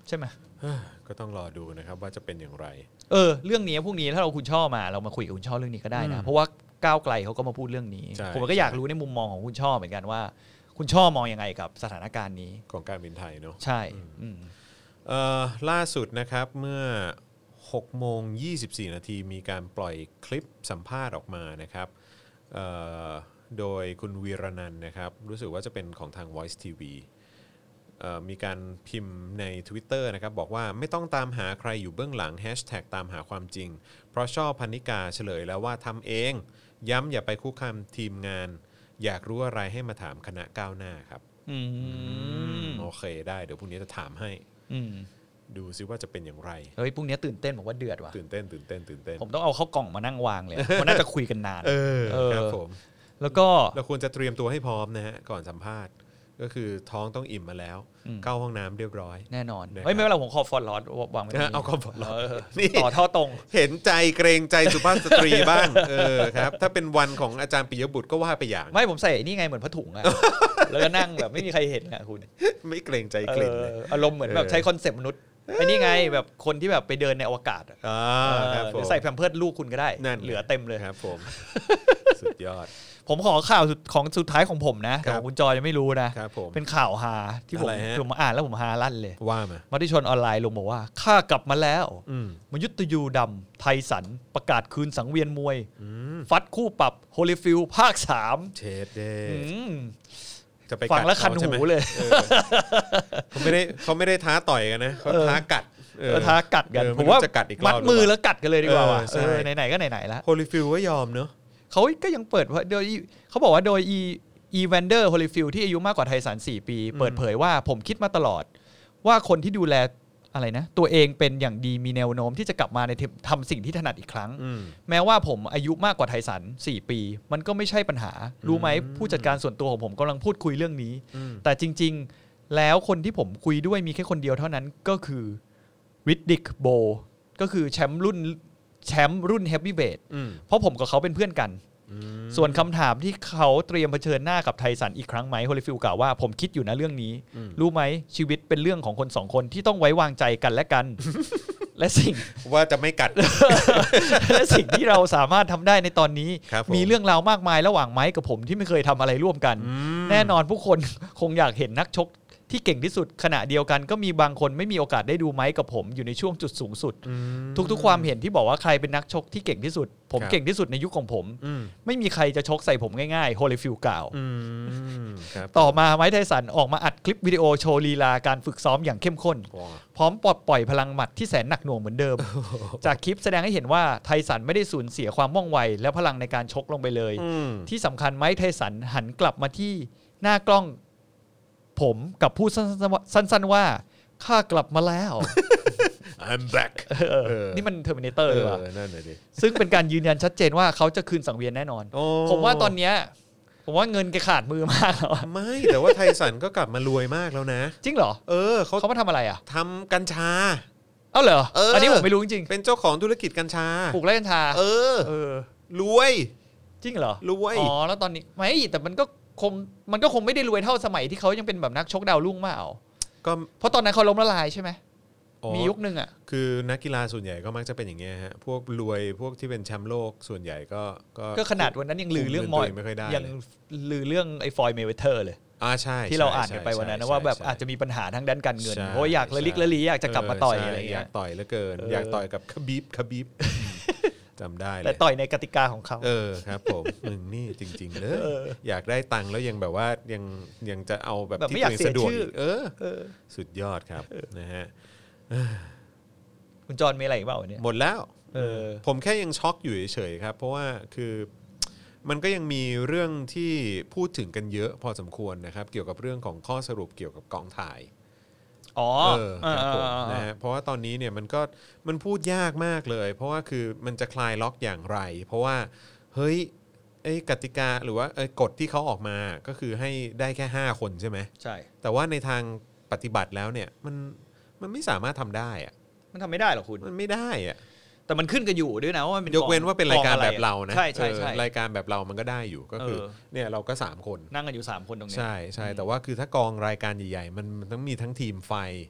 ใช่ไหมก็ต้องรอดูนะครับว่าจะเป็นอย่างไรเออเรื่องนี้พวกนี้ถ้าเราคุณช่อมาเรามาคุยกับคุณช่อเรื่องนี้ก็ได้นะเพราะว่าก้าวไกลเขาก็มาพูดเรื่องนี้ผมก็อยากรู้ในมุมมองของคุณช่อเหมือนกันว่าคุณช่อมองยังไงกับสถานการณ์นี้ของการบินไทยเนาะใช่เอ่อล่าสุดนะครับเมื่อหกโมงยี่สิบสี่นาทีมีการปล่อยคลิปสัมภาษณ์ออกมานะครับโดยคุณวีรนันท์นะครับรู้สึกว่าจะเป็นของทาง Voice ที วี มีการพิมพ์ใน Twitter นะครับบอกว่าไม่ต้องตามหาใครอยู่เบื้องหลังแฮชแท็กตามหาความจริงเพราะช่อพนิกาเฉลยแล้วว่าทำเองย้ำอย่าไปคุกคามทีมงานอยากรู้อะไรให้มาถามคณะก้าวหน้าครับอืมโอเคได้เดี๋ยวพรุ่งนี้จะถามให้ดูซิว่าจะเป็นอย่างไรเฮ้ยพรุ่งนี้ตื่นเต้นบอกว่าเดือดว่ะตื่นเต้นตื่นเต้นตื่นเต้นผมต้องเอาเข้ากล่องมานั่งวางเลยเพราะน่าจะคุยกันนานเออครับผมแล้วก็เราควรจะเตรียมตัวให้พร้อมนะฮะก่อนสัมภาษณ์ก็คือท้องต้องอิ่มมาแล้วเข้าห้องน้ำเรียบร้อยแน่นอนเฮ้ยไม่เป็นไรผมขอฟอนต์ร้อนวางไว้เอาคอมฟอร์ตร้อนต่อท่อตรงเห็นใจเกรงใจสุภาพสตรีบ้างเออครับถ้าเป็นวันของอาจารย์ปิยบุตรก็ว่าไปอย่างไม่ผมใส่นี่ไงเหมือนผ้าถุงอะแล้วก็นั่งแบบไม่มีใครเห็นอะคุณไม่เกรงใจกลิ่นเลยอารมณ์เหมือนแบบใช้คอนเซ็ปต์มนุษย์ไอ้นี่ไงแบบคนที่แบบไปเดินในอวกาศอ่าครับผมใส่แพมเพิร์สลูกคุณก็ได้เหลือเต็มเลยครับผมสุดยอดผมขอข่าวของสุดท้ายของผมนะแต่คุณจอยยังไม่รู้นะเป็นข่าวฮาที่ผมผมมาอ่านแล้วผมฮาลั่นเลยว่ามามาที่ชนออนไลน์ลงบอกว่าข้ากลับมาแล้วมยุทธยูดำไทสันประกาศคืนสังเวียนมวยฟัดคู่ปรับโฮลิฟิลภาคสามเชดเด้จะไปฟังแล้วคันหูเลยเขาไม่ได้เขาไม่ได้ท้าต่อยกันนะเขาท้ากัดเออท้ากัดกันผมว่ามัดมือแล้วกัดกันเลยดีกว่าว่ะไหนๆก็ไหนๆแล้วโฮลิฟิลก็ยอมเนอะเขาก็ยังเปิดโดยเขาบอกว่าโดยอีอีแวนเดอร์โฮลิฟิลที่อายุมากกว่าไทสันสี่ปีเปิดเผยว่าผมคิดมาตลอดว่าคนที่ดูแลอะไรนะตัวเองเป็นอย่างดีมีแนวโน้มที่จะกลับมาในทำสิ่งที่ถนัดอีกครั้งแม้ว่าผมอายุมากกว่าไทสันสี่ปีมันก็ไม่ใช่ปัญหารู้ไหมผู้จัดการส่วนตัวของผมกำลังพูดคุยเรื่องนี้แต่จริงๆแล้วคนที่ผมคุยด้วยมีแค่คนเดียวเท่านั้นก็คือริดดิกโบก็คือแชมป์รุ่นแชมป์รุ่นเฮฟวีเวทเพราะผมกับเขาเป็นเพื่อนกันส่วนคำถามที่เขาเตรียมเผชิญหน้ากับไทสันอีกครั้งไหมโฮลิฟิลกล่าวว่าผมคิดอยู่นะเรื่องนี้รู้ไหมชีวิตเป็นเรื่องของคนสองคนที่ต้องไว้วางใจกันและกันและสิ่งว่าจะไม่กัดและสิ่งที่เราสามารถทำได้ในตอนนี้มีเรื่องราวมากมายระหว่างไม้กับผมที่ไม่เคยทำอะไรร่วมกันแน่นอนผู้คนคงอยากเห็นนักชกที่เก่งที่สุดขณะเดียวกันก็มีบางคนไม่มีโอกาสได้ดูไม้กับผมอยู่ในช่วงจุดสูงสุดทุกๆความเห็นที่บอกว่าใครเป็นนักชกที่เก่งที่สุดผมเก่งที่สุดในยุคของผมไม่มีใครจะชกใส่ผมง่ายๆโฮลิฟิลกล่าวต่อมาไมค์ไทสันออกมาอัดคลิปวิดีโอโชว์ลีลาการฝึกซ้อมอย่างเข้มข้นพร้อมปลดปล่อยพลังหมัดที่แสนหนักหน่วงเหมือนเดิมจากคลิปแสดงให้เห็นว่าไทสันไม่ได้สูญเสียความว่องไวและพลังในการชกลงไปเลยที่สำคัญไมค์ไทสันหันกลับมาที่หน้ากล้องผมกับพูดสั้นๆว่าข้ากลับมาแล้ว I'm back นี่มัน Terminator เลยว่ะซึ่งเป็นการยืนยันชัดเจนว่าเขาจะคืนสังเวียนแน่นอนผมว่าตอนเนี้ยผมว่าเงินแกขาดมือมากแล้วไม่แต่ว่าไทสันก็กลับมารวยมากแล้วนะจริงเหรอเออเขาเขามาทำอะไรอ่ะทำกัญชาเอ้าเหรออันนี้ผมไม่รู้จริงเป็นเจ้าของธุรกิจกัญชาปลูกไร่กัญชาเออรวยจริงเหรอรวยอ๋อแล้วตอนนี้ไม่แต่มันก็คงมันก็คงไม่ได้รวยเท่าสมัยที่เขายังเป็นแบบนักชกดาวรุ่งมาเอาก็เพราะตอนนั้นเขาล้มละลายใช่ไหมมียุคนึงอ่ะคือนักกีฬาส่วนใหญ่ก็มักจะเป็นอย่างเงี้ยฮะพวกรวยพวกที่เป็นแชมป์โลกส่วนใหญ่ก็ก็ขนาดวันนั้นยังลือเรื่องมอยยังลือเรื่องไอ้ฟลอยด์เมย์เวเธอร์เลยอ่าใช่ที่เราอ่านกันไปวันนั้นนะว่าแบบอาจจะมีปัญหาทางด้านการเงินเพราะอยากละลิกละลีอยากจะกลับมาต่อยอะไรอย่างเงี้ยอยากต่อยเหลือเกินอยากต่อยกับคบีบคบีบจำได้เลยแต่ต่อยในกติกาของเขาเออครับผมมึงนี่จริงๆเลยอยากได้ตังค์แล้วยังแบบว่ายังยังจะเอาแบบที่ตัวเองสะดวกเออสุดยอดครับนะฮะคุณจอนมีอะไรอีกเปล่าเนี่ยหมดแล้วผมแค่ยังช็อกอยู่เฉยๆครับเพราะว่าคือมันก็ยังมีเรื่องที่พูดถึงกันเยอะพอสมควรนะครับเกี่ยวกับเรื่องของข้อสรุปเกี่ยวกับกองถ่ายอ๋อครับผมนะฮะเพราะว่าตอนนี้เนี่ยมันก็มันพูดยากมากเลยเพราะว่าคือมันจะคลายล็อกอย่างไรเพราะว่าเฮ้ยไอ้กติกาหรือว่าไอ้กฎที่เขาออกมาก็คือให้ได้แค่ห้าคนใช่ไหมใช่แต่ว่าในทางปฏิบัติแล้วเนี่ยมันมันไม่สามารถทำได้อะมันทำไม่ได้หรอกคุณมันไม่ได้อะแต่มันขึ้นกันอยู่ด้วยนะว่ามันเป็นยกเว้นว่าเป็นรายการแบบเรานะใช่ใช่ใช่รายการแบบเรามันก็ได้อยู่ก็คือเนี่ยเราก็สามคนนั่งกันอยู่สามคนตรงนี้ใช่ใช่แต่ว่าคือถ้ากองรายการใหญ่ๆมันมันต้องมีทั้งทีมไฟ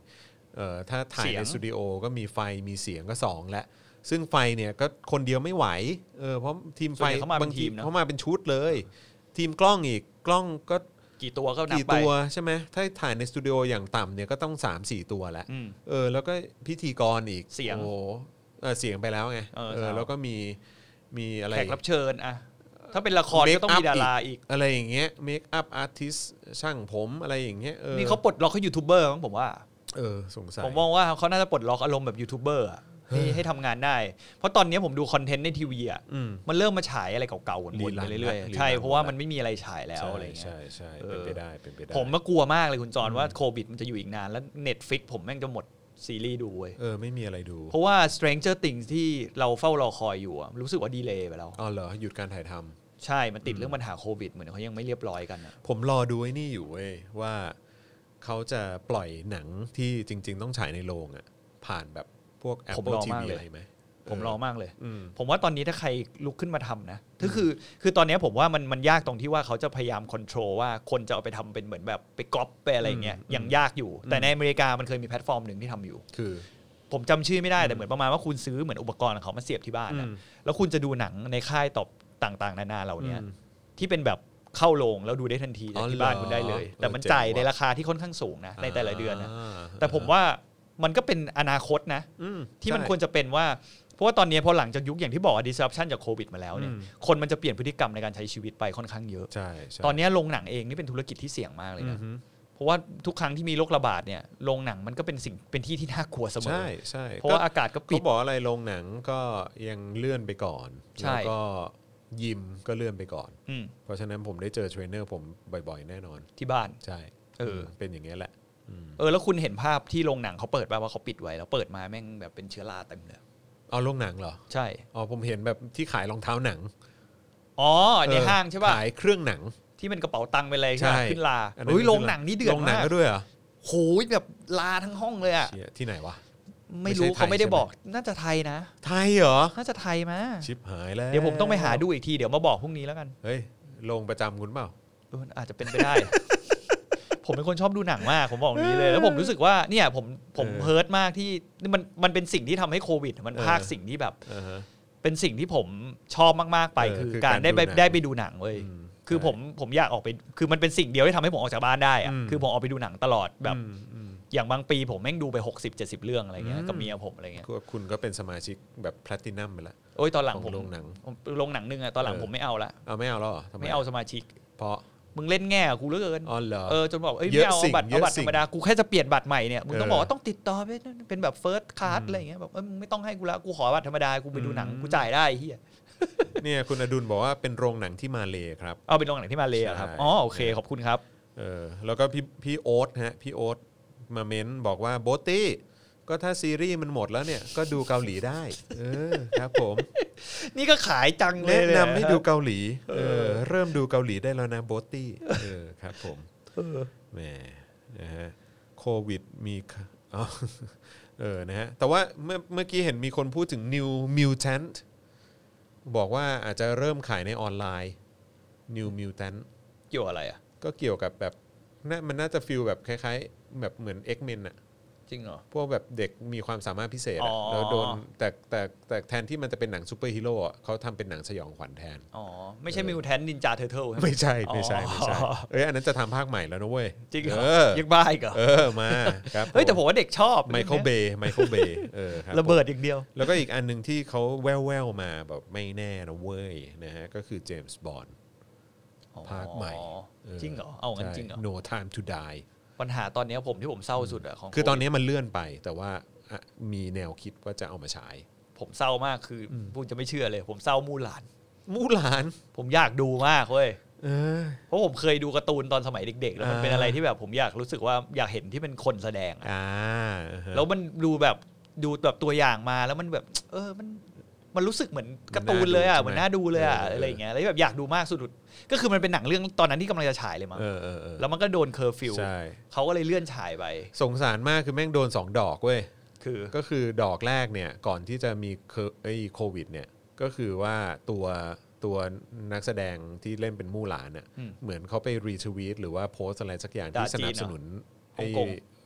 เอ่อถ้าถ่ายเสียงในสตูดิโอก็มีไฟมีเสียงก็สองแล้วซึ่งไฟเนี่ยก็คนเดียวไม่ไหวเออเพราะทีมไฟส่วนใหญ่เขามาเป็นบางทีทีมเนอะเขามาเป็นชุดเลย ทีมกล้องอีกกล้องก็กี่ตัวก็นับกี่ไปตัวใช่ไหมถ้าถ่ายในสตูดิโออย่างต่ำเนี่ยก็ต้อง สามสี่ ตัวแล้วอืมเออแล้วก็พิธีกรอีกเสียงโอ้เออเสียงไปแล้วไงเออเออใช่แล้วก็มีมีอะไรแขกรับเชิญอะถ้าเป็นละครก็ต้องมีดาราอีกอะไรอย่างเงี้ยเมคอัพอาร์ติสช่างผมอะไรอย่างเงี้ยเออนี่เขาปลดล็อกให้ยูทูบเบอร์มั้งผมว่าเออสงสัยผมมองว่าเขาน่าจะปลดล็อกอารมณ์แบบยูทูบเบอร์อะให้ให้ทำงานได้ เพราะตอนนี้ผมดูคอนเทนต์ในทีวีอ่ะอืมมันเริ่มมาฉายอะไรเก่าๆวนๆไปเรื่อยรีรันๆใช่รีรันเพราะว่ามันไม่มีอะไรฉายแล้วใช่อะไรเงี้ยใช่ใช่เออเป็นไปได้เป็นไปได้ผมก็กลัวมากเลยคุณจรว่าโควิดมันจะอยู่อีกนานแล้ว Netflix ผมแม่งจะหมดซีรีส์ดูเว้ยเออไม่มีอะไรดูเพราะว่า Stranger Things ที่เราเฝ้ารอคอยอยู่อะรู้สึกว่าดีเลย์ไปแล้วอ๋อเหรอหยุดการถ่ายทำใช่มันติดเรื่องปัญหาโควิดเหมือนเขายังไม่เรียบร้อยกันอะผมรอดูไอ้นี่อยู่เว้ยว่าเขาจะปล่อยหนังที่จริง ๆ ต้องฉายในโรงอ่ะผ่านแบบพวก Apple ที วี อะไรไหมผมรอมากเลยอืมผมว่าตอนนี้ถ้าใครลุกขึ้นมาทำนะก็คือคือตอนนี้ผมว่ามันมันยากตรงที่ว่าเขาจะพยายามควบคุมว่าคนจะเอาไปทำเป็นเหมือนแบบไปก๊อปไปอะไรเงี้ยยังยากอยู่ แต่ในอเมริกามันเคยมีแพลตฟอร์มหนึ่งที่ทำอยู่คือผมจำชื่อไม่ได้แต่เหมือนประมาณว่าคุณซื้อเหมือนอุปกรณ์ของเขามาเสียบที่บ้านนะอืมแล้วคุณจะดูหนังในค่ายตอบต่างๆนานาเหล่านี้อืมที่เป็นแบบเข้าโรงแล้วดูได้ทันทีจากที่บ้านคุณได้เลยอ๋อเหรอแต่มันเออเจ๋งจ่ายว่ะในราคาที่ค่อนข้างสูงนะในแต่ละเดือนนะาแต่ผมว่ามันก็เป็นอนาคตนะอืมที่มันใช่ควรจะเป็นว่าเพราะว่าตอนนี้พอหลังจากยุคอย่างที่บอกอะ disruption จากโควิดมาแล้วเนี่ยอืมคนมันจะเปลี่ยนพฤติกรรมในการใช้ชีวิตไปค่อนข้างเยอะใช่ใช่ตอนนี้โรงหนังเองนี่เป็นธุรกิจที่เสี่ยงมากเลยอืนะอฮึเพราะว่าทุกครั้งที่มีโรคระบาดเนี่ยโรงหนังมันก็เป็นสิ่งเป็นที่ที่น่ากลัวเสมอใช่ใช่เพราะว่าอากาศก็ปิเขาดบอกอะไรโรงหนังก็ยังเลื่อนไปก่อนใช่แล้วก็ยิมก็เลื่อนไปก่อนอืมเพราะฉะนั้นผมได้เจอเทรนเนอร์ผมบ่อยๆ แน่นอนที่บ้านใช่เออเป็นอย่างเงี้ยแหละอืมเออแล้วคุณเห็นภาพที่โรงหนังเขาเปิดป่ะว่าเขาปิดไว้แล้วเปิดมาแม่งแบบเป็นเชื้อราเต็มเลยเอาโรงหนังเหรอใช่อ๋อผมเห็นแบบที่ขายรองเท้าหนังอ๋อในเออห้างใช่ป่ะขายเครื่องหนังที่เป็นกระเป๋าตังค์ไปเลยใช่ใช่ไหมขึ้นลาอันนั้นเฮ้ยโรงหนังนี่เดือดโรงหนังมากก็ด้วยเหรอโหยแบบลาทั้งห้องเลยอ่ะเชี่ยที่ไหนวะไม่รู้ไม่ใช่ไทยเขาไม่ได้ใช่ไหมบอกน่าจะไทยนะไทยเหรอน่าจะไทยมาชิบหายแล้วเดี๋ยวผมต้องไปหาดูอีกทีเดี๋ยวมาบอกพรุ่งนี้แล้วกันเฮ้ยโรงประจำคุณเปล่าเอออาจจะเป็นไปได้ ผมเป็นคนชอบดูหนังมากผมบอกอย่างนี้เลย แล้วผมรู้สึกว่าเนี่ยผมผมเออเฮิร์ตมากที่มันมันเป็นสิ่งที่ทำให้โควิด มันเออพากสิ่งที่แบบอ่าฮะเป็นสิ่งที่ผมชอบมากๆไปเออคือคือการการได้ไปดูหนังได้ไปดูหนังเว้ยอืมคือใช่ผมผมอยากออกไปคือมันเป็นสิ่งเดียวที่ทำให้ผมออกจากบ้านได้อะอืมคือผมออกไปดูหนังตลอดแบบอืมอืมอย่างบางปีผมแม่งดูไปหกสิบ เจ็ดสิบเรื่องอะไรเงี้ยอืมกับเมียผมอะไรเงี้ยคุณคุณก็เป็นสมาชิกแบบแพลตินัมไปแล้วโอ้ยตอนหลังของผมโรงหนังผมโรงหนังนึงอะตอนหลังเออผมไม่เอาละเอาไม่เอาแล้วเหรอทำไมไม่เอาสมาชิกเพราะมึงเล่นแง่กับกูเหลือเกินอ๋อเหรอเออจนบอกเอ้ยเยไม่อะเอาสิ่งบัตรเยเอาอะบัตรสิ่ธรง รมดากูแค่จะเปลี่ยนบัตรใหม่เนี่ยมึงต้องเออบอกว่าต้องติดต่อเป็นเป็นแบบเฟิร์สคลาสอะไรอย่างเงี้ยแบบเออมึงไม่ต้องให้กูละกูขอบัตรธรรมดากูไปดูหนังกูจ่ายได้เฮียเนี่ยคุณอดุลบอกว่าเป็นโรงหนังที่มาเลครับเอาเป็นโรงหนังที่มาเลยครับใช่อ๋อโอเคขอบคุณครับเออแล้วก็พี่พี่โอ๊ตฮะพี่โอ๊ตมาเม้นบอกว่าโบทตี้ก็ถ้าซีรีส์มันหมดแล้วเนี่ยก็ดูเกาหลีได้เออครับผมนี่ก็ขายจังเลยแนะนำให้ดูเกาหลีเอเอออเริ่มดูเกาหลีได้แล้วนะโบทตี้เออครับผมเออแหมนะฮะโควิดมีอ๋อเออนะฮะแต่ว่าเมื่อเมื่อกี้เห็นมีคนพูดถึง New Mutant บอกว่าอาจจะเริ่มขายในออนไลน์ New Mutant เกี่ยวอะไรอ่ะก็เกี่ยวกับแบบน่ามันน่าจะฟีลแบบคล้ายๆ แบบเหมือน X-Men อะจริงเหรอพวกแบบเด็กมีความสามารถพิเศษอ๋อะอแล้วโดนแต่แต่แต่แทนที่มันจะเป็นหนังซูเปอร์ฮีโร่อะเขาทำเป็นหนังสยองขวัญแทนอ๋อไม่ใช่มิวแทนนินจาเทอร์เทิลไม่ใช่ไม่ใช่ไม่ใช่อ๋อเอ้ยอันนั้นจะทำภาคใหม่แล้วนะเว้ยจริงเหรเอออยังบ้าอีกเหรอเออมาครับเฮ้ยแต่ผมว่าเด็กชอบไมเคิลเบย์ไมเคิลเบย์เออครับระเบิดอย่างเดียวแล้วก็อีกอันหนึ่งที่เขาแว่วๆมาแบบไม่แน่นะเว้ยนะฮะก็คือเจมส์บอนด์ ภาคใหม่อ๋อเออจริงเหรอเอางั้นจริงเหรอ No Time to Die ปัญหาตอนนี้ผมที่ผมเศร้าสุดอะของคือตอนนี้มันเลื่อนไปแต่ว่าอ่ะมีแนวคิดว่าจะเอามาฉายผมเศร้ามากคืออพูดจะไม่เชื่อเลย ผมเศร้ามูหลานมู่หลานผมอยากดูมากเว้ยเออเพราะผมเคยดูการ์ตูนตอนสมัยเด็กๆ แล้วมันอ่าเป็นอะไรที่แบบผมอยากรู้สึกว่าอยากเห็นที่เป็นคนแสดงอะอ่าอ่าฮะแล้วมันดูแบบดูแบบตัวอย่างมาแล้วมันแบบ เออมันมันรู้สึกเหมือนการ์ตูนเลยอ่ะเหมือนน่าดูเลยอ่ะอะไรอย่างเงี้ยแล้วแบบอยากดูมากสุดๆก็คือมันเป็นหนังเรื่องตอนนั้นที่กำลังจะฉายเลยมั้งเออเออเออแล้วมันก็โดนเคอร์ฟิวใช่เขาก็เลยเลื่อนฉายไปสงสารมากคือแม่งโดนสองดอกเว้ยคือก็คือดอกแรกเนี่ยก่อนที่จะมีเคอไอ้โควิดเนี่ยก็คือว่าตัวตัวนักแสดงที่เล่นเป็นมู่หลานน่ะอืมเหมือนเขาไปรีทวีตหรือว่าโพสอะไรสักอย่างด่าที่สนับสนุนจีนเหรอฮ่องกงเอ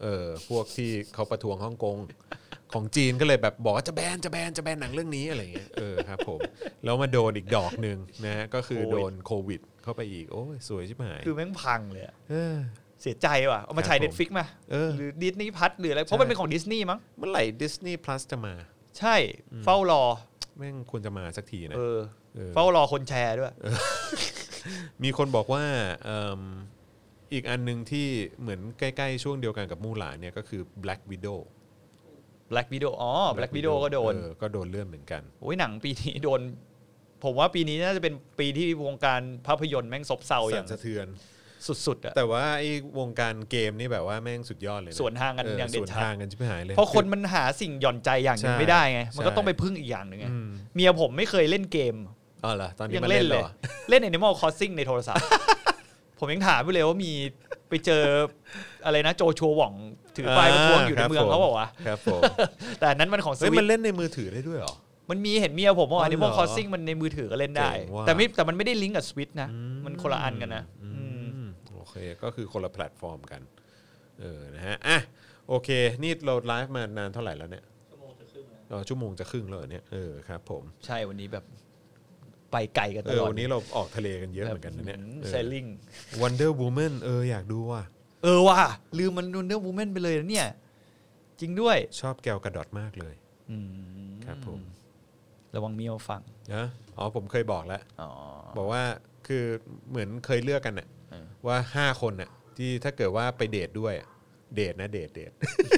เออพวกที่เขาประท้วงฮ่องกงของจีนก็เลยแบบบอกว่าจะแบนจะแบนจะแบนหนังเรื่องนี้อะไรเงี้ยเออครับผมแล้วมาโดนอีกดอกนึงนะฮะก็คือโดนโควิดเข้าไปอีกโอ้ยสวยชิบหายคือแม่งพังเลยเออเสียใจว่ะเอามาฉาย Netflix มาหรือ Disney Plus หรืออะไรเพราะมันเป็นของ Disney มั้งเมื่อไหร่ Disney Plus จะมาใช่เฝ้ารอแม่งควรจะมาสักทีนะเออเฝ้ารอคนแชร์ด้วยมีคนบอกว่าอีกอันนึงที่เหมือนใกล้ๆช่วงเดียวกันกับมูหลานเนี่ยก็คือ Black Widow Black Widow อ๋อ Black Widow ก็โดนก็โดนเลื่อนเหมือนกันโอ้ยหนังปีนี้โดนผมว่าปีนี้น่าจะเป็นปีที่วงการภาพยนตร์แม่งซบเซาอย่างสะเทือนสุดๆอะแต่ว่าไอ้วงการเกมนี่แบบว่าแม่งสุดยอดเลยส่วนทางกันอย่างเด่นชัดส่วนทางกันชิบหายเลยเพราะคนมันหาสิ่งหย่อนใจอย่างนึงไม่ได้ไงมันก็ต้องไปพึ่งอีกอย่างนึงไงเมียผมไม่เคยเล่นเกมอ๋อเหรอตอนนี้มาเล่นเลยเล่น Animal Crossing ในโทรศัพท์ผมยังถามไปเลยว่ามีไปเจออะไรนะโจชัวหว่องถือป้ายประท้วงอยู่ในเมืองเขาบอกว่าครับผมแต่นั้นมันของสวิตมันเล่นในมือถือได้ด้วยเหรอมันมีเห็นเมียผมว่า Animal Crossing มันในมือถือก็เล่นได้แต่ไม่แต่มันไม่ได้ลิงก์กับสวิตนะมันคนละอันกันนะโอเคก็คือคนละแพลตฟอร์มกันเออนะฮะอ่ะโอเคนี่เราไลฟ์มานานเท่าไหร่แล้วเนี่ยชั่วโมงจะครึ่งแล้วชั่วโมงจะครึ่งแล้วเนี่ยเออครับผมใช่วันนี้แบบไปไกลกันตลอดวันนี้เราออกทะเลกันเยอะเหมือนกันนะเนี่ยเซลลิง Wonder Woman เอออยากดูว่ะเออว่ะลืมมัน Wonder Woman ไปเลยนะเนี่ยจริงด้วยชอบแกวกระดอดมากเลยครับผมระวังเมียวฟังนะอ๋อผมเคยบอกแล้วบอกว่าคือเหมือนเคยเลือกกันน่ะว่าห้าคนน่ะที่ถ้าเกิดว่าไปเดทด้วยเดทนะเดทเดท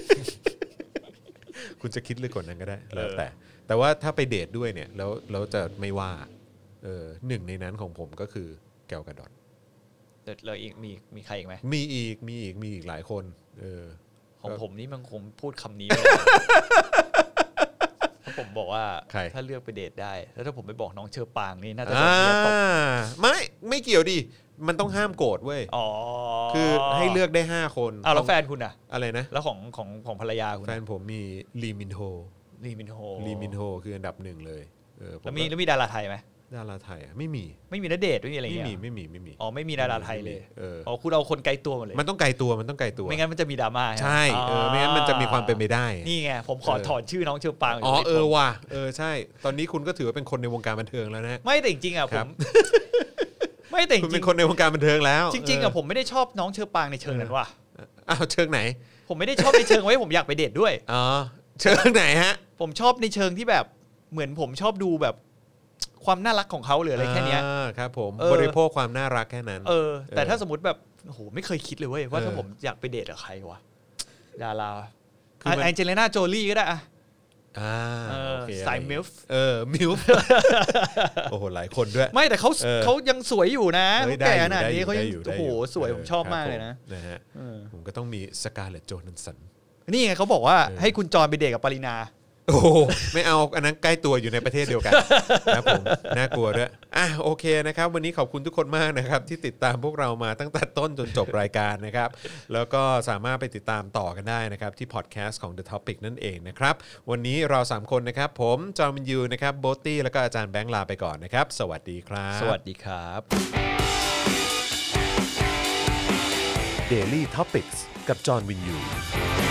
คุณจะคิดเรื่องกว่านั้นก็ได้แล้วแต่แต่ว่าถ้าไปเดทด้วยเนี่ยแล้วเราจะไม่ว่าเออหนึ่งในนั้นของผมก็คือแกวกระดอดแล้วอีกมีมีใครอีกไหมมีอีกมีอีกมีอีกหลายคนเออของผมนี่มันคงพูดคำนี้ผมบอกว่าถ้าเลือกไปเดทได้แล้วถ้าผมไปบอกน้องเชอปางนี่น่าจะโดนเมียตบไม่ไม่เกี่ยวดิมันต้องห้ามโกรธเว้ยคือให้เลือกได้ห้าคนอ้าวแล้วแฟนคุณอะอะไรนะแล้วของของของภรรยาคุณแฟนผมมีลีมินโฮลีมินโฮลีมินโฮคืออันดับหนึ่งเลยเออแล้วมีแล้วมีดาราไทยไหมดาราไทยอ่ะไม่มีไม่มีณเดชน์ไม่มีอะไรเงี้ยไม่มีไม่มีไม่มีอ๋อไม่มีดาราไทยเลยเอออ๋อคุณเอาคนไกลตัวมาเลยมันต้องไกลตัวมันต้องไกลตัวไม่งั้นมันจะมีดราม่าใช่เออไม่งั้นมันจะมีความเป็นไปได้นี่ไงผมขอถอนชื่อน้องเชอปางอ๋อเออว่ะเออใช่ตอนนี้คุณก็ถือว่าเป็นคนในวงการบันเทิงแล้วนะไม่แต่จริงๆอ่ะผมไม่แต่จริงคุณเป็นคนในวงการบันเทิงแล้วจริงๆอ่ะผมไม่ได้ชอบน้องเชอปางในเชิงนั้นว่ะอ้าวเชิงไหนผมไม่ได้ชอบในเชิงไว้ผมอยากไปเดทด้วยอ๋อเชิงไหนฮะผมชอบในเชิงที่แบบเหมือนผมชอบดูแบบความน่ารักของเขาหรืออะไรแค่นี้ครับผมบริโภคความน่ารักแค่นั้นเออแต่ถ้าสมมติแบบโอ้โหไม่เคยคิดเลยเว้ยว่าถ้าผมอยากไปเดทกับใครวะดาราแองเจลิน่าโจลี่ก็ได้อะอ่าสายมิลฟ์เออมิลฟ์โอ้โหหลายคนด้วยไม่แต่เขาเขายังสวยอยู่นะแก่ขนาดนี้เขายังโอ้โหสวยผมชอบมากเลยนะนะฮะผมก็ต้องมีสกาเลตโจแฮนสันนี่ไงเขาบอกว่าให้คุณจอนไปเดทกับปรินาโอ้ไม่เอาอันนั้นใกล้ตัวอยู่ในประเทศเดียวกันครับผมน่ากลัวด้วยอ่ะโอเคนะครับวันนี้ขอบคุณทุกคนมากนะครับที่ติดตามพวกเรามาตั้งแต่ต้นจนจบรายการนะครับแล้วก็สามารถไปติดตามต่อกันได้นะครับที่พอดแคสต์ของ The Topic นั่นเองนะครับวันนี้เราสามคนนะครับผมจอห์นวินยูนะครับโบทตี้แล้วก็อาจารย์แบงค์ลาไปก่อนนะครับสวัสดีครับสวัสดีครับ Daily Topics กับจอห์นวินยู